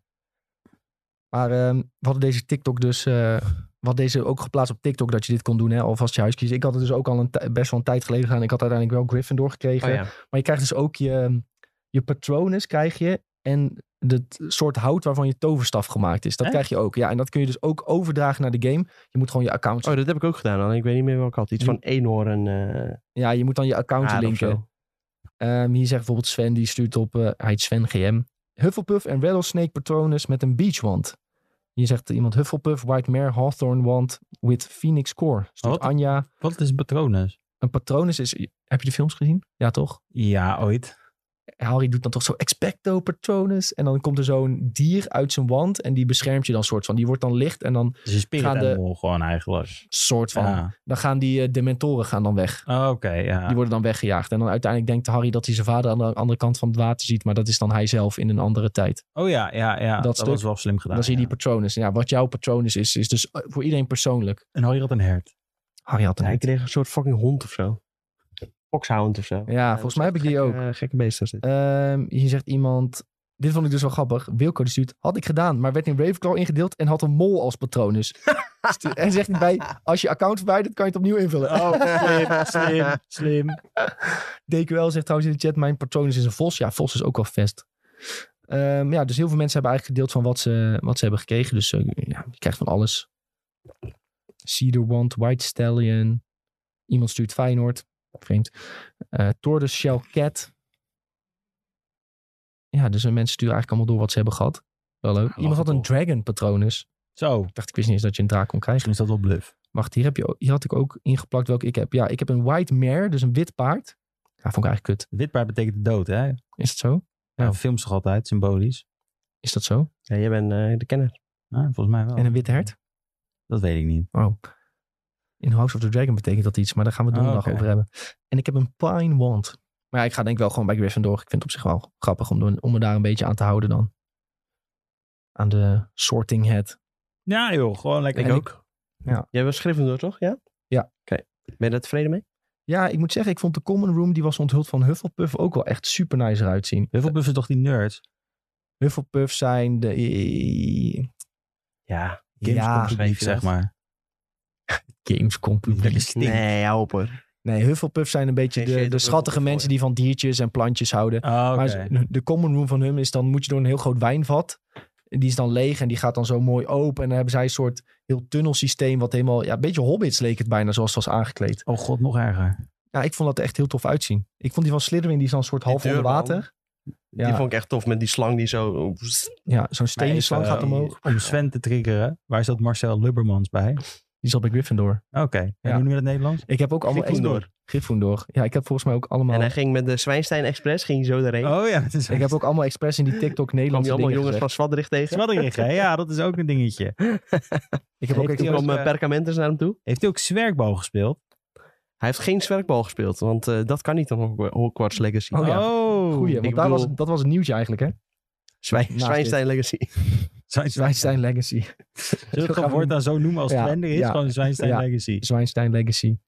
Speaker 1: Maar we hadden deze TikTok dus... we hadden deze ook geplaatst op TikTok dat je dit kon doen. Hè, alvast je huis kiezen. Ik had het dus ook al best wel een tijd geleden gedaan. Ik had uiteindelijk wel Gryffindor gekregen.
Speaker 2: Oh ja.
Speaker 1: Maar je krijgt dus ook je patronus krijg je. En het soort hout waarvan je toverstaf gemaakt is. Dat
Speaker 3: Echt?
Speaker 1: krijg je ook. Ja, en dat kun je dus ook overdragen naar de game. Je moet gewoon je account...
Speaker 2: Oh, dat heb ik ook gedaan. Alleen ik weet niet meer welke had. Iets van eenhoorn.
Speaker 1: Ja, je moet dan je account
Speaker 2: aarde of
Speaker 1: linken.
Speaker 2: zo.
Speaker 1: Hier zegt bijvoorbeeld Sven, die stuurt op... hij heet Sven GM. Hufflepuff en Rattlesnake patronus met een beachwand. Hier zegt iemand Hufflepuff, White Mare, Hawthorne wand with Phoenix core. Stuurt
Speaker 3: Wat?
Speaker 1: Anja.
Speaker 3: Wat is een patronus?
Speaker 1: Een patronus is... Heb je de films gezien? Ja, toch?
Speaker 3: Ja, ooit.
Speaker 1: Harry doet dan toch zo expecto patronus. En dan komt er zo'n dier uit zijn wand. En die beschermt je dan soort van. Die wordt dan licht. En dan
Speaker 3: Dus een spirit
Speaker 1: gaan de-
Speaker 3: animal gewoon eigenlijk.
Speaker 1: soort van.
Speaker 3: Ja.
Speaker 1: Dan gaan die dementoren gaan dan weg.
Speaker 3: Oh, oké, ja.
Speaker 1: Die worden dan weggejaagd. En dan uiteindelijk denkt Harry dat hij zijn vader aan de andere kant van het water ziet. Maar dat is dan hij zelf in een andere tijd.
Speaker 3: Oh ja. Dat
Speaker 1: stuk.
Speaker 3: was wel slim gedaan.
Speaker 1: Dan zie je die
Speaker 3: ja.
Speaker 1: patronus. En ja, wat jouw patronus is dus voor iedereen persoonlijk.
Speaker 3: En Harry had een hert.
Speaker 1: Harry had een
Speaker 2: Hij
Speaker 1: hert.
Speaker 2: kreeg een soort fucking hond of zo. Foxhound of zo.
Speaker 1: Ja, volgens mij heb ik die ook.
Speaker 2: Gekke beest was dit.
Speaker 1: Hier zegt iemand... Dit vond ik dus wel grappig. Wilco die stuurt... Had ik gedaan, maar werd in Ravenclaw ingedeeld... en had een mol als patronus. En zegt hij bij... Als je account verwijdert, kan je het opnieuw invullen.
Speaker 3: Oh, slim.
Speaker 1: DQL zegt trouwens in de chat... Mijn patronus is een vos. Ja, vos is ook wel vest. Ja, dus heel veel mensen hebben eigenlijk gedeeld... van wat ze hebben gekregen. Dus ja, je krijgt van alles. Cedar Wand, White Stallion. Iemand stuurt Feyenoord. Vreemd. Tortoise Shell Cat. Ja, dus mensen sturen eigenlijk allemaal door wat ze hebben gehad. Wel leuk. Iemand had een Dragon Patronus.
Speaker 3: Zo,
Speaker 1: Ik dacht, ik wist niet eens dat je een draak kon krijgen.
Speaker 3: misschien is dat wel bluff.
Speaker 1: Wacht, hier had ik ook ingeplakt welke ik heb. Ja, ik heb een White Mare, dus een wit paard. Ja, vond ik eigenlijk kut.
Speaker 3: Witpaard betekent de dood, hè?
Speaker 1: Is dat zo?
Speaker 3: Ja, films toch altijd, symbolisch.
Speaker 1: Is dat zo?
Speaker 2: Ja, jij bent de kenner.
Speaker 3: Ja, volgens mij wel.
Speaker 1: En een wit hert?
Speaker 3: Dat weet ik niet.
Speaker 1: Oh. In House of the Dragon betekent dat iets, maar daar gaan we donderdag
Speaker 3: oké.
Speaker 1: over hebben. En ik heb een Pine Wand. Maar ja, ik ga denk ik wel gewoon bij Gryffindor. Ik vind het op zich wel grappig om me daar een beetje aan te houden dan. Aan de Sorting Hat.
Speaker 3: Ja joh, gewoon lekker.
Speaker 2: Ik ook.
Speaker 1: Ja.
Speaker 2: Jij was Gryffindor, toch? Ja?
Speaker 1: Ja.
Speaker 2: Oké. Ben je daar tevreden mee?
Speaker 1: Ja, ik moet zeggen, ik vond de Common Room, die was onthuld van Hufflepuff, ook wel echt super nice eruit zien.
Speaker 3: Hufflepuff is toch die nerds?
Speaker 1: Hufflepuff zijn de...
Speaker 2: Ja.
Speaker 1: Ja,
Speaker 3: Publiek, zeg maar.
Speaker 1: Gamescom publiek.
Speaker 3: Lekker stinkt.
Speaker 2: Nee, hou op hoor.
Speaker 1: Nee, Hufflepuff zijn een beetje
Speaker 2: Geen shade
Speaker 1: de
Speaker 2: op
Speaker 1: schattige
Speaker 2: Hufflepuff,
Speaker 1: mensen die van diertjes en plantjes houden.
Speaker 3: Oh, oké.
Speaker 1: Maar de Common Room van hun is dan, moet je door een heel groot wijnvat. Die is dan leeg en die gaat dan zo mooi open. En dan hebben zij een soort heel tunnelsysteem wat helemaal... Ja, een beetje Hobbits leek het bijna zoals het was aangekleed.
Speaker 3: Oh god, nog erger.
Speaker 1: Ja, ik vond dat er echt heel tof uitzien. Ik vond die van Slytherin, die is dan een soort half onder
Speaker 2: deurman.
Speaker 1: water.
Speaker 2: Die
Speaker 1: Ja.
Speaker 2: vond ik echt tof met die slang die zo...
Speaker 1: Ja, zo'n stenen slang gaat omhoog.
Speaker 3: Om Sven te triggeren, waar zat Marcel Lubbermans bij?
Speaker 1: Die zat bij Gryffindor.
Speaker 3: Oké, en
Speaker 1: Ja.
Speaker 3: hoe noem je dat in het Nederlands?
Speaker 1: Ik heb ook allemaal...
Speaker 2: Gryffindor.
Speaker 1: Gryffindor. Ja, ik heb volgens mij ook allemaal...
Speaker 2: En hij ging met de Zwijnstein Express, ging hij zo erheen.
Speaker 3: Oh ja, het is
Speaker 1: Ik heb ook allemaal expres in die TikTok
Speaker 2: kwam je
Speaker 1: Nederlandse
Speaker 2: allemaal
Speaker 1: dingen
Speaker 2: jongens van
Speaker 1: gezegd.
Speaker 2: Zwadrig tegen.
Speaker 3: Zwadderig, hè? Ja, dat is ook een dingetje.
Speaker 1: Ik heb ook
Speaker 3: Heeft
Speaker 2: Toen
Speaker 1: expres...
Speaker 2: kwam Perkamentus naar hem toe.
Speaker 3: Heeft hij ook zwerkbal gespeeld?
Speaker 2: Hij heeft geen zwerkbal gespeeld, want dat kan niet dan Hogwarts Legacy.
Speaker 1: Oh ja. Goeie,
Speaker 2: ik
Speaker 1: want daar
Speaker 2: bedoel-
Speaker 1: dat was het nieuwtje eigenlijk, hè?
Speaker 2: Zwijnstein Legacy.
Speaker 1: Zwijnstein Legacy.
Speaker 3: Zullen we het gewoon voortaan zo noemen als
Speaker 1: Ja,
Speaker 3: het er is?
Speaker 1: ja.
Speaker 3: Gewoon Zwijnstein
Speaker 1: Ja.
Speaker 3: Legacy.
Speaker 1: Zwijnstein Legacy.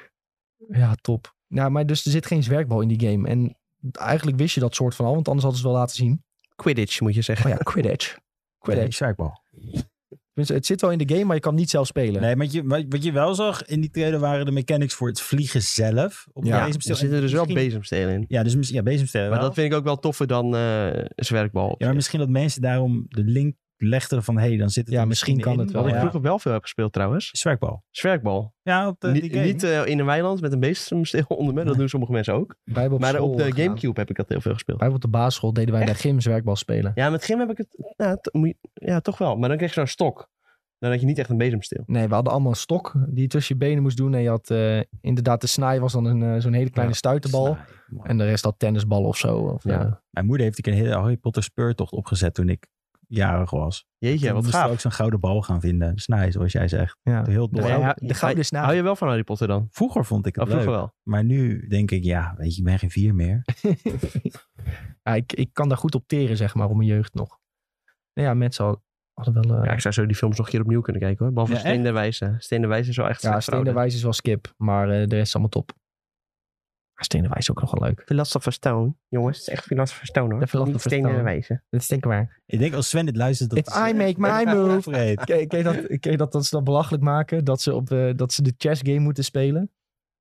Speaker 1: Ja, top. Nou, maar dus er zit geen zwerkbal in die game. En eigenlijk wist je dat soort van al, want anders hadden ze het wel laten zien.
Speaker 2: Quidditch moet je zeggen.
Speaker 1: Oh ja, Quidditch.
Speaker 3: Nee,
Speaker 1: Quidditch.
Speaker 3: zwerkbal.
Speaker 1: Tenminste, het zit wel in de game, maar je kan niet zelf spelen.
Speaker 3: Nee, maar wat je wel zag in die trailer waren de mechanics voor het vliegen zelf. Op
Speaker 1: Ja,
Speaker 3: de
Speaker 2: Er
Speaker 3: bezemsteel.
Speaker 2: zitten dus wel
Speaker 3: Misschien-
Speaker 2: bezemstelen in.
Speaker 3: Ja, dus ja, bezemstelen
Speaker 2: Maar
Speaker 3: wel.
Speaker 2: dat vind ik ook wel toffer dan zwerkbal.
Speaker 3: Ja, maar misschien dat mensen daarom de link legden van... Hé, dan zit het
Speaker 1: Ja,
Speaker 3: er
Speaker 1: misschien kan
Speaker 3: in.
Speaker 1: het wel,
Speaker 2: Wat ik
Speaker 1: ja.
Speaker 2: vroeger wel veel heb gespeeld trouwens.
Speaker 3: Zwerkbal.
Speaker 2: Zwerkbal.
Speaker 3: Ja, op die game.
Speaker 2: Niet in een weiland met een bezemsteel onder me. Dat doen sommige mensen ook.
Speaker 1: Wij hebben
Speaker 2: Maar
Speaker 1: school
Speaker 2: op de
Speaker 1: gedaan.
Speaker 2: Gamecube heb ik dat heel veel gespeeld.
Speaker 1: Wij hebben op de basisschool deden wij bij Gym zwerkbal spelen.
Speaker 2: Ja, met gym heb ik het... Ja, toch wel. Maar dan kreeg je zo'n stok. Dan had je niet echt een bezemsteel.
Speaker 1: Nee, we hadden allemaal een stok die je tussen je benen moest doen. En je had inderdaad de snaai was dan zo'n hele kleine stuiterbal.
Speaker 3: Snij, mooi.
Speaker 1: En de rest had tennisbal of zo. Of,
Speaker 2: Ja.
Speaker 3: Mijn moeder heeft een hele Harry Potter speurtocht opgezet toen ik jarig was.
Speaker 2: Jeetje,
Speaker 3: Toen
Speaker 2: wat
Speaker 3: moesten we
Speaker 2: gaaf.
Speaker 3: ook zo'n gouden bal gaan vinden. Snij, zoals jij zegt.
Speaker 1: ja.
Speaker 3: Heel dom.
Speaker 1: De gouden snaai.
Speaker 2: Hou je wel van Harry Potter dan?
Speaker 3: Vroeger vond ik het
Speaker 2: Of
Speaker 3: leuk.
Speaker 2: vroeger wel?
Speaker 3: Maar nu denk ik, ja, weet je, ik ben geen 4 meer.
Speaker 1: Ja, ik kan daar goed op teren, zeg maar, om mijn jeugd nog. Nou ja, mensen hadden wel...
Speaker 2: Ja, ik zou zo die films nog een keer opnieuw kunnen kijken hoor. Behalve
Speaker 3: Ja,
Speaker 2: Steen der Wijze. Steen der Wijze is wel echt
Speaker 1: ja,
Speaker 2: slecht
Speaker 1: Steen der
Speaker 2: verouderd.
Speaker 1: Wijze is wel skip. Maar de rest is allemaal top. Maar Steen der Wijze is ook nog wel leuk.
Speaker 2: Philosopher's Stone. Jongens, het is echt Philosopher's Stone hoor.
Speaker 1: De Philosopher's
Speaker 2: Niet Steen der
Speaker 1: Stone.
Speaker 2: Wijze.
Speaker 1: Dat is denk ik waar.
Speaker 3: Ik denk als Sven dit luistert... Dat
Speaker 1: If I make my move. Ken je dat ze dat belachelijk maken? Dat ze, dat ze de chess game moeten spelen?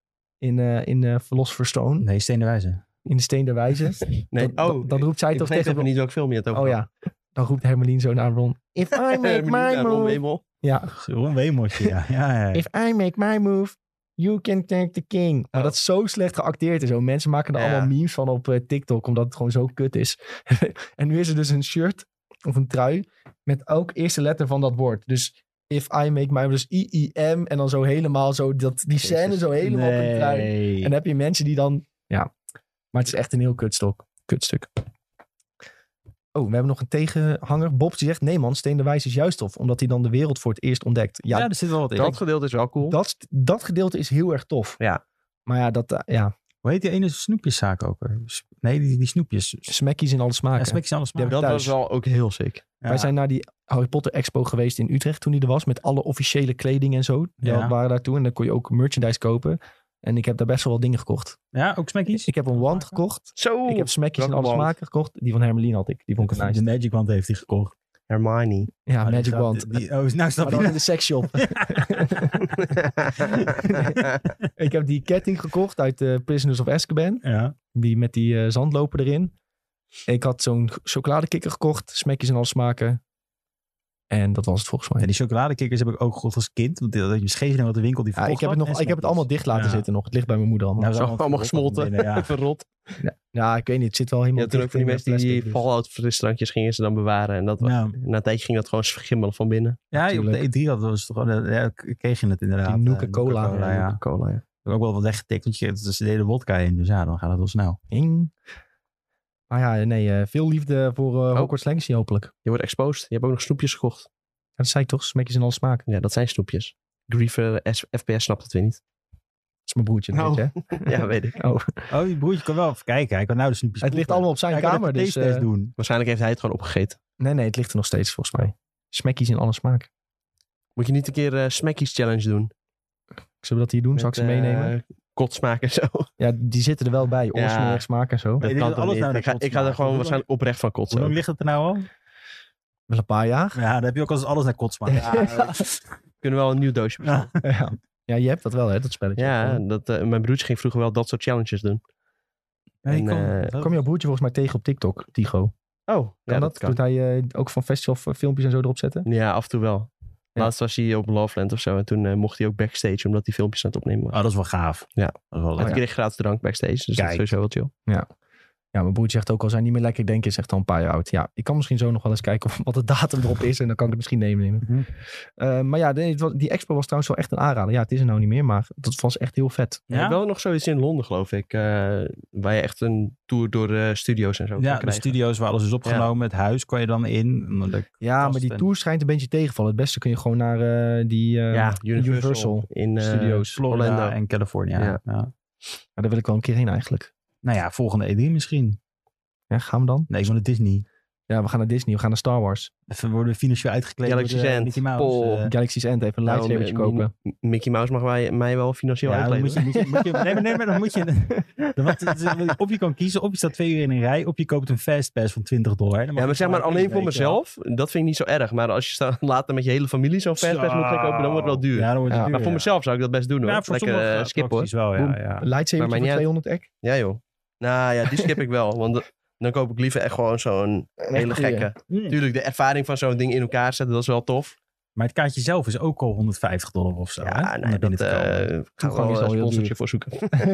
Speaker 1: In Philosopher's Stone.
Speaker 3: Nee, Steen der Wijze.
Speaker 1: In de Steen der Wijze.
Speaker 2: Nee,
Speaker 1: Dan roept zij
Speaker 2: ik
Speaker 1: toch
Speaker 2: begreep
Speaker 1: tegen
Speaker 2: even niet welk film je het over
Speaker 1: Oh
Speaker 2: had.
Speaker 1: ja. Dan roept Hermelien zo naar Ron. If I make my
Speaker 2: Ron
Speaker 1: move.
Speaker 2: Wemel.
Speaker 1: Ja.
Speaker 3: Ron Wemosje, ja. ja.
Speaker 1: If I make my move, you can take the king. Maar dat is zo slecht geacteerd en zo. Mensen maken er
Speaker 2: Ja.
Speaker 1: allemaal memes van op TikTok, omdat het gewoon zo kut is. En nu is er dus een shirt of een trui met elk eerste letter van dat woord. Dus if I make my, dus I-I-M en dan zo helemaal zo, die scène zo helemaal op een trui. En dan heb je mensen die dan, ja. Maar het is echt een heel kutstok. Kutstuk. Oh, we hebben nog een tegenhanger. Bob die zegt, nee man, Steen de Wijs is juist tof. Omdat hij dan de wereld voor het eerst ontdekt.
Speaker 3: Ja, er zit wel wat in.
Speaker 2: Dat gedeelte is wel cool.
Speaker 1: Dat gedeelte is heel erg tof.
Speaker 2: Ja.
Speaker 1: Maar ja, dat,
Speaker 3: Hoe heet die ene snoepjeszaak ook weer? Nee, die snoepjes.
Speaker 1: smekkies in alle smaken.
Speaker 3: Ja, smekjes alles
Speaker 1: Die
Speaker 3: maar.
Speaker 1: hebben
Speaker 2: Dat
Speaker 1: thuis.
Speaker 2: was wel ook heel sick.
Speaker 1: Wij zijn naar die Harry Potter Expo geweest in Utrecht toen die er was. Met alle officiële kleding en zo. Die
Speaker 3: Ja.
Speaker 1: waren daartoe. En dan kon je ook merchandise kopen. En ik heb daar best wel wat dingen gekocht.
Speaker 3: Ja, ook smekjes?
Speaker 1: Ik heb een wand gekocht.
Speaker 2: Zo,
Speaker 1: Ik heb smekjes in
Speaker 2: welke
Speaker 1: alle
Speaker 2: wand?
Speaker 1: smaken gekocht. Die van Hermelien had ik. Die vond ik
Speaker 3: De
Speaker 1: nice.
Speaker 3: Magic Wand heeft hij gekocht.
Speaker 2: Hermione.
Speaker 1: Ja,
Speaker 3: Oh,
Speaker 1: Magic Wand.
Speaker 3: Nou snap
Speaker 1: Maar dan in
Speaker 3: je.
Speaker 1: de sexshop. Ik heb die ketting gekocht uit Prisoners of Azkaban.
Speaker 3: Ja.
Speaker 1: Die met die zandloper erin. Ik had zo'n chocoladekikker gekocht. Smekjes in alle smaken. En dat was het volgens mij.
Speaker 3: Ja, die chocoladekikkers heb ik ook gekocht als kind. Want dat je Scheveningen had de winkel die
Speaker 1: Ja,
Speaker 3: verkocht
Speaker 1: ik heb het
Speaker 3: had. En
Speaker 1: ik heb het allemaal dicht laten
Speaker 3: Ja.
Speaker 1: zitten nog. Het ligt bij mijn moeder allemaal.
Speaker 3: Nou,
Speaker 2: Zo,
Speaker 3: allemaal
Speaker 2: allemaal
Speaker 3: verrot
Speaker 2: gesmolten.
Speaker 3: binnen, ja.
Speaker 2: Verrot.
Speaker 1: Ja, ik weet niet. Het zit wel
Speaker 2: Je
Speaker 1: helemaal
Speaker 2: hebt toen ook
Speaker 1: dicht
Speaker 2: van die
Speaker 1: in
Speaker 2: mensen die
Speaker 1: plastic, dus-
Speaker 2: Fallout frisdrankjes gingen ze dan bewaren. En dat
Speaker 3: Nou,
Speaker 2: na een tijdje ging dat gewoon schimmelen van binnen.
Speaker 3: ja, op
Speaker 1: Tuurlijk.
Speaker 3: de E3 had was toch gewoon, ja, kreeg je het inderdaad.
Speaker 1: Die Nuka-Cola.
Speaker 3: Nuka-Cola, ja.
Speaker 2: Cola, ja.
Speaker 3: Ik heb ook wel wat weggetikt, want ze deden wodka in. Dus ja, dan gaat het wel snel.
Speaker 1: Ing. Maar ja, nee. Veel liefde voor Hogwarts Legacy hopelijk.
Speaker 2: Je wordt exposed. Je hebt ook nog snoepjes gekocht.
Speaker 1: Ja, dat zei ik toch? Smekjes in alle smaken.
Speaker 2: Ja, dat zijn snoepjes. Griever FPS snapt het weer niet.
Speaker 1: Dat is mijn broertje, dat
Speaker 2: Nou.
Speaker 1: weet je, hè?
Speaker 2: Ja, weet ik.
Speaker 1: Oh.
Speaker 3: Oh, die broertje kan wel even kijken. Hij kan nou de snoepjes
Speaker 1: Het ligt
Speaker 3: proeven.
Speaker 1: allemaal op zijn
Speaker 3: Hij kan
Speaker 1: kamer.
Speaker 3: even
Speaker 1: Dus,
Speaker 3: taste-test doen.
Speaker 2: Waarschijnlijk heeft hij het gewoon opgegeten.
Speaker 1: nee, het ligt er nog steeds volgens mij. Smekjes in alle smaken.
Speaker 2: Moet je niet een keer Smackies Challenge doen?
Speaker 1: Zullen we dat hier doen? Zal ik ze meenemen?
Speaker 2: Kotsmaak en zo.
Speaker 1: Ja, die zitten er wel bij. Oorsmerig smaak en zo.
Speaker 3: Nee,
Speaker 2: Dat
Speaker 3: dit
Speaker 2: kan
Speaker 3: is
Speaker 2: toch
Speaker 3: alles
Speaker 2: niet?
Speaker 3: nou
Speaker 2: Ik ga
Speaker 3: naar
Speaker 2: er
Speaker 3: kotsmaak.
Speaker 2: gewoon
Speaker 3: Hoe
Speaker 2: waarschijnlijk oprecht van
Speaker 3: Hoe lang
Speaker 2: kotsen.
Speaker 3: ligt het er nou al?
Speaker 1: Wel een paar jaar.
Speaker 3: Ja, dan heb je ook als alles naar kotsmaak.
Speaker 2: We kunnen wel een nieuw doosje bestellen.
Speaker 1: Ja. Ja, je hebt dat wel, hè, dat spelletje.
Speaker 2: Ja, mijn broertje ging vroeger wel dat soort challenges doen.
Speaker 3: Nee,
Speaker 1: Kom jouw broertje volgens mij tegen op TikTok, Tigo.
Speaker 2: Oh, ja,
Speaker 1: Kan dat? Doet hij ook van festivalfilmpjes en zo erop zetten?
Speaker 2: Ja, af en toe wel.
Speaker 1: Ja.
Speaker 2: Laatst was hij op Loveland of zo. En toen mocht hij ook backstage, omdat hij filmpjes aan het opnemen was.
Speaker 3: Oh, dat is wel gaaf.
Speaker 2: Ja.
Speaker 3: Dat is wel
Speaker 2: En
Speaker 3: leuk.
Speaker 2: toen kreeg ik gratis drank backstage. Dus dat is
Speaker 3: Kijk.
Speaker 2: sowieso wel chill.
Speaker 1: Ja, mijn broertje zegt ook al, zijn niet meer lekker. Ik denk, is echt al een paar jaar oud. Ja, ik kan misschien zo nog wel eens kijken wat de datum erop is. En dan kan ik het misschien nemen. Maar ja, die expo was trouwens wel echt een aanrader. Ja, het is er nou niet meer, maar dat was echt heel vet.
Speaker 2: Je hebt wel nog zoiets in Londen, geloof ik. Waar je echt een tour door de studio's en zo kan
Speaker 3: Ja, de
Speaker 2: krijgen.
Speaker 3: studio's waar alles is opgenomen. Het huis kan je dan in.
Speaker 1: Ja, maar die tour schijnt een beetje tegenvallen. Het beste kun je gewoon naar die Universal.
Speaker 2: in
Speaker 1: Studios.
Speaker 3: Florida
Speaker 2: Orlando.
Speaker 3: en California.
Speaker 2: Ja.
Speaker 3: Ja.
Speaker 1: Ja, daar wil ik wel een keer heen eigenlijk.
Speaker 3: Nou ja, volgende E3 misschien.
Speaker 1: Ja, gaan we dan?
Speaker 3: Nee, ik wil naar Disney.
Speaker 1: Ja, we gaan naar Disney. We gaan naar Star Wars.
Speaker 3: Even worden we financieel uitgekleed
Speaker 2: Galaxy's
Speaker 3: door de
Speaker 2: End.
Speaker 3: Mickey Mouse.
Speaker 2: Pol.
Speaker 1: Galaxy's End, even een
Speaker 2: Nou,
Speaker 1: lightsabertje kopen.
Speaker 2: Mickey Mouse mag mij wel financieel
Speaker 3: Ja, dan
Speaker 2: uitleveren.
Speaker 3: moet je, nee, maar dan moet je... Of je kan kiezen, of je staat 2 uur in een rij, of je koopt een fastpass van $20. Dan mag
Speaker 2: Ja,
Speaker 3: je
Speaker 2: maar zeg maar
Speaker 3: gewoon
Speaker 2: alleen voor
Speaker 3: weet je wel.
Speaker 2: mezelf, dat vind ik niet zo erg. Maar als je later met je hele familie zo'n fastpass moet gaan kopen, dan wordt het wel duur.
Speaker 3: Ja, dan wordt het
Speaker 1: Ja,
Speaker 3: duur,
Speaker 2: Maar voor mezelf zou ik dat best doen hoor.
Speaker 3: Ja, voor
Speaker 2: Lekker
Speaker 3: sommige
Speaker 2: skip hoor.
Speaker 3: attracties wel,
Speaker 1: Boom.
Speaker 3: ja. ja.
Speaker 1: Een
Speaker 2: Maar
Speaker 1: lightsabertje
Speaker 2: mij
Speaker 1: voor
Speaker 2: niet
Speaker 1: 200 ek.
Speaker 2: Ja joh. Nou ja, die skip ik wel. Want dan koop ik liever echt gewoon zo'n hele
Speaker 1: goeie.
Speaker 2: gekke. Tuurlijk, de ervaring van zo'n ding in elkaar zetten, dat is wel tof.
Speaker 3: Maar het kaartje zelf is ook al $150 of zo. hè,
Speaker 2: Ja,
Speaker 3: om
Speaker 2: nee,
Speaker 3: naar binnen
Speaker 2: dat
Speaker 3: te komen.
Speaker 2: gaan we
Speaker 1: Toegang
Speaker 2: wel
Speaker 1: is
Speaker 2: een
Speaker 1: al heel
Speaker 2: sponsortje
Speaker 1: duur.
Speaker 2: voor zoeken.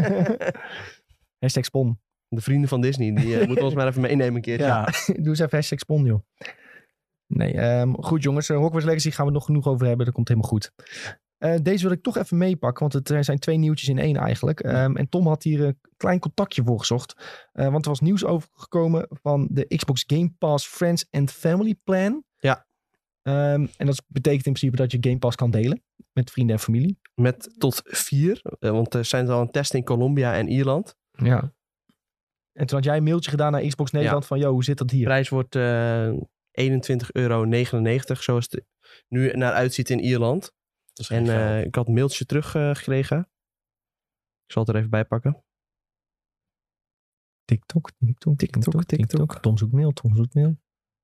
Speaker 1: Hashtag Spon.
Speaker 2: De vrienden van Disney, die moeten ons maar even meenemen een keer.
Speaker 3: Ja.
Speaker 1: Doe eens even hashtag Spon, joh. Nee, goed jongens. Hogwarts Legacy gaan we het nog genoeg over hebben. Dat komt helemaal goed. Deze wil ik toch even meepakken, want er zijn 2 nieuwtjes in 1 eigenlijk. En Tom had hier een klein contactje voor gezocht. Want er was nieuws overgekomen van de Xbox Game Pass Friends and Family Plan.
Speaker 2: Ja.
Speaker 1: En dat betekent in principe dat je Game Pass kan delen met vrienden en familie.
Speaker 2: Met tot 4, want er zijn al een test in Colombia en Ierland.
Speaker 1: Ja. En toen had jij een mailtje gedaan naar Xbox Nederland van, hoe zit dat
Speaker 2: De
Speaker 1: hier?
Speaker 2: prijs wordt €21,99, zoals het nu naar uitziet in Ierland.
Speaker 3: Dat is geen
Speaker 2: En
Speaker 3: geld.
Speaker 2: ik had een mailtje teruggekregen. Ik zal het er even bij pakken.
Speaker 1: TikTok, TikTok. Tom zoekt mail.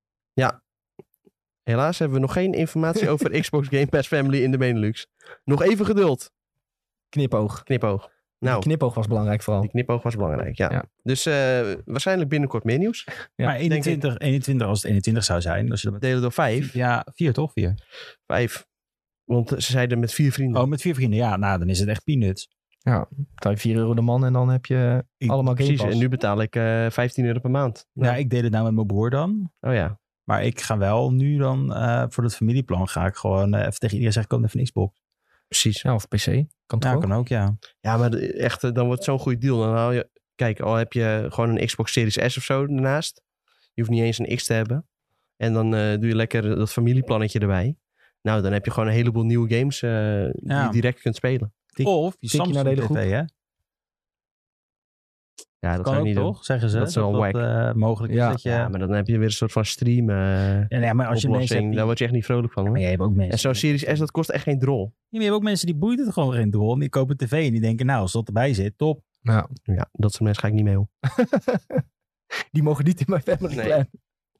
Speaker 2: Helaas hebben we nog geen informatie over Xbox Game Pass Family in de Benelux. Nog even geduld.
Speaker 1: Knipoog.
Speaker 2: Knipoog.
Speaker 1: Die
Speaker 2: Nou,
Speaker 1: knipoog was belangrijk vooral.
Speaker 2: die knipoog was belangrijk, ja.
Speaker 1: Ja.
Speaker 2: Dus waarschijnlijk binnenkort meer nieuws.
Speaker 1: Ja,
Speaker 3: Maar 21, als het 21 zou zijn. Als je dat met,
Speaker 2: Delen door 5.
Speaker 3: ja, 4 toch? 4.
Speaker 2: 5. Want ze zeiden met 4 vrienden.
Speaker 3: Oh, met 4 vrienden. Ja, nou, dan is het echt peanuts.
Speaker 1: Ja, betaal je €4 de man en dan heb je allemaal Game
Speaker 2: Precies,
Speaker 1: Pass.
Speaker 2: en nu betaal ik €15 per maand.
Speaker 3: Ja, ik deed het nou met mijn broer dan.
Speaker 2: Oh ja.
Speaker 3: Maar ik ga wel nu dan voor het familieplan ga ik gewoon even tegen iedereen zeggen, koop even een Xbox.
Speaker 2: Precies.
Speaker 1: Ja, of PC. Kan toch
Speaker 3: Ja,
Speaker 1: ook?
Speaker 3: kan ook, ja.
Speaker 2: Ja, maar echt, dan wordt het zo'n goede deal. Dan haal je... kijk, al heb je gewoon een Xbox Series S of zo ernaast. Je hoeft niet eens een X te hebben. En dan doe je lekker dat familieplannetje erbij. Nou, dan heb je gewoon een heleboel nieuwe games die je direct kunt spelen.
Speaker 3: Of je
Speaker 1: tik je naar
Speaker 3: Samsung
Speaker 1: de hele
Speaker 3: TV, hè?
Speaker 2: Ja, dat
Speaker 3: Kan
Speaker 2: zou
Speaker 3: ook
Speaker 2: ik niet doen.
Speaker 3: toch, zeggen ze.
Speaker 2: Dat is wel wack.
Speaker 3: Mogelijk is
Speaker 1: Ja.
Speaker 3: dat je...
Speaker 2: Ja, maar dan heb je weer een soort van stream
Speaker 3: Ja, nee, maar als je mensen
Speaker 2: oplossing.
Speaker 3: hebt die...
Speaker 2: Daar word je echt niet vrolijk van. Hoor.
Speaker 3: Maar je hebt ook mensen...
Speaker 2: En zo'n Series S, dat kost echt geen drol.
Speaker 3: Ja, maar je hebt ook mensen die boeit het gewoon geen drol. En die kopen een tv en die denken, nou, als dat erbij zit, top.
Speaker 1: Nou,
Speaker 2: Ja, dat soort mensen ga ik niet mee om.
Speaker 1: die mogen niet in mijn family
Speaker 2: Nee.
Speaker 1: plan.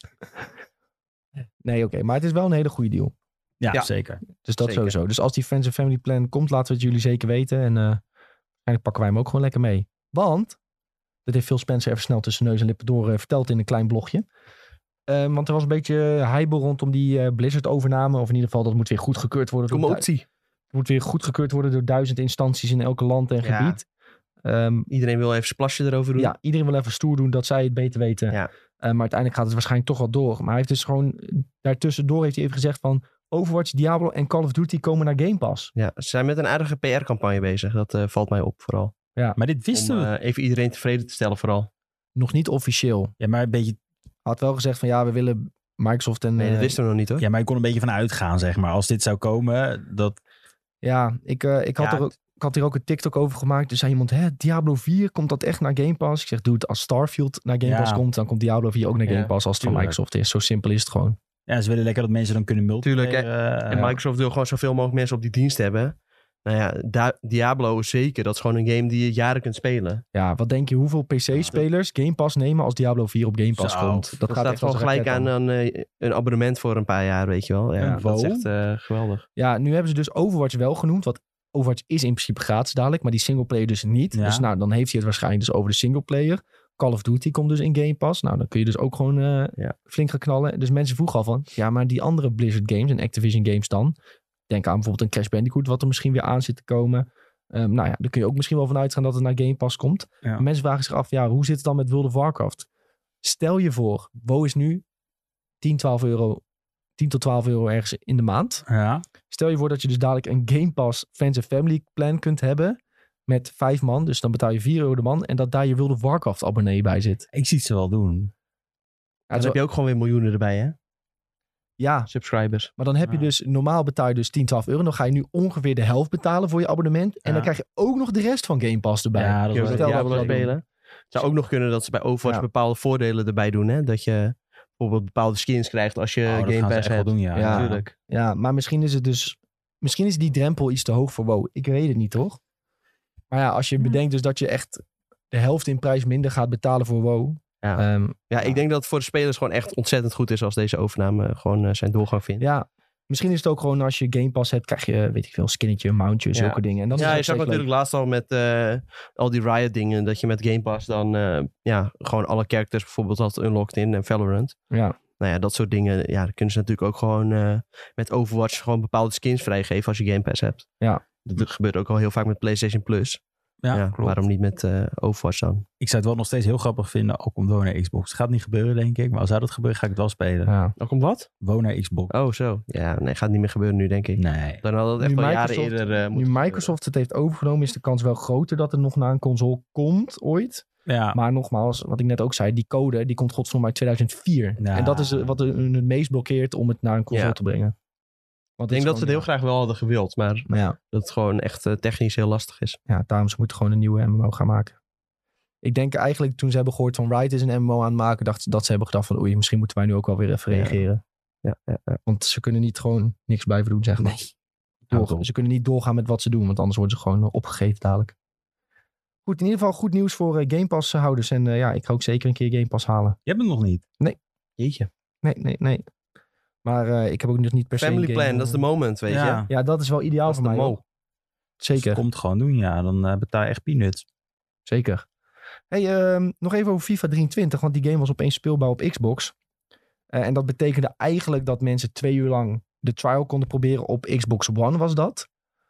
Speaker 1: Nee, oké. Maar het is wel een hele goede deal.
Speaker 3: Ja, zeker.
Speaker 1: Dus dat
Speaker 2: Zeker.
Speaker 1: sowieso. Dus als die Friends and Family Plan komt, laten we het jullie zeker weten. En waarschijnlijk pakken wij hem ook gewoon lekker mee. Want, dat heeft Phil Spencer even snel tussen neus en lippen door verteld in een klein blogje. Want er was een beetje heibel rondom die Blizzard-overname. Of in ieder geval, dat moet weer goedgekeurd worden.
Speaker 2: Commotie.
Speaker 1: Het moet weer goedgekeurd worden door 1000 instanties in elke land en
Speaker 2: Ja.
Speaker 1: gebied.
Speaker 2: Iedereen wil even zijn plasje erover doen.
Speaker 1: Ja, iedereen wil even stoer doen dat zij het beter weten.
Speaker 2: Ja.
Speaker 1: Maar uiteindelijk gaat het waarschijnlijk toch wel door. Maar hij heeft dus gewoon, daartussendoor heeft hij even gezegd van Overwatch, Diablo en Call of Duty komen naar Game Pass.
Speaker 2: Ja, ze zijn met een aardige PR-campagne bezig. Dat valt mij op vooral.
Speaker 3: Maar dit wisten
Speaker 2: Om
Speaker 3: we.
Speaker 2: even iedereen tevreden te stellen vooral.
Speaker 1: Nog niet officieel.
Speaker 3: Ja, maar een beetje...
Speaker 1: Hij had wel gezegd van ja, we willen Microsoft en...
Speaker 2: Nee, dat wisten we nog niet hoor.
Speaker 3: Ja, maar je kon een beetje van uitgaan, zeg maar. Als dit zou komen, dat...
Speaker 1: Ja, ik had
Speaker 2: Ja,
Speaker 1: ik had hier ook een TikTok over gemaakt. Dus zei iemand, Diablo 4, komt dat echt naar Game Pass? Ik zeg, doe het als Starfield naar Game Pass komt, dan komt Diablo 4 ook naar Game
Speaker 2: Ja,
Speaker 1: Pass als het van
Speaker 3: tuurlijk.
Speaker 1: Microsoft is. Zo simpel is het gewoon.
Speaker 3: Ja, ze willen lekker dat mensen dan kunnen multiplayer.
Speaker 2: Tuurlijk, En Microsoft wil gewoon zoveel mogelijk mensen op die dienst hebben. Nou ja, Diablo zeker. Dat is gewoon een game die je jaren kunt spelen.
Speaker 1: Ja, wat denk je, hoeveel PC-spelers Game Pass nemen als Diablo 4 op Game Pass
Speaker 3: Zo,
Speaker 1: komt?
Speaker 2: Dat staat
Speaker 1: echt
Speaker 2: gewoon
Speaker 1: als een
Speaker 2: gelijk
Speaker 1: raket
Speaker 2: aan een abonnement voor een paar jaar, weet je wel. Ja,
Speaker 3: En
Speaker 2: dat is
Speaker 3: WoW?
Speaker 2: echt geweldig.
Speaker 1: Ja, nu hebben ze dus Overwatch wel genoemd. Wat Overwatch is in principe gratis dadelijk, maar die singleplayer dus niet.
Speaker 3: Ja.
Speaker 1: Dus nou, dan heeft hij het waarschijnlijk dus over de singleplayer. Call of Duty komt dus in Game Pass. Nou, dan kun je dus ook gewoon flink gaan knallen. Dus mensen vroegen al van, ja, maar die andere Blizzard games en Activision games dan? Denk aan bijvoorbeeld een Crash Bandicoot, wat er misschien weer aan zit te komen. Nou ja, daar kun je ook misschien wel van uitgaan dat het naar Game Pass komt.
Speaker 3: Ja.
Speaker 1: Maar mensen vragen zich af, ja, hoe zit het dan met World of Warcraft? Stel je voor, WoW is nu 10 tot 12 euro ergens in de maand.
Speaker 3: Ja.
Speaker 1: Stel je voor dat je dus dadelijk een Game Pass Friends and Family plan kunt hebben met 5 man. Dus dan betaal je 4 euro de man en dat daar je World of Warcraft abonnee bij zit.
Speaker 3: Ik zie het ze wel doen.
Speaker 1: Ja,
Speaker 2: Dan heb je ook gewoon weer miljoenen erbij, hè?
Speaker 1: ja,
Speaker 2: Subscribers.
Speaker 1: maar dan heb je
Speaker 3: Ja.
Speaker 1: dus, normaal betaal je dus 10, 12 euro. Dan ga je nu ongeveer de helft betalen voor je abonnement. En
Speaker 3: Ja.
Speaker 1: dan krijg je ook nog de rest van Game Pass erbij.
Speaker 3: Ja, dat
Speaker 2: Je
Speaker 3: is
Speaker 2: ook
Speaker 3: wel-
Speaker 2: nog
Speaker 1: Stel dat
Speaker 2: Diablo
Speaker 1: we dat
Speaker 2: spelen. Het zou ook nog kunnen dat ze bij Overwatch
Speaker 1: Ja.
Speaker 2: bepaalde voordelen erbij doen, hè? Dat je bijvoorbeeld bepaalde skins krijgt als je
Speaker 3: Oh, dat
Speaker 2: Game
Speaker 3: gaan ze
Speaker 2: Pass
Speaker 3: echt wel
Speaker 2: hebt.
Speaker 3: doen, ja.
Speaker 1: Ja.
Speaker 2: Natuurlijk.
Speaker 1: Ja, maar misschien is het dus... Misschien is die drempel iets te hoog voor WoW. Ik weet het niet, toch? Maar ja, als je bedenkt dus dat je echt de helft in prijs minder gaat betalen voor WoW.
Speaker 2: Ja.
Speaker 1: Ehm,
Speaker 2: Ja, ik denk dat het voor de spelers gewoon echt ontzettend goed is als deze overname gewoon zijn doorgang vindt.
Speaker 1: ja, misschien is het ook gewoon als je Game Pass hebt, krijg je, weet ik veel, een skinnetje, een mountje,
Speaker 2: Ja.
Speaker 1: zulke dingen. En dan is
Speaker 2: Ja,
Speaker 1: het
Speaker 2: je
Speaker 1: ook
Speaker 2: zag
Speaker 1: steeds
Speaker 2: natuurlijk laatst al met al die Riot dingen, dat je met Game Pass dan gewoon alle characters bijvoorbeeld had unlocked in Valorant.
Speaker 1: leuk. Ja,
Speaker 2: Nou ja, dat soort dingen, ja, dan kunnen ze natuurlijk ook gewoon met Overwatch gewoon bepaalde skins vrijgeven als je Game Pass hebt.
Speaker 1: Ja.
Speaker 2: Dat gebeurt ook al heel vaak met PlayStation Plus.
Speaker 3: Ja,
Speaker 2: Ja,
Speaker 3: klopt.
Speaker 2: waarom niet met Overwatch dan?
Speaker 3: Ik zou het wel nog steeds heel grappig vinden, ook om Wo naar Xbox. Het gaat niet gebeuren, denk ik. Maar als zou dat gebeuren, ga ik het wel spelen.
Speaker 1: ja.
Speaker 2: Ook om wat?
Speaker 3: Wo naar Xbox.
Speaker 2: Oh, zo. Ja, nee, gaat niet meer gebeuren nu, denk ik.
Speaker 3: Nee.
Speaker 2: Dan had het echt
Speaker 1: Nu
Speaker 2: al jaren
Speaker 1: Microsoft-
Speaker 2: eerder
Speaker 1: Nu
Speaker 2: moeten
Speaker 1: Microsoft het heeft overgenomen, is de kans wel groter dat er nog naar een console komt ooit.
Speaker 3: Ja.
Speaker 1: Maar nogmaals, wat ik net ook zei, die code die komt godverdomme uit 2004.
Speaker 3: Ja.
Speaker 1: En dat is wat hun het meest blokkeert om het naar een console
Speaker 2: Ja.
Speaker 1: te brengen. Want
Speaker 2: Ik denk dat
Speaker 1: is
Speaker 2: ze het heel
Speaker 1: gewoon,
Speaker 2: graag wel hadden gewild, maar
Speaker 1: ja,
Speaker 2: dat het gewoon echt technisch heel lastig is.
Speaker 1: ja, daarom ze moeten gewoon een nieuwe MMO gaan maken. Ik denk eigenlijk toen ze hebben gehoord van Riot is een MMO aan het maken, dat ze hebben gedacht van oei, misschien moeten wij nu ook wel weer even
Speaker 2: Ja.
Speaker 1: reageren.
Speaker 2: Ja.
Speaker 1: Want ze kunnen niet gewoon niks blijven doen, zeg maar.
Speaker 3: Houd op.
Speaker 1: Ze kunnen niet doorgaan met wat ze doen, want anders worden ze gewoon opgegeten dadelijk. Goed, in ieder geval goed nieuws voor Game Pass houders. En ja, ik ga ook zeker een keer Game Pass halen.
Speaker 3: Je hebt hem nog niet.
Speaker 2: Jeetje.
Speaker 1: Nee. Maar ik heb ook nog niet per se
Speaker 2: Family
Speaker 1: een game,
Speaker 2: plan, dat is de moment, weet je.
Speaker 1: Ja, dat is wel ideaal
Speaker 2: Dat is
Speaker 1: voor
Speaker 2: de
Speaker 1: mij.
Speaker 2: mo.
Speaker 1: hoor. Zeker,
Speaker 3: Komt gewoon doen, ja. Dan betaal je echt peanuts.
Speaker 1: zeker. Hey, nog even over FIFA 23, want die game was opeens speelbaar op Xbox. En dat betekende eigenlijk dat mensen 2 uur lang de trial konden proberen op Xbox One, was dat.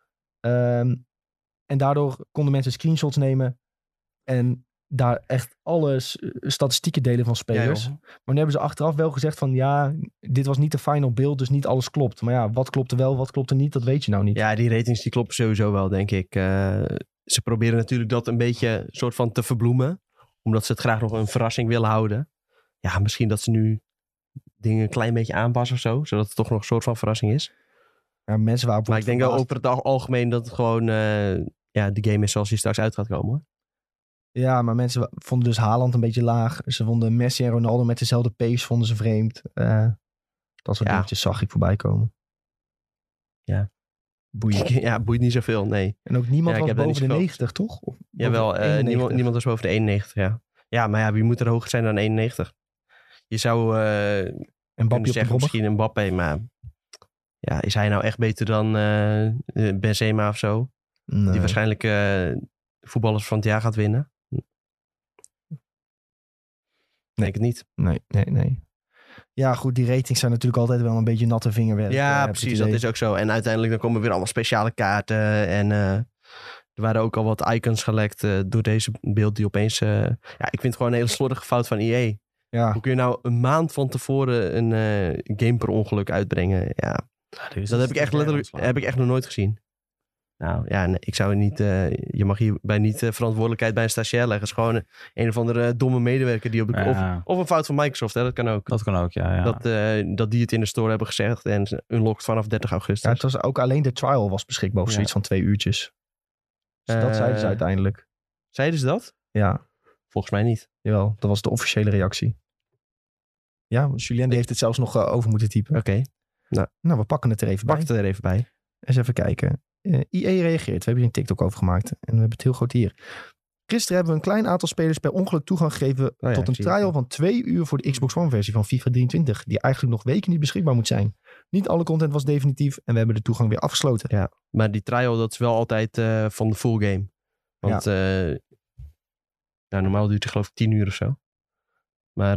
Speaker 1: En daardoor konden mensen screenshots nemen en daar echt alle statistieken delen van spelers.
Speaker 2: Ja, joh.
Speaker 1: Maar nu hebben ze achteraf wel gezegd van ja, dit was niet de final build, dus niet alles klopt. Maar ja, wat klopt er wel, wat klopt er niet, dat weet je nou niet.
Speaker 2: Ja, die ratings die kloppen sowieso wel, denk ik. Ze proberen natuurlijk dat een beetje soort van te verbloemen. Omdat ze het graag nog een verrassing willen houden. Ja, misschien dat ze nu dingen een klein beetje aanpassen of zo. Zodat het toch nog een soort van verrassing is.
Speaker 1: Ja, mensen waren
Speaker 2: Maar ik denk wel over het algemeen dat het gewoon de game is zoals hij straks uit gaat komen. Hoor.
Speaker 1: Ja, maar mensen vonden dus Haaland een beetje laag. Ze vonden Messi en Ronaldo met dezelfde pace vonden ze vreemd. Dat soort dingetjes zag ik voorbij komen.
Speaker 2: Ja.
Speaker 1: Boeiend.
Speaker 2: Ja, boeit niet zoveel, nee.
Speaker 1: En ook niemand was
Speaker 2: ik heb daar
Speaker 1: boven de
Speaker 2: niet
Speaker 1: 90, toch? Of
Speaker 2: Jawel, niemand was boven de 91, ja. Ja, maar ja, wie moet er hoger zijn dan 91? Je zou kunnen zeggen misschien Mbappé, maar ja, is hij nou echt beter dan Benzema of zo?
Speaker 1: Nee.
Speaker 2: Die waarschijnlijk voetballers van het jaar gaat winnen? Denk het niet.
Speaker 1: Nee. Ja, goed, die ratings zijn natuurlijk altijd wel een beetje natte vingerwerk.
Speaker 2: Ja, precies, dat is ook zo. En uiteindelijk dan komen weer allemaal speciale kaarten. En er waren ook al wat icons gelekt door deze beeld die opeens... ja, ik vind het gewoon een hele slordige fout van EA.
Speaker 1: Ja.
Speaker 2: Hoe kun je nou een maand van tevoren een game per ongeluk uitbrengen? Ja, dat heb ik echt letterlijk nog nooit gezien. Nou ja, nee, ik zou niet... je mag hierbij niet verantwoordelijkheid bij een stagiair leggen. Het is gewoon een of andere domme medewerker die of een fout van Microsoft, hè, dat kan ook.
Speaker 3: Dat kan ook, ja.
Speaker 2: Dat die het in de store hebben gezegd en unlocked vanaf 30 augustus.
Speaker 1: Ja, het was ook alleen de trial was beschikbaar of zoiets van 2 uurtjes. Dus dat zeiden ze uiteindelijk.
Speaker 2: Zeiden ze dat?
Speaker 1: Ja.
Speaker 2: Volgens mij niet.
Speaker 1: Jawel, dat was de officiële reactie. Ja, Julien die heeft het zelfs nog over moeten typen.
Speaker 2: Oké.
Speaker 1: Nou, we pakken het er even bij. Eens even kijken. EA reageert. We hebben hier een TikTok over gemaakt. En we hebben het heel groot hier. Gisteren hebben we een klein aantal spelers per ongeluk toegang gegeven tot een trial van 2 uur voor de Xbox One versie van FIFA 23. Die eigenlijk nog weken niet beschikbaar moet zijn. Niet alle content was definitief en we hebben de toegang weer afgesloten.
Speaker 2: Ja, maar die trial dat is wel altijd van de full game. Want normaal duurt het geloof ik 10 uur of zo. Maar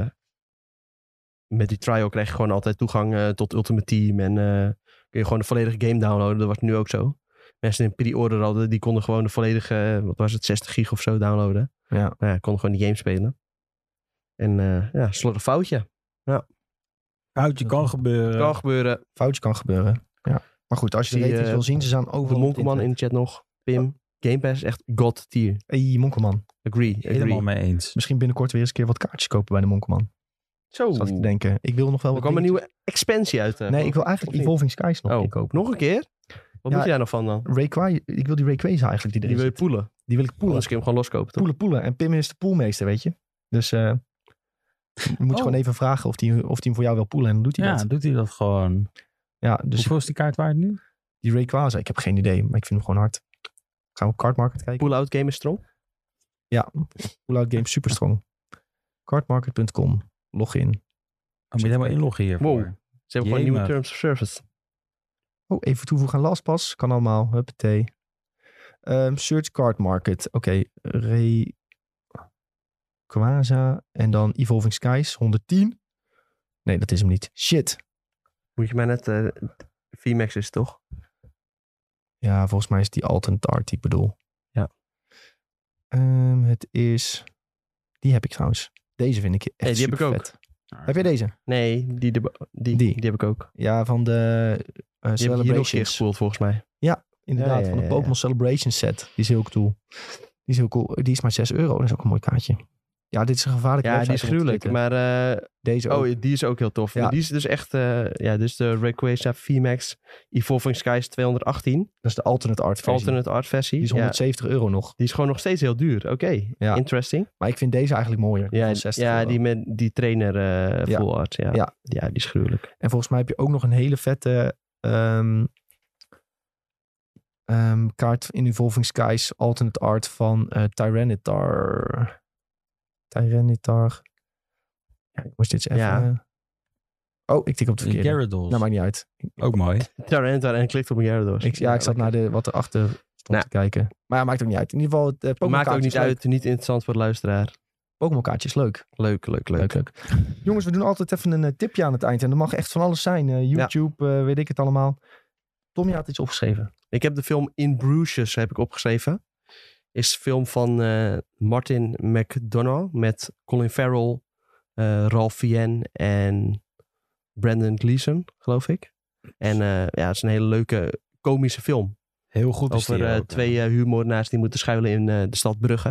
Speaker 2: met die trial krijg je gewoon altijd toegang tot Ultimate Team. En kun je gewoon de volledige game downloaden. Dat was nu ook zo. Mensen die een pre-order hadden, die konden gewoon de volledige, 60 gig of zo downloaden.
Speaker 1: Ja.
Speaker 2: Konden gewoon die game spelen. En slordig foutje. Ja.
Speaker 3: Foutje kan gebeuren.
Speaker 1: Foutje kan gebeuren. Ja. Maar goed, als je de ratings wil zien, ze zijn overal.
Speaker 2: De Monkelman in de chat nog. Pim. Game Pass is echt god tier.
Speaker 1: Hey, Monkelman.
Speaker 2: Agree.
Speaker 3: Helemaal mee eens.
Speaker 1: Misschien binnenkort weer eens een keer wat kaartjes kopen bij de Monkelman.
Speaker 2: Zo.
Speaker 1: Zat ik te denken. Ik wil nog wel
Speaker 2: er kwam een nieuwe expansie uit.
Speaker 1: Nee, ik wil eigenlijk Evolving Skies nog een keer kopen.
Speaker 2: Nog een keer? Wat moet je daar nog van dan?
Speaker 1: Ik wil die Rayquaza eigenlijk. Die
Speaker 2: wil je poelen?
Speaker 1: Die wil ik poelen.
Speaker 2: Anders kun je hem gewoon loskopen, toch?
Speaker 1: Poelen. En Pim is de poolmeester, weet je. Dus je moet gewoon even vragen of hij hem voor jou wil poelen. En dan doet hij dat.
Speaker 3: Ja, doet hij dat gewoon.
Speaker 1: Ja, dus
Speaker 3: hoeveel is die kaart waard nu?
Speaker 1: Die Rayquaza, ik heb geen idee. Maar ik vind hem gewoon hard. Gaan we op Card Market kijken?
Speaker 2: Pull-out game is strong?
Speaker 1: Ja, Pull-out game super strong. Cardmarket.com. Login.
Speaker 3: Moet je helemaal inloggen hiervoor.
Speaker 2: Wow. Ze hebben gewoon nieuwe terms of service.
Speaker 1: Oh, even toevoegen aan LastPass. Kan allemaal. Huppatee. Search Card Market. Oké. Rayquaza. En dan Evolving Skies. 110. Nee, dat is hem niet. Shit.
Speaker 2: Moet je maar net... VMAX is het toch?
Speaker 1: Ja, volgens mij is die alternate art die ik bedoel.
Speaker 2: Ja.
Speaker 1: Het is... Die heb ik trouwens. Deze vind ik echt
Speaker 2: die heb ik ook.
Speaker 1: vet. Heb jij deze?
Speaker 2: Nee, die heb ik ook.
Speaker 1: Ja, van de
Speaker 2: Celebrations. Die heb je nog een keer gespoeld volgens mij.
Speaker 1: Ja, inderdaad. Van de Pokémon Celebration set. Die is heel cool. Die is heel cool. Die is maar €6. Dat is ook een mooi kaartje. Ja, dit is een gevaarlijke
Speaker 2: website. Ja, die is gruwelijk. Maar
Speaker 1: deze ook.
Speaker 2: Oh, die is ook heel tof.
Speaker 1: Ja.
Speaker 2: Maar die is dus echt... dus de Rayquaza VMAX Evolving Skies 218.
Speaker 1: Dat is de alternate art versie.
Speaker 2: Alternate art versie.
Speaker 1: Die is €170 nog.
Speaker 2: Die is gewoon nog steeds heel duur. Oké, interesting.
Speaker 1: Maar ik vind deze eigenlijk mooier.
Speaker 2: Ja, die met die trainer full art. Ja, die is gruwelijk.
Speaker 1: En volgens mij heb je ook nog een hele vette... kaart in Evolving Skies alternate art van Tyranitar. Ja, ik moest dit eens even...
Speaker 2: Ja.
Speaker 1: Oh, ik tik op de verkeerde.
Speaker 3: Gyarados.
Speaker 1: Nou, maakt niet uit.
Speaker 3: Ook mooi.
Speaker 2: Tyranitar en klikt op Gyarados.
Speaker 1: Ik zat naar wat erachter stond te kijken. Maar ja, maakt ook niet uit. In ieder geval, het Pokémon
Speaker 2: maakt ook niet uit. Niet interessant voor de luisteraar.
Speaker 1: Pokémon kaartjes, leuk.
Speaker 2: Leuk.
Speaker 1: Jongens, we doen altijd even een tipje aan het eind. En dat mag echt van alles zijn. YouTube, weet ik het allemaal. Tom, je had iets opgeschreven.
Speaker 2: Ik heb de film In Bruges heb ik opgeschreven. Is een film van Martin McDonagh met Colin Farrell, Ralph Fiennes en Brendan Gleeson, geloof ik. En het is een hele leuke komische film.
Speaker 3: Heel goed.
Speaker 2: Over twee huurmoordenaars die moeten schuilen in de stad Brugge.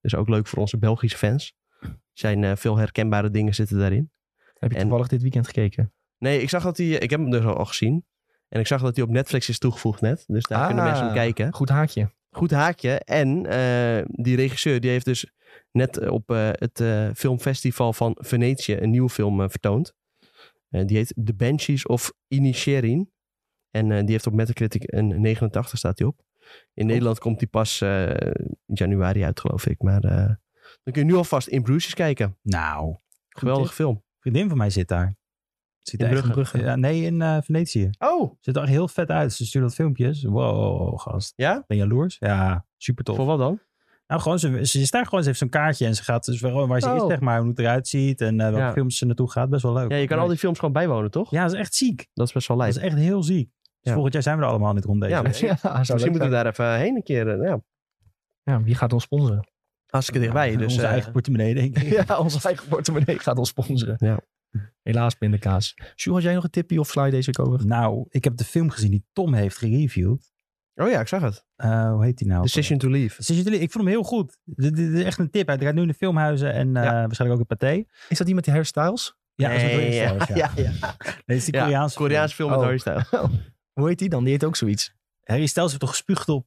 Speaker 2: Dus ook leuk voor onze Belgische fans. Veel herkenbare dingen zitten daarin.
Speaker 1: Heb je toevallig dit weekend gekeken?
Speaker 2: Nee, ik zag dat ik heb hem dus al gezien. En ik zag dat hij op Netflix is toegevoegd net. Dus daar kunnen mensen hem kijken.
Speaker 1: Goed haakje.
Speaker 2: Goed haakje. En die regisseur die heeft dus net op het filmfestival van Venetië een nieuwe film vertoond. Die heet The Banshees of Inisherin. En die heeft op Metacritic een 89 staat die op. In Nederland komt die pas januari uit, geloof ik. Maar dan kun je nu alvast in Bruges kijken.
Speaker 3: Nou.
Speaker 2: Geweldige film.
Speaker 3: Een vriendin van mij zit daar. Zit
Speaker 2: In
Speaker 3: echt-
Speaker 2: Brugge?
Speaker 3: Ja, nee, in Venetië.
Speaker 2: Oh,
Speaker 3: Ziet er echt heel vet uit. Ze stuurt wat filmpjes. Wow, gast.
Speaker 2: ja?
Speaker 3: Ben je jaloers? Ja, super tof.
Speaker 2: Voor wat dan?
Speaker 3: Nou, gewoon, ze is daar gewoon, ze heeft zo'n kaartje en ze gaat dus gewoon waar ze is, zeg maar, hoe het eruit ziet en welke
Speaker 2: Ja.
Speaker 3: films ze naartoe gaat. Best wel leuk.
Speaker 2: Ja, je kan al die films gewoon bijwonen, toch?
Speaker 3: Ja, dat is echt ziek.
Speaker 2: Dat is best wel
Speaker 3: Dat
Speaker 2: lijp.
Speaker 3: is echt heel ziek. Dus
Speaker 2: Ja.
Speaker 3: volgend jaar zijn we er allemaal niet rond deze.
Speaker 2: Ja,
Speaker 3: week.
Speaker 2: misschien,
Speaker 1: Ja, zou
Speaker 2: misschien
Speaker 1: leuk
Speaker 2: moeten we
Speaker 1: zijn.
Speaker 2: daar even heen een keer. Ja,
Speaker 1: Ja, wie gaat ons sponsoren?
Speaker 2: hartstikke dichtbij. Dus,
Speaker 3: Onze eigen portemonnee, denk ik.
Speaker 1: Ja, onze eigen portemonnee gaat ons sponsoren.
Speaker 2: Ja.
Speaker 1: Helaas, pindakaas. Sjoerd, had jij nog een tipje of sla je deze week over?
Speaker 3: Nou, ik heb de film gezien die Tom heeft gereviewd.
Speaker 2: Oh ja, ik zag het.
Speaker 3: Hoe heet die nou?
Speaker 2: Decision to Leave.
Speaker 3: Decision to Leave. Ik vond hem heel goed. Dit is echt een tip. Hij gaat nu in de filmhuizen en waarschijnlijk ook in Pathé.
Speaker 1: Is dat die met die hairstyles?
Speaker 3: Ja, dat is een
Speaker 2: Nee,
Speaker 3: British Stars,
Speaker 2: ja.
Speaker 3: Nee, dat is die Koreaanse film.
Speaker 2: Koreaanse film met
Speaker 1: Oh.
Speaker 2: Harry Styles.
Speaker 1: Hoe heet die dan? Die heet ook zoiets.
Speaker 3: Harry Styles heeft toch gespuugd op...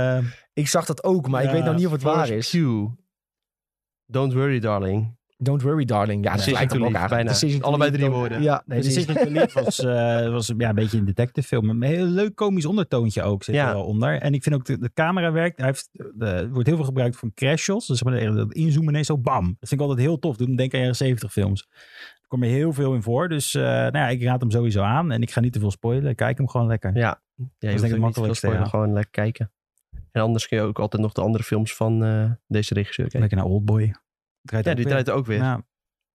Speaker 1: Ik zag dat ook, maar ik
Speaker 3: Ja,
Speaker 1: weet nou niet of het waar is.
Speaker 2: Q. Don't worry, darling.
Speaker 1: Don't worry, darling. Ja, dat
Speaker 2: Decision
Speaker 1: lijkt
Speaker 2: to
Speaker 1: hem ook
Speaker 2: Leave,
Speaker 1: eigenlijk.
Speaker 2: bijna.
Speaker 1: Decision to
Speaker 2: Allebei
Speaker 1: Leave,
Speaker 2: 3 woorden.
Speaker 1: Ja, nee,
Speaker 3: Decision to Leave was een beetje een detective film. Met een heel leuk komisch ondertoontje ook zit
Speaker 2: Ja.
Speaker 3: er wel onder. En ik vind ook de camera werkt. Er wordt heel veel gebruikt van crash shots. Dus dat inzoomen ineens zo bam. Dat vind ik altijd heel tof. Doe me denken aan jaren 70 films. Er komt er heel veel in voor. Dus ik raad hem sowieso aan. En ik ga niet te veel spoilen. Kijk hem gewoon lekker.
Speaker 2: Ja, je
Speaker 3: denk
Speaker 2: hoeft
Speaker 3: ik
Speaker 2: ook niet te veel
Speaker 3: makkelijkste,
Speaker 2: spoilen,
Speaker 3: ja.
Speaker 2: gewoon lekker kijken. En anders kun je ook altijd nog de andere films van deze regisseur kijken.
Speaker 3: Lekker naar Oldboy.
Speaker 2: Ja, die draait ook weer.
Speaker 3: Ja,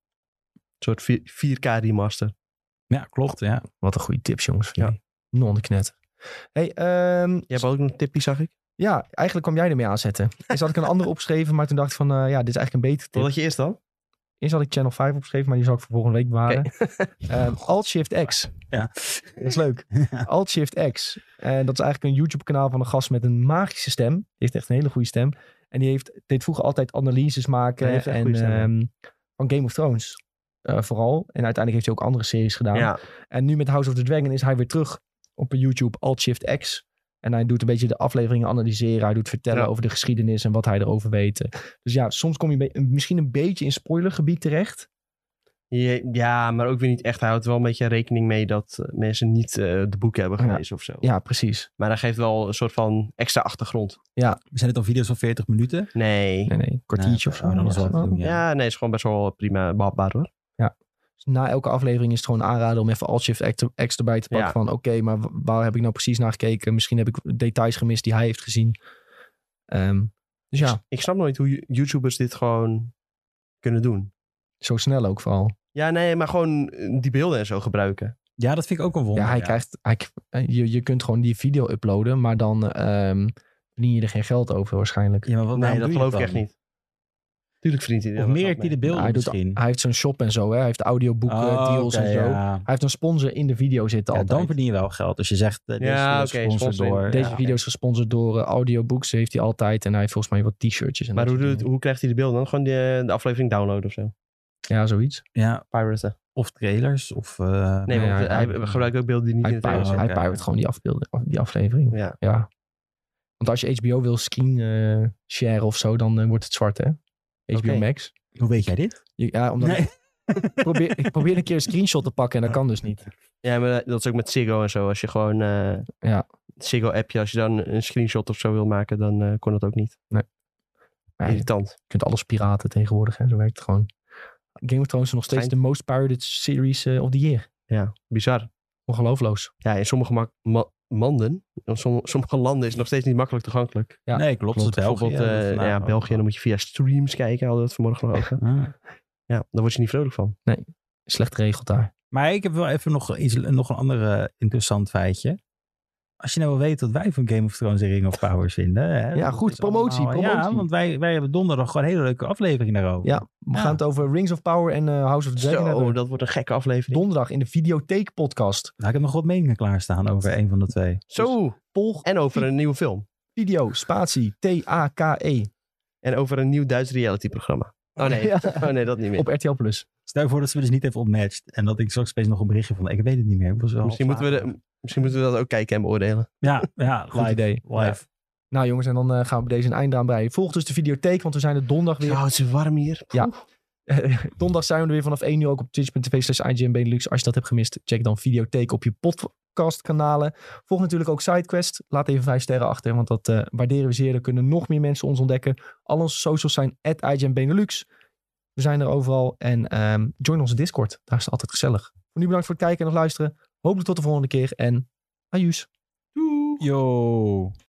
Speaker 2: Een soort 4K remaster.
Speaker 3: ja, klopt. Ja.
Speaker 1: Wat een goede tips, jongens. Van
Speaker 2: Ja.
Speaker 1: jullie. Non de knetter. Hey,
Speaker 2: Jij hebt ook nog een tipje, zag ik.
Speaker 1: ja, eigenlijk kwam jij ermee aanzetten. Eerst had ik een andere opgeschreven, maar toen dacht ik van, dit is eigenlijk een betere tip.
Speaker 2: Wat had je eerst dan?
Speaker 1: Eerst had ik Channel 5 opgeschreven, maar die zal ik voor volgende week bewaren. Alt-Shift-X.
Speaker 3: Ja.
Speaker 1: Dat is leuk. Alt-Shift-X. En dat is eigenlijk een YouTube-kanaal van een gast met een magische stem. Die heeft echt een hele goede stem. En die deed vroeger altijd analyses maken.
Speaker 2: Hij heeft echt een goede stem,
Speaker 1: van Game of Thrones. Vooral. En uiteindelijk heeft hij ook andere series gedaan.
Speaker 2: Ja.
Speaker 1: En nu met House of the Dragon is hij weer terug op YouTube Alt-Shift-X. En hij doet een beetje de afleveringen analyseren. Hij doet vertellen
Speaker 2: Ja.
Speaker 1: over de geschiedenis en wat hij erover weet. Dus ja, soms kom je misschien een beetje in spoilergebied terecht.
Speaker 2: Ja, maar ook weer niet echt. Hij houdt wel een beetje rekening mee dat mensen niet de boeken hebben
Speaker 1: Ja.
Speaker 2: gelezen of zo.
Speaker 1: Ja, precies.
Speaker 2: Maar hij geeft wel een soort van extra achtergrond.
Speaker 3: Zijn het dan video's van 40 minuten?
Speaker 2: Nee.
Speaker 1: Nee, een kwartiertje of zo.
Speaker 3: dan is wel te doen,
Speaker 2: Ja, nee, is gewoon best wel prima behapbaar hoor.
Speaker 1: Dus na elke aflevering is het gewoon aanraden om even Alt-Shift-X erbij te pakken.
Speaker 2: Ja.
Speaker 1: Van oké, maar waar heb ik nou precies naar gekeken? Misschien heb ik details gemist die hij heeft gezien. Dus ja,
Speaker 2: Ik snap nooit hoe YouTubers dit gewoon kunnen doen.
Speaker 1: zo snel ook vooral.
Speaker 2: Ja, nee, maar gewoon die beelden en zo gebruiken.
Speaker 3: Ja, dat vind ik ook een wonder.
Speaker 1: Ja, je kunt gewoon die video uploaden, maar dan verdien je er geen geld over waarschijnlijk.
Speaker 3: Ja, maar wat,
Speaker 2: Nee,
Speaker 3: waarom
Speaker 2: dat
Speaker 3: doe je
Speaker 2: geloof ik
Speaker 3: het
Speaker 2: echt
Speaker 3: dan?
Speaker 2: niet. Tuurlijk verdient hij er
Speaker 3: Of
Speaker 2: wel
Speaker 3: merkt
Speaker 2: geld
Speaker 3: hij de
Speaker 2: mee.
Speaker 3: beelden
Speaker 1: hij,
Speaker 3: misschien?
Speaker 1: hij heeft zo'n shop en zo. Hè? Hij heeft audioboeken, deals
Speaker 3: oké,
Speaker 1: en zo.
Speaker 3: ja.
Speaker 1: Hij heeft een sponsor in de video zitten
Speaker 3: Ja,
Speaker 1: altijd.
Speaker 3: dan verdien je wel geld. Als je zegt, deze
Speaker 2: Ja,
Speaker 3: video is
Speaker 2: oké,
Speaker 3: gesponsord
Speaker 2: sponsoring.
Speaker 3: door...
Speaker 1: Deze
Speaker 3: ja,
Speaker 1: video is gesponsord door audiobooks. Heeft hij altijd. En hij heeft volgens mij wat t-shirtjes. En
Speaker 2: Maar
Speaker 1: dat
Speaker 2: hoe,
Speaker 1: soort dingen.
Speaker 2: hoe krijgt hij de beelden dan? Gewoon de aflevering downloaden of zo?
Speaker 1: Ja, zoiets.
Speaker 3: Ja,
Speaker 2: Piraten.
Speaker 3: of trailers. Of,
Speaker 2: Nee,
Speaker 1: Nee,
Speaker 2: want
Speaker 1: hij
Speaker 2: gebruikt ook beelden die niet in
Speaker 1: Hij
Speaker 2: de trailer
Speaker 1: pirate,
Speaker 2: zijn.
Speaker 1: hij pirate gewoon die aflevering.
Speaker 2: Ja.
Speaker 1: Ja. Want als je HBO wil screen share of zo, dan wordt het zwart, hè? HBO
Speaker 2: Oké.
Speaker 1: Max.
Speaker 3: hoe weet jij dit?
Speaker 1: Ja, omdat
Speaker 3: Nee.
Speaker 1: ik probeer een keer een screenshot te pakken en dat kan dus niet.
Speaker 2: Ja, maar dat is ook met Ziggo en zo. Als je gewoon
Speaker 1: Ja.
Speaker 2: Ziggo-appje, als je dan een screenshot of zo wil maken, dan kon dat ook niet.
Speaker 1: Maar ja, je
Speaker 2: Irritant.
Speaker 1: kunt alles piraten tegenwoordig, hè? Zo werkt het gewoon. Game of Thrones is nog steeds
Speaker 2: Schijnt-
Speaker 1: de most pirated series of the year.
Speaker 2: Ja, bizar.
Speaker 1: Ongeloofloos.
Speaker 2: Ja, in sommige sommige landen is het nog steeds niet makkelijk toegankelijk.
Speaker 1: Ja,
Speaker 3: Nee, klopt. Dat is België.
Speaker 2: Bijvoorbeeld
Speaker 3: Dat is vandaag ook.
Speaker 2: België, dan moet je via streams kijken. Hadden we het vanmorgen nog over.
Speaker 3: Ah.
Speaker 2: Ja, daar word je niet vrolijk van.
Speaker 1: Slecht geregeld daar.
Speaker 3: Maar ik heb wel even nog een ander interessant feitje. Als je nou wel weet wat wij van Game of Thrones en Ring of Power vinden. Hè,
Speaker 1: Ja,
Speaker 3: dat
Speaker 1: goed.
Speaker 3: is
Speaker 1: Promotie.
Speaker 3: Ja, want wij hebben donderdag gewoon een hele leuke aflevering daarover.
Speaker 1: Ja, we
Speaker 3: Ja.
Speaker 1: gaan het over Rings of Power en House of the Dragon
Speaker 2: Zo,
Speaker 1: hebben.
Speaker 2: dat wordt een gekke aflevering.
Speaker 1: Donderdag in de Videotheek podcast.
Speaker 3: Nou, ik heb nog wat meningen klaarstaan over een van de twee.
Speaker 2: Zo,
Speaker 1: Volg
Speaker 2: en over een nieuwe film.
Speaker 1: video, spatie, T-A-K-E.
Speaker 2: En over een nieuw Duits reality-programma. Oh nee,
Speaker 1: Ja.
Speaker 2: oh nee, dat niet meer.
Speaker 1: Op RTL Plus.
Speaker 3: Stel je voor dat ze me dus niet heeft ontmatcht. En dat ik straks opeens nog een berichtje van... Ik weet het niet meer. Ik was wel
Speaker 2: Misschien moeten we dat ook kijken en beoordelen.
Speaker 3: Ja,
Speaker 1: Goed
Speaker 3: live.
Speaker 1: idee.
Speaker 3: Live.
Speaker 1: Nou jongens, en dan gaan we bij deze een einde aan breien. Volg dus de videotheek, want we zijn er donderdag weer.
Speaker 2: Oh, het is warm hier.
Speaker 1: Ja. Donderdag zijn we er weer vanaf 1 uur ook op twitch.tv/IGN Benelux. Als je dat hebt gemist, check dan videotheek op je podcastkanalen. Volg natuurlijk ook SideQuest. Laat even 5 sterren achter, want dat waarderen we zeer. Er kunnen nog meer mensen ons ontdekken. Al onze socials zijn @IGN Benelux. We zijn er overal. En join onze Discord. Daar is het altijd gezellig. Voor nu bedankt voor het kijken en nog luisteren. Hopelijk tot de volgende keer. En adieu.
Speaker 3: Yo.